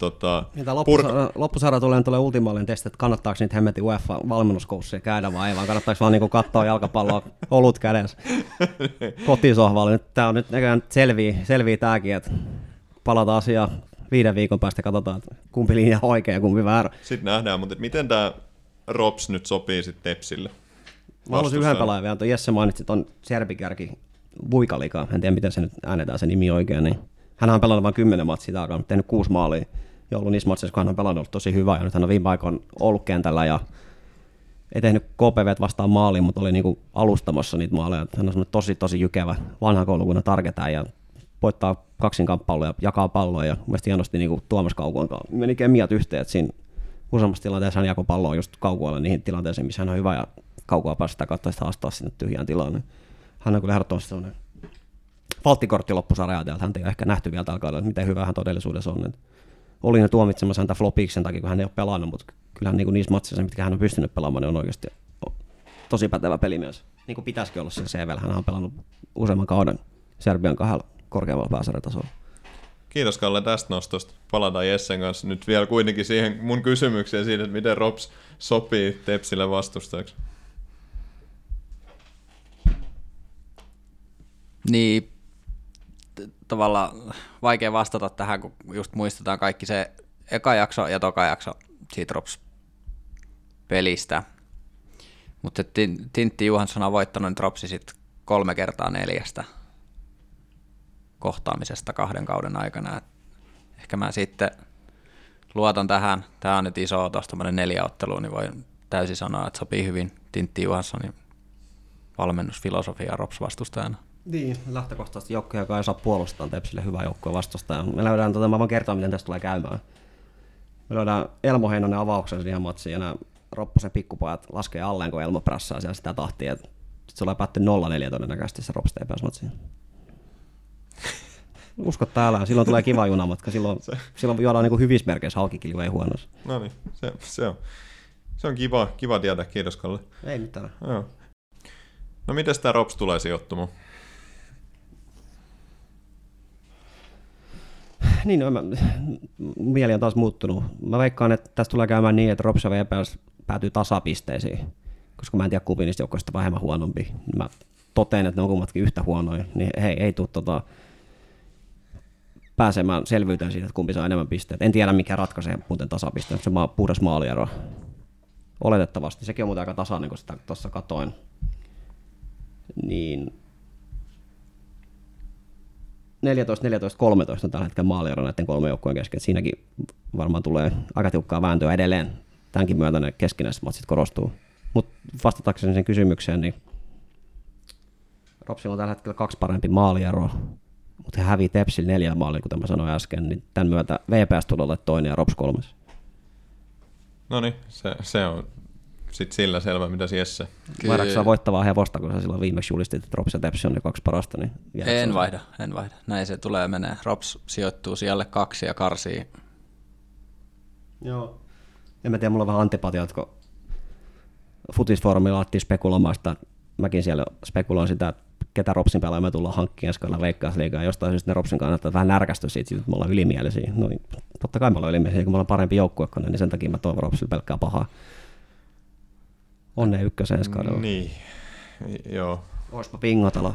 Loppusarja tulee ultimaalinen testi, että kannattaako niitä hemmetin UEFA-valmennuskoussia käydä vai ei, vaan kannattaako vaan niinku katsoa jalkapalloa olut kädessä kotisohvalle. Tämä on nyt näköjään selvii tämäkin, että palataan asiaan 5 viikon päästä katsotaan, että kumpi linja on oikein ja kumpi väärä. Sitten nähdään, mutta miten tämä Rops nyt sopii sitten Tepsille? Mä haluaisin yhden pelaajan vielä. Jesse mainitsi ton Serbikärki Vuikalika. En tiedä, miten se nyt äänetään se nimi oikein. Niin. Hän on pelannut vain 10 matsia täällä, on tehnyt 6 maalia. Ja ollut niissä matseissa, kun hän on pelannut tosi hyvä. Ja nyt hän on viime aikoina ollut kentällä ja ei tehnyt KPV vastaan maaliin, mutta oli niinku alustamassa niitä maaleja. Hän on tosi jykevä vanha koulukunnan targetaan ja voittaa kaksinkamppailuja ja jakaa palloa. Ja mielestäni hienosti niinku Tuomas Kaukuan kanssa. Meni kemiat yhteen, että siinä useammassa tilanteessa hän jakoi palloa just Kaukualle niihin tilanteisiin, missä hän on hyvä ja Kaukua pääsi sitä kautta sitä haastaa sinne tyhjään tilaan. Niin hän on kyllä ehdottomasti sellainen valttikortti loppusarjaa, että hän ei ole ehkä nähty vielä tällä kaudella, miten hyvä hän todellisuudessa on. Oli ne tuomitsemassa häntä flopiksi sen takia, kun hän ei ole pelannut, mutta kyllähän niin niissä matseissa, mitkä hän on pystynyt pelaamaan, niin on oikeasti tosi pätevä pelimies. Niin kuin pitäisikin olla sen CV:llä. Hän on pelannut useamman kauden Serbian 2 korkeammalla pääsarjatasolla. Kiitos Kalle tästä nostosta. Palataan Jessen kanssa nyt vielä kuitenkin siihen mun kysymykseen siitä, että miten Rops sopii Tepsille vastustajaksi. Niin, tavallaan vaikea vastata tähän, kun just muistetaan kaikki se eka jakso ja toka jakso siitä Rops-pelistä. Mutta Tintti Johansson on voittanut Ropsi sitten 3 kertaa 4 kohtaamisesta 2 kauden aikana. Et ehkä mä sitten luotan tähän. Tämä on nyt iso otos, tämmöinen 4 ottelua, niin voin täysin sanoa, että sopii hyvin Tintti Johanssonin valmennusfilosofia Rops-vastustajana. Niin, lähtökohtaisesti joukkoja, joka ei saa puolustaa Tepsille hyvä joukkoja vastustaja. Me löydään, mä voin kertoa, miten tästä tulee käymään. Me löydään Elmo Heinonen avauksen siihen matsiin, ja nämä Ropposen pikkupojat laskee alleen, kun Elmo prassaa siellä sitä tahtia. Sitten se tulee päätty 0-4 todennäköisesti se Rops TPS-matsiin. Usko täällä, silloin tulee kiva junamatka, silloin juodaan niin hyvissä merkeissä halkikilva, ei huonossa. No niin, se on kiva tietää, kiitos Kalle. Ei mitään. Joo. No mites tää Rops tulee sijoittumaan? Niin, no, mieli on taas muuttunut. Mä veikkaan, että tästä tulee käymään niin, että Rops ja VPS päätyy tasapisteisiin, koska mä en tiedä kumpi niistä joukkoista vähemmän huonompi. Mä totean, että ne on kummatkin yhtä huonoja, niin ei tule pääsemään selvyyteen siitä, että kumpi saa enemmän pisteitä. En tiedä, mikä ratkaisee muuten tasapisteen, se on puhdas maaliero. Oletettavasti. Sekin on muuten aika tasainen, kun sitä tuossa katoin. Niin 14-13 on tällä hetkellä maaliero näiden 3 joukkueen kesken. Siinäkin varmaan tulee aika tiukkaa vääntöä edelleen. Tämänkin myötä ne keskinäiset matsit korostuu. Mutta vastatakseni sen kysymykseen, niin Ropsilla on tällä hetkellä 2 parempi maalieroa, mutta he hävii Tepsillä 4 maalia, kuten mä sanoin äsken, niin tämän myötä VPS tulee olla 2 ja Rops 3. No niin, se on sitten sillä selvä, mitä Jesse. Vaihdatko sä voittavaa hevosta, kun sä silloin viimeksi julistit, että Rops ja Tepsi on ne 2 parasta? Niin en vaihda. Näin se tulee menee. Rops sijoittuu sijalle 2 ja karsii. Joo. En mä tiedä, mulla on vähän antipatiaa, kun Futisfoorumilla alettiin spekuloimaan sitä. Mäkin siellä spekuloin sitä, että ketä Ropsin pelaajia me tullaan hankkimaan ensi kaudella Veikkausliigaan. Jostain syystä ne Ropsin kannattaa vähän närkästyä siitä, että me ollaan ylimielisiä. No niin, totta kai me ollaan ylimielisiä, kun me ollaan parempi joukkue, niin sen takia mä toivon Ropsille pelkkää pahaa. Onnea ykkösen ensi kaudella. Niin, joo. Oispa Pingotalo.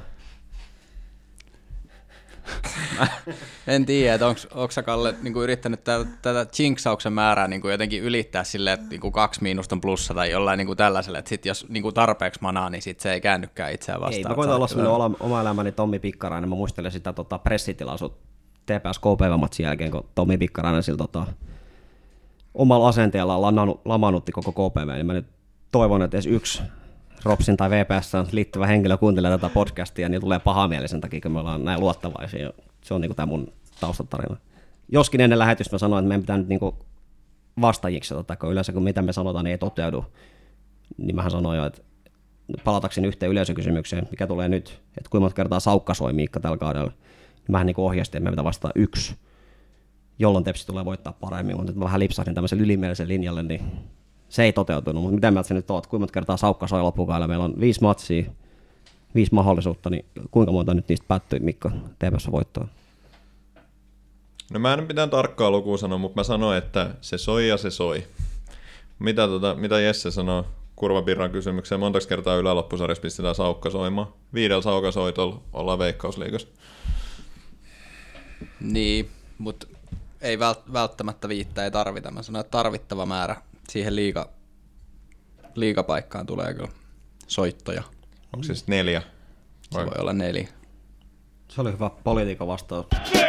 En tiedä, että onko sä Kalle niin yrittänyt tätä jinksauksen määrää niin jotenkin ylittää silleen, että niin 2 miinusta on plussa tai jollain niin tällaiselle, että sit jos niin tarpeeksi manaa, niin sit se ei käännykään itseään vastaan. Ei, mä koitan olla sellainen oma elämäni Tommi Pikkarainen. Mä muistelen sitä pressitilaisuutta TPS KPV-matsin jälkeen, kun Tommi Pikkarainen sillä omalla asenteellaan lamanutti koko KPV, niin mä nyt toivon, että edes yksi Ropsin tai VPS liittyvä henkilö kuuntelee tätä podcastia, niin tulee paha mieli sen takia, kun me ollaan näin luottavaisia. Se on tämä mun taustatarina. Joskin ennen lähetystä mä sanoin, että meidän pitää nyt vastaajiksi, kun yleensä kun mitä me sanotaan, niin ei toteudu. Niin mähän sanoin jo, että palatakseni yhteen yleisökysymykseen, mikä tulee nyt, että kuinka monta kertaa Saukka soi Miikka tällä kaudella. Niin mähän ohjastin, että meidän pitää vastata 1, jolloin Tepsi tulee voittaa paremmin, mutta mä vähän lipsahdin tämmöisen ylimielisen linjalle, niin se ei toteutunut, mutta mitä mieltä sä nyt oot? Kuinka monta kertaa Saukka soi loppukaudella? Meillä on 5 matsia, 5 mahdollisuutta, niin kuinka monta nyt niistä päättyi Mikko TPS voittoon? No mä en mitään tarkkaa lukua sanoa, mutta mä sanoin, että se soi ja se soi. Mitä Jesse sanoo Kurvapirran kysymykseen? Montaks kertaa yläloppusarjassa pistetään Saukka soimaan? 5 Saukka soitolla ollaan Veikkausliigassa. Niin, mutta ei välttämättä 5 ei tarvita. Mä sanoin, että tarvittava määrä siihen liigapaikkaan tulee kyllä soittoja. Onko se siis 4? Se voi olla 4. Se oli hyvä politiikan vastaus.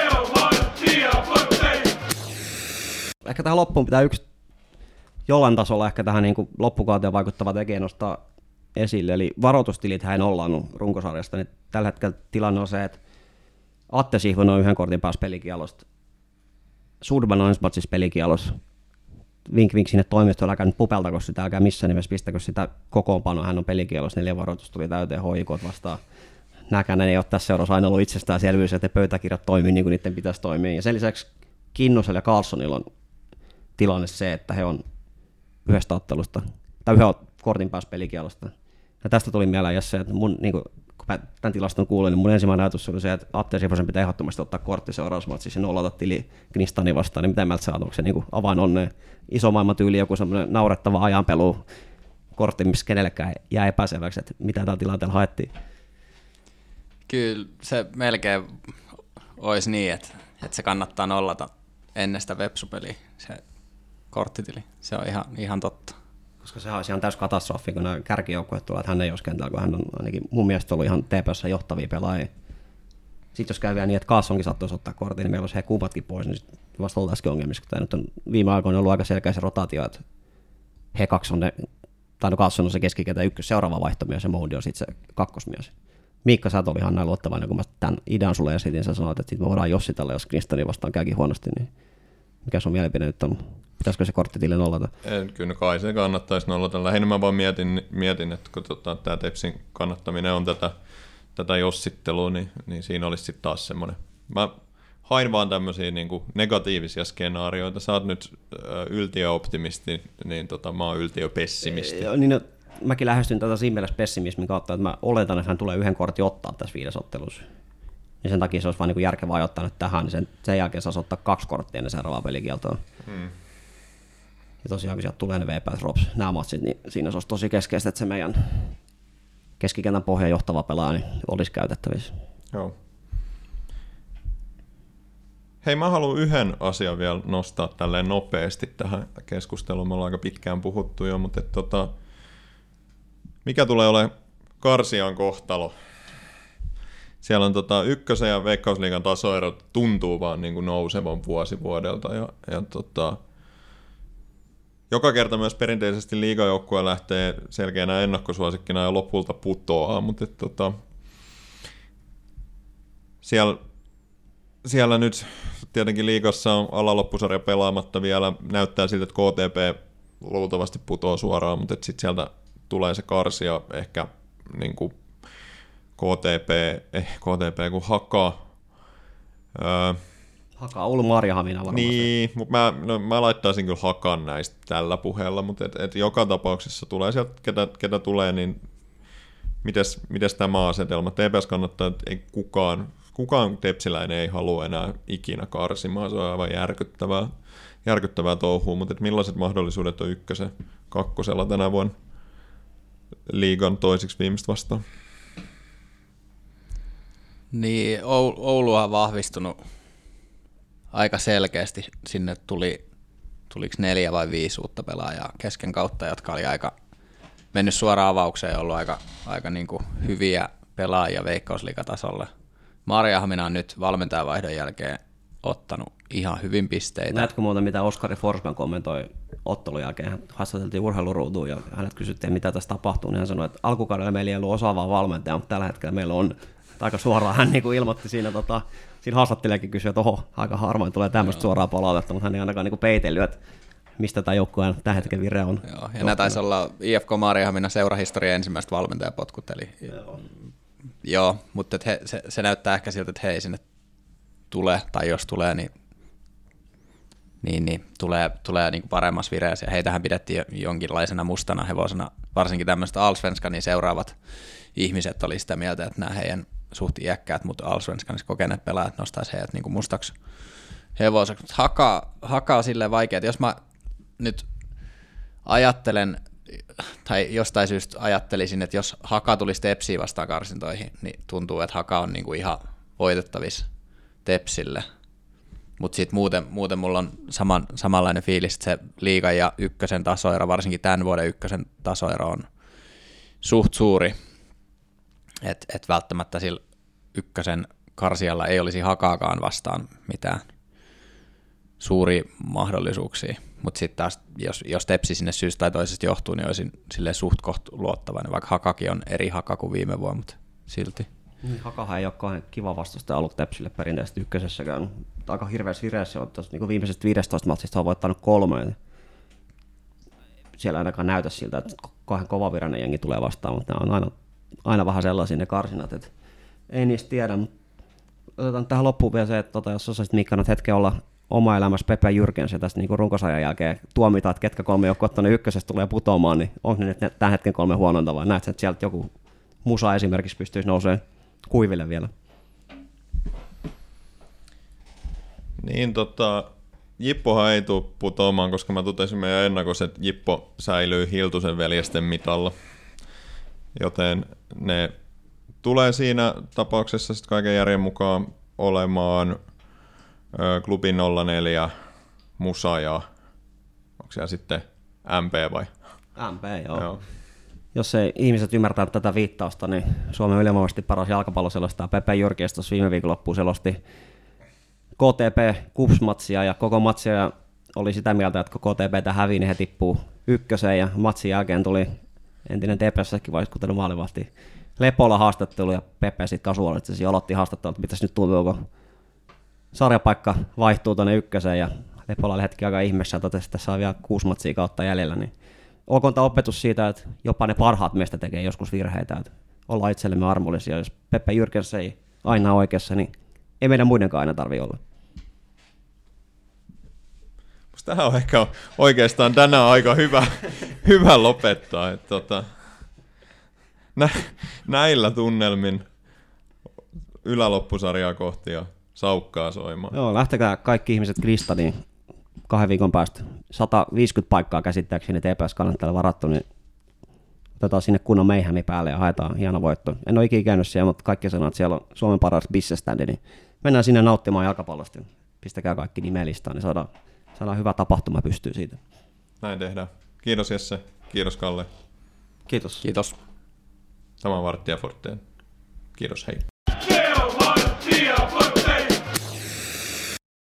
Ehkä tähän loppuun pitää yksi jollain tasolla ehkä tähän niin kuin loppukauteen vaikuttava tekijä nostaa esille, eli varoitustilithän ei nollannut runkosarjasta, niin tällä hetkellä tilanne on se, että Atte Sihvonen on 1 kortin päässä pelikielosta, Sudman on ensimmäisessä pelikielossa, vink sinne toimistoon, älkää nyt pupeltako sitä, älkää missään nimessä pistäkö sitä kokoonpanoa, hän on pelikielossa, 4 varoitus tuli täyteen HJK vastaan. Nämäkään ei ole tässä seurassa aina ollut itsestäänselvyys, että pöytäkirjat toimii niin kuin niiden pitäisi toimia. Ja sen lisäksi Kinnosella ja Carlsonilla on tilanne se, että he on 1 kortin päässä pelikielosta. Ja tästä tuli mieleen Jesse, että mun, niin kun mä tämän tilaston kuulin, niin mun ensimmäinen ajatus oli se, että Atte Sihvosen pitää ehdottomasti ottaa kortti seurausmatsissa ja nollata tili Knistani vastaan, niin miten meiltä saat, onko se niin avain onneen iso maailmatyyli, joku semmoinen naurettava ajanpelu kortti, missä kenellekään jää epäselväksi, että mitä tällä tilanteella haettiin. Kyllä se melkein olisi niin, että se kannattaa nollata ennen sitä Vepsu-peliä, se korttitili. Se on ihan totta. Koska sehän olisi ihan täys katastrofi, kun nämä kärkijoukkueet tulee, että hän ei olisi kentällä, kun hän on ainakin mun mielestä ollut ihan TPS:ssä johtavia pelaajia. Sitten jos käy vielä niin, että Kaasonkin saattaisi ottaa kortin, niin meillä olisi he kummatkin pois, niin vasta oltaisikin ongelmissa, kun tämä nyt on viime aikoina ollut aika selkeä se rotaatio, että he 2 on ne, tai no Kaasson on se keskiketä ykkös seuraava vaihtomies ja Moudi on sitten se kakkosmies. Miikka, sä oli ihan näin luottavainen, kun mä tämän idean sulle esitin, sä sanoit, että me voidaan jossitella, jos Knistani vastaan käykin huonosti, niin mikä sun mielipide nyt on? Pitäisikö se korttitili nollata? Kyllä kai se kannattaisi nollata. Lähinnä mä vaan mietin että kun tämä Tepsin kannattaminen on tätä jossittelua, niin siinä olisi sitten taas semmoinen. Mä hain vaan tämmöisiä niinku negatiivisia skenaarioita. Sä oot nyt yltiöoptimisti, niin mä oon yltiöpessimisti. Niin, no, mäkin lähestyn tätä siinä mielessä pessimismin kautta, että mä oletan, että hän tulee 1 kortin ottaa tässä 5. ottelussa. Niin sen takia se olisi vaan niin järkevää ottaa nyt tähän, niin sen jälkeen saisi ottaa 2 korttia ennen seuraavaa pelikieltoa. Ja tosiaan, kun sieltä tulee ne VPS Rops, nämä matsit, niin siinä se olisi tosi keskeistä, että se meidän keskikentän pohjan johtava pelaaja niin olisi käytettävissä. Joo. Hei, mä haluan 1 asian vielä nostaa tälleen nopeasti tähän keskusteluun. Me ollaan aika pitkään puhuttu jo, mutta mikä tulee olemaan Karsian kohtalo? Siellä on ykkösen ja Veikkausliigan tasoerot tuntuu vaan niin kuin nousevan vuosi vuodelta. Ja joka kerta myös perinteisesti liigajoukkue lähtee selkeänä ennakkosuosikkina ja lopulta putoaa, mutta siellä nyt tietenkin liigassa on alaloppusarja pelaamatta vielä. Näyttää siltä, että KTP luultavasti putoaa suoraan, mutta sitten sieltä tulee se Karsia ehkä niin kuin KTP kuin Haka. Haka Oulu Marjahamina varmasti. Niin, mutta mä laittaisin kyllä Hakan näistä tällä puheella, mutta joka tapauksessa tulee sieltä, ketä tulee, niin mites tämä asetelma? TPS kannattaa, että ei kukaan tepsiläinen ei halua enää ikinä karsimaan, se on aivan järkyttävää touhua, mutta millaiset mahdollisuudet on 1. 2. tänä vuonna liigan toisiksi viimeistä vastaan? Niin, Oulu on vahvistunut aika selkeästi. Sinne tuliko 4 vai 5 uutta pelaajaa kesken kautta, jotka oli aika mennyt suoraan avaukseen ja ollut aika niin kuin hyviä pelaajia Veikkausliigatasolla. Marjahamina on nyt valmentajavaihdon jälkeen ottanut ihan hyvin pisteitä. Näetkö muuta, mitä Oskari Forsman kommentoi ottelun jälkeen? Hän haastateltiin urheiluruutuun ja hänet kysyttiin, mitä tässä tapahtuu. Niin hän sanoi, että alkukaudella meillä ei ollut osaavaa valmentajaa, mutta tällä hetkellä meillä on. Aika suoraan hän niin kuin ilmoitti siinä haastattelijakin kysyi, että aika harvoin tulee tämmöistä suoraa palautetta, mutta hän ei ainakaan niin peitellyt, että mistä tämä joukkueen tämän hetken vire on. Joo, ja nämä taisi olla IFK Marjahamina seurahistorian ensimmäiset valmentajapotkut, eli joo, mutta se näyttää ehkä siltä, että hei sinne tulee, tai jos tulee, niin tulee niin kuin paremmassa vireessä, ja heitähän pidettiin jonkinlaisena mustana hevosena, varsinkin tämmöistä Allsvenskanin seuraavat ihmiset oli sitä mieltä, että nämä heidän suht iäkkäät, mutta Allsvenskanissa kokeneet pelaajat nostaisi heidät niin kuin mustaksi hevoseksi. Hakaa silleen vaikea, että jos mä nyt ajattelen, tai jostain syystä ajattelisin, että jos Haka tulisi Tepsiin vastaan karsintoihin, niin tuntuu, että Haka on niin kuin ihan voitettavissa Tepsille. Mutta sitten muuten mulla on samanlainen fiilis, että se liigan ja ykkösen tasoero, varsinkin tämän vuoden ykkösen tasoero on suht suuri. Et välttämättä sillä ykkösen karsijalla ei olisi Hakaakaan vastaan mitään suuria mahdollisuuksia. Mutta sitten taas, jos Tepsi sinne syystä tai toisesta johtuu, niin olisin silleen suht koht luottavainen, vaikka Hakakin on eri Haka kuin viime vuonna, mutta silti. Hakahan ei ole kauhean kiva vastustaja ollut Tepsille perinteisesti ykkösessäkään. Aika hirveässä vireessä on. Niin viimeisestä 15 matsista on voittanut 3. Siellä ei ainakaan näytä siltä, että kauhean kovavirallinen jengi tulee vastaan, mutta nämä on aina vähän sellaisia ne karsinat, että ei niistä tiedä. Otetaan tähän loppuun vielä se, että jos osaisit Mikka nyt hetken olla oma elämässä Pepe Jürgens ja tästä niin runkosajan jälkeen tuomita, että ketkä 3 joukkoa tuonne ykkösestä tulee putoamaan, niin onko ne nyt tämän hetken 3 huonointa vai näetkö, että sieltä joku Musa esimerkiksi pystyisi nousemaan kuiville vielä? Niin Jippohan ei tule putoamaan, koska mä totesin meidän ennakossa, että Jippo säilyy Hiltusen veljesten mitalla. Joten ne tulee siinä tapauksessa sitten kaiken järjen mukaan olemaan klubi 04, Musa ja onko siellä sitten MP vai? MP, joo. Jos ei ihmiset ymmärtää tätä viittausta, niin Suomen ylivoimaisesti paras jalkapalloselostaja Pepe Jürgens tuossa viime viikonloppuun selosti KTP-kupsmatsia ja koko matsia oli sitä mieltä, että kun KTP:tä hävii, niin he tippuu ykköseen ja matsin jälkeen tuli entinen TPS:ssäkin vaikutellut maalivahti Lepola haastattelu ja Pepe sitten kasuaalisesti aloitti haastattelua, että mitäs nyt tuntuu, kun sarjapaikka vaihtuu tuonne ykköseen ja Lepola oli hetki aika ihmeessä ja totesi, että tässä on vielä 6 matsia kautta jäljellä, niin olkoon tämä opetus siitä, että jopa ne parhaat meistä tekee joskus virheitä, että ollaan itsellemme armollisia. Jos Pepe Jürgens ei aina ole oikeassa, niin ei meidän muidenkaan aina tarvitse olla. Tähän on ehkä oikeastaan tänään aika hyvä lopettaa. Että näillä tunnelmin yläloppusarjaa kohti ja saukkaa soimaan. Joo, lähtekää kaikki ihmiset Kristaniin 2 viikon päästä. 150 paikkaa käsittääkseni TPS-kannattajalla varattu, niin otetaan sinne kunnon meihämi päälle ja haetaan hieno voitto. En ole ikinä käynyt siellä, mutta kaikki sanoo, että siellä on Suomen paras bisseständi, niin mennään sinne nauttimaan jalkapallosta. Pistäkää kaikki nimelistaan, niin saadaan hyvä tapahtuma pystyy siitä. Näin tehdään. Kiitos Jesse, kiitos Kalle. Kiitos. Kiitos. Sama Varttia Forteen. Kiitos, hei.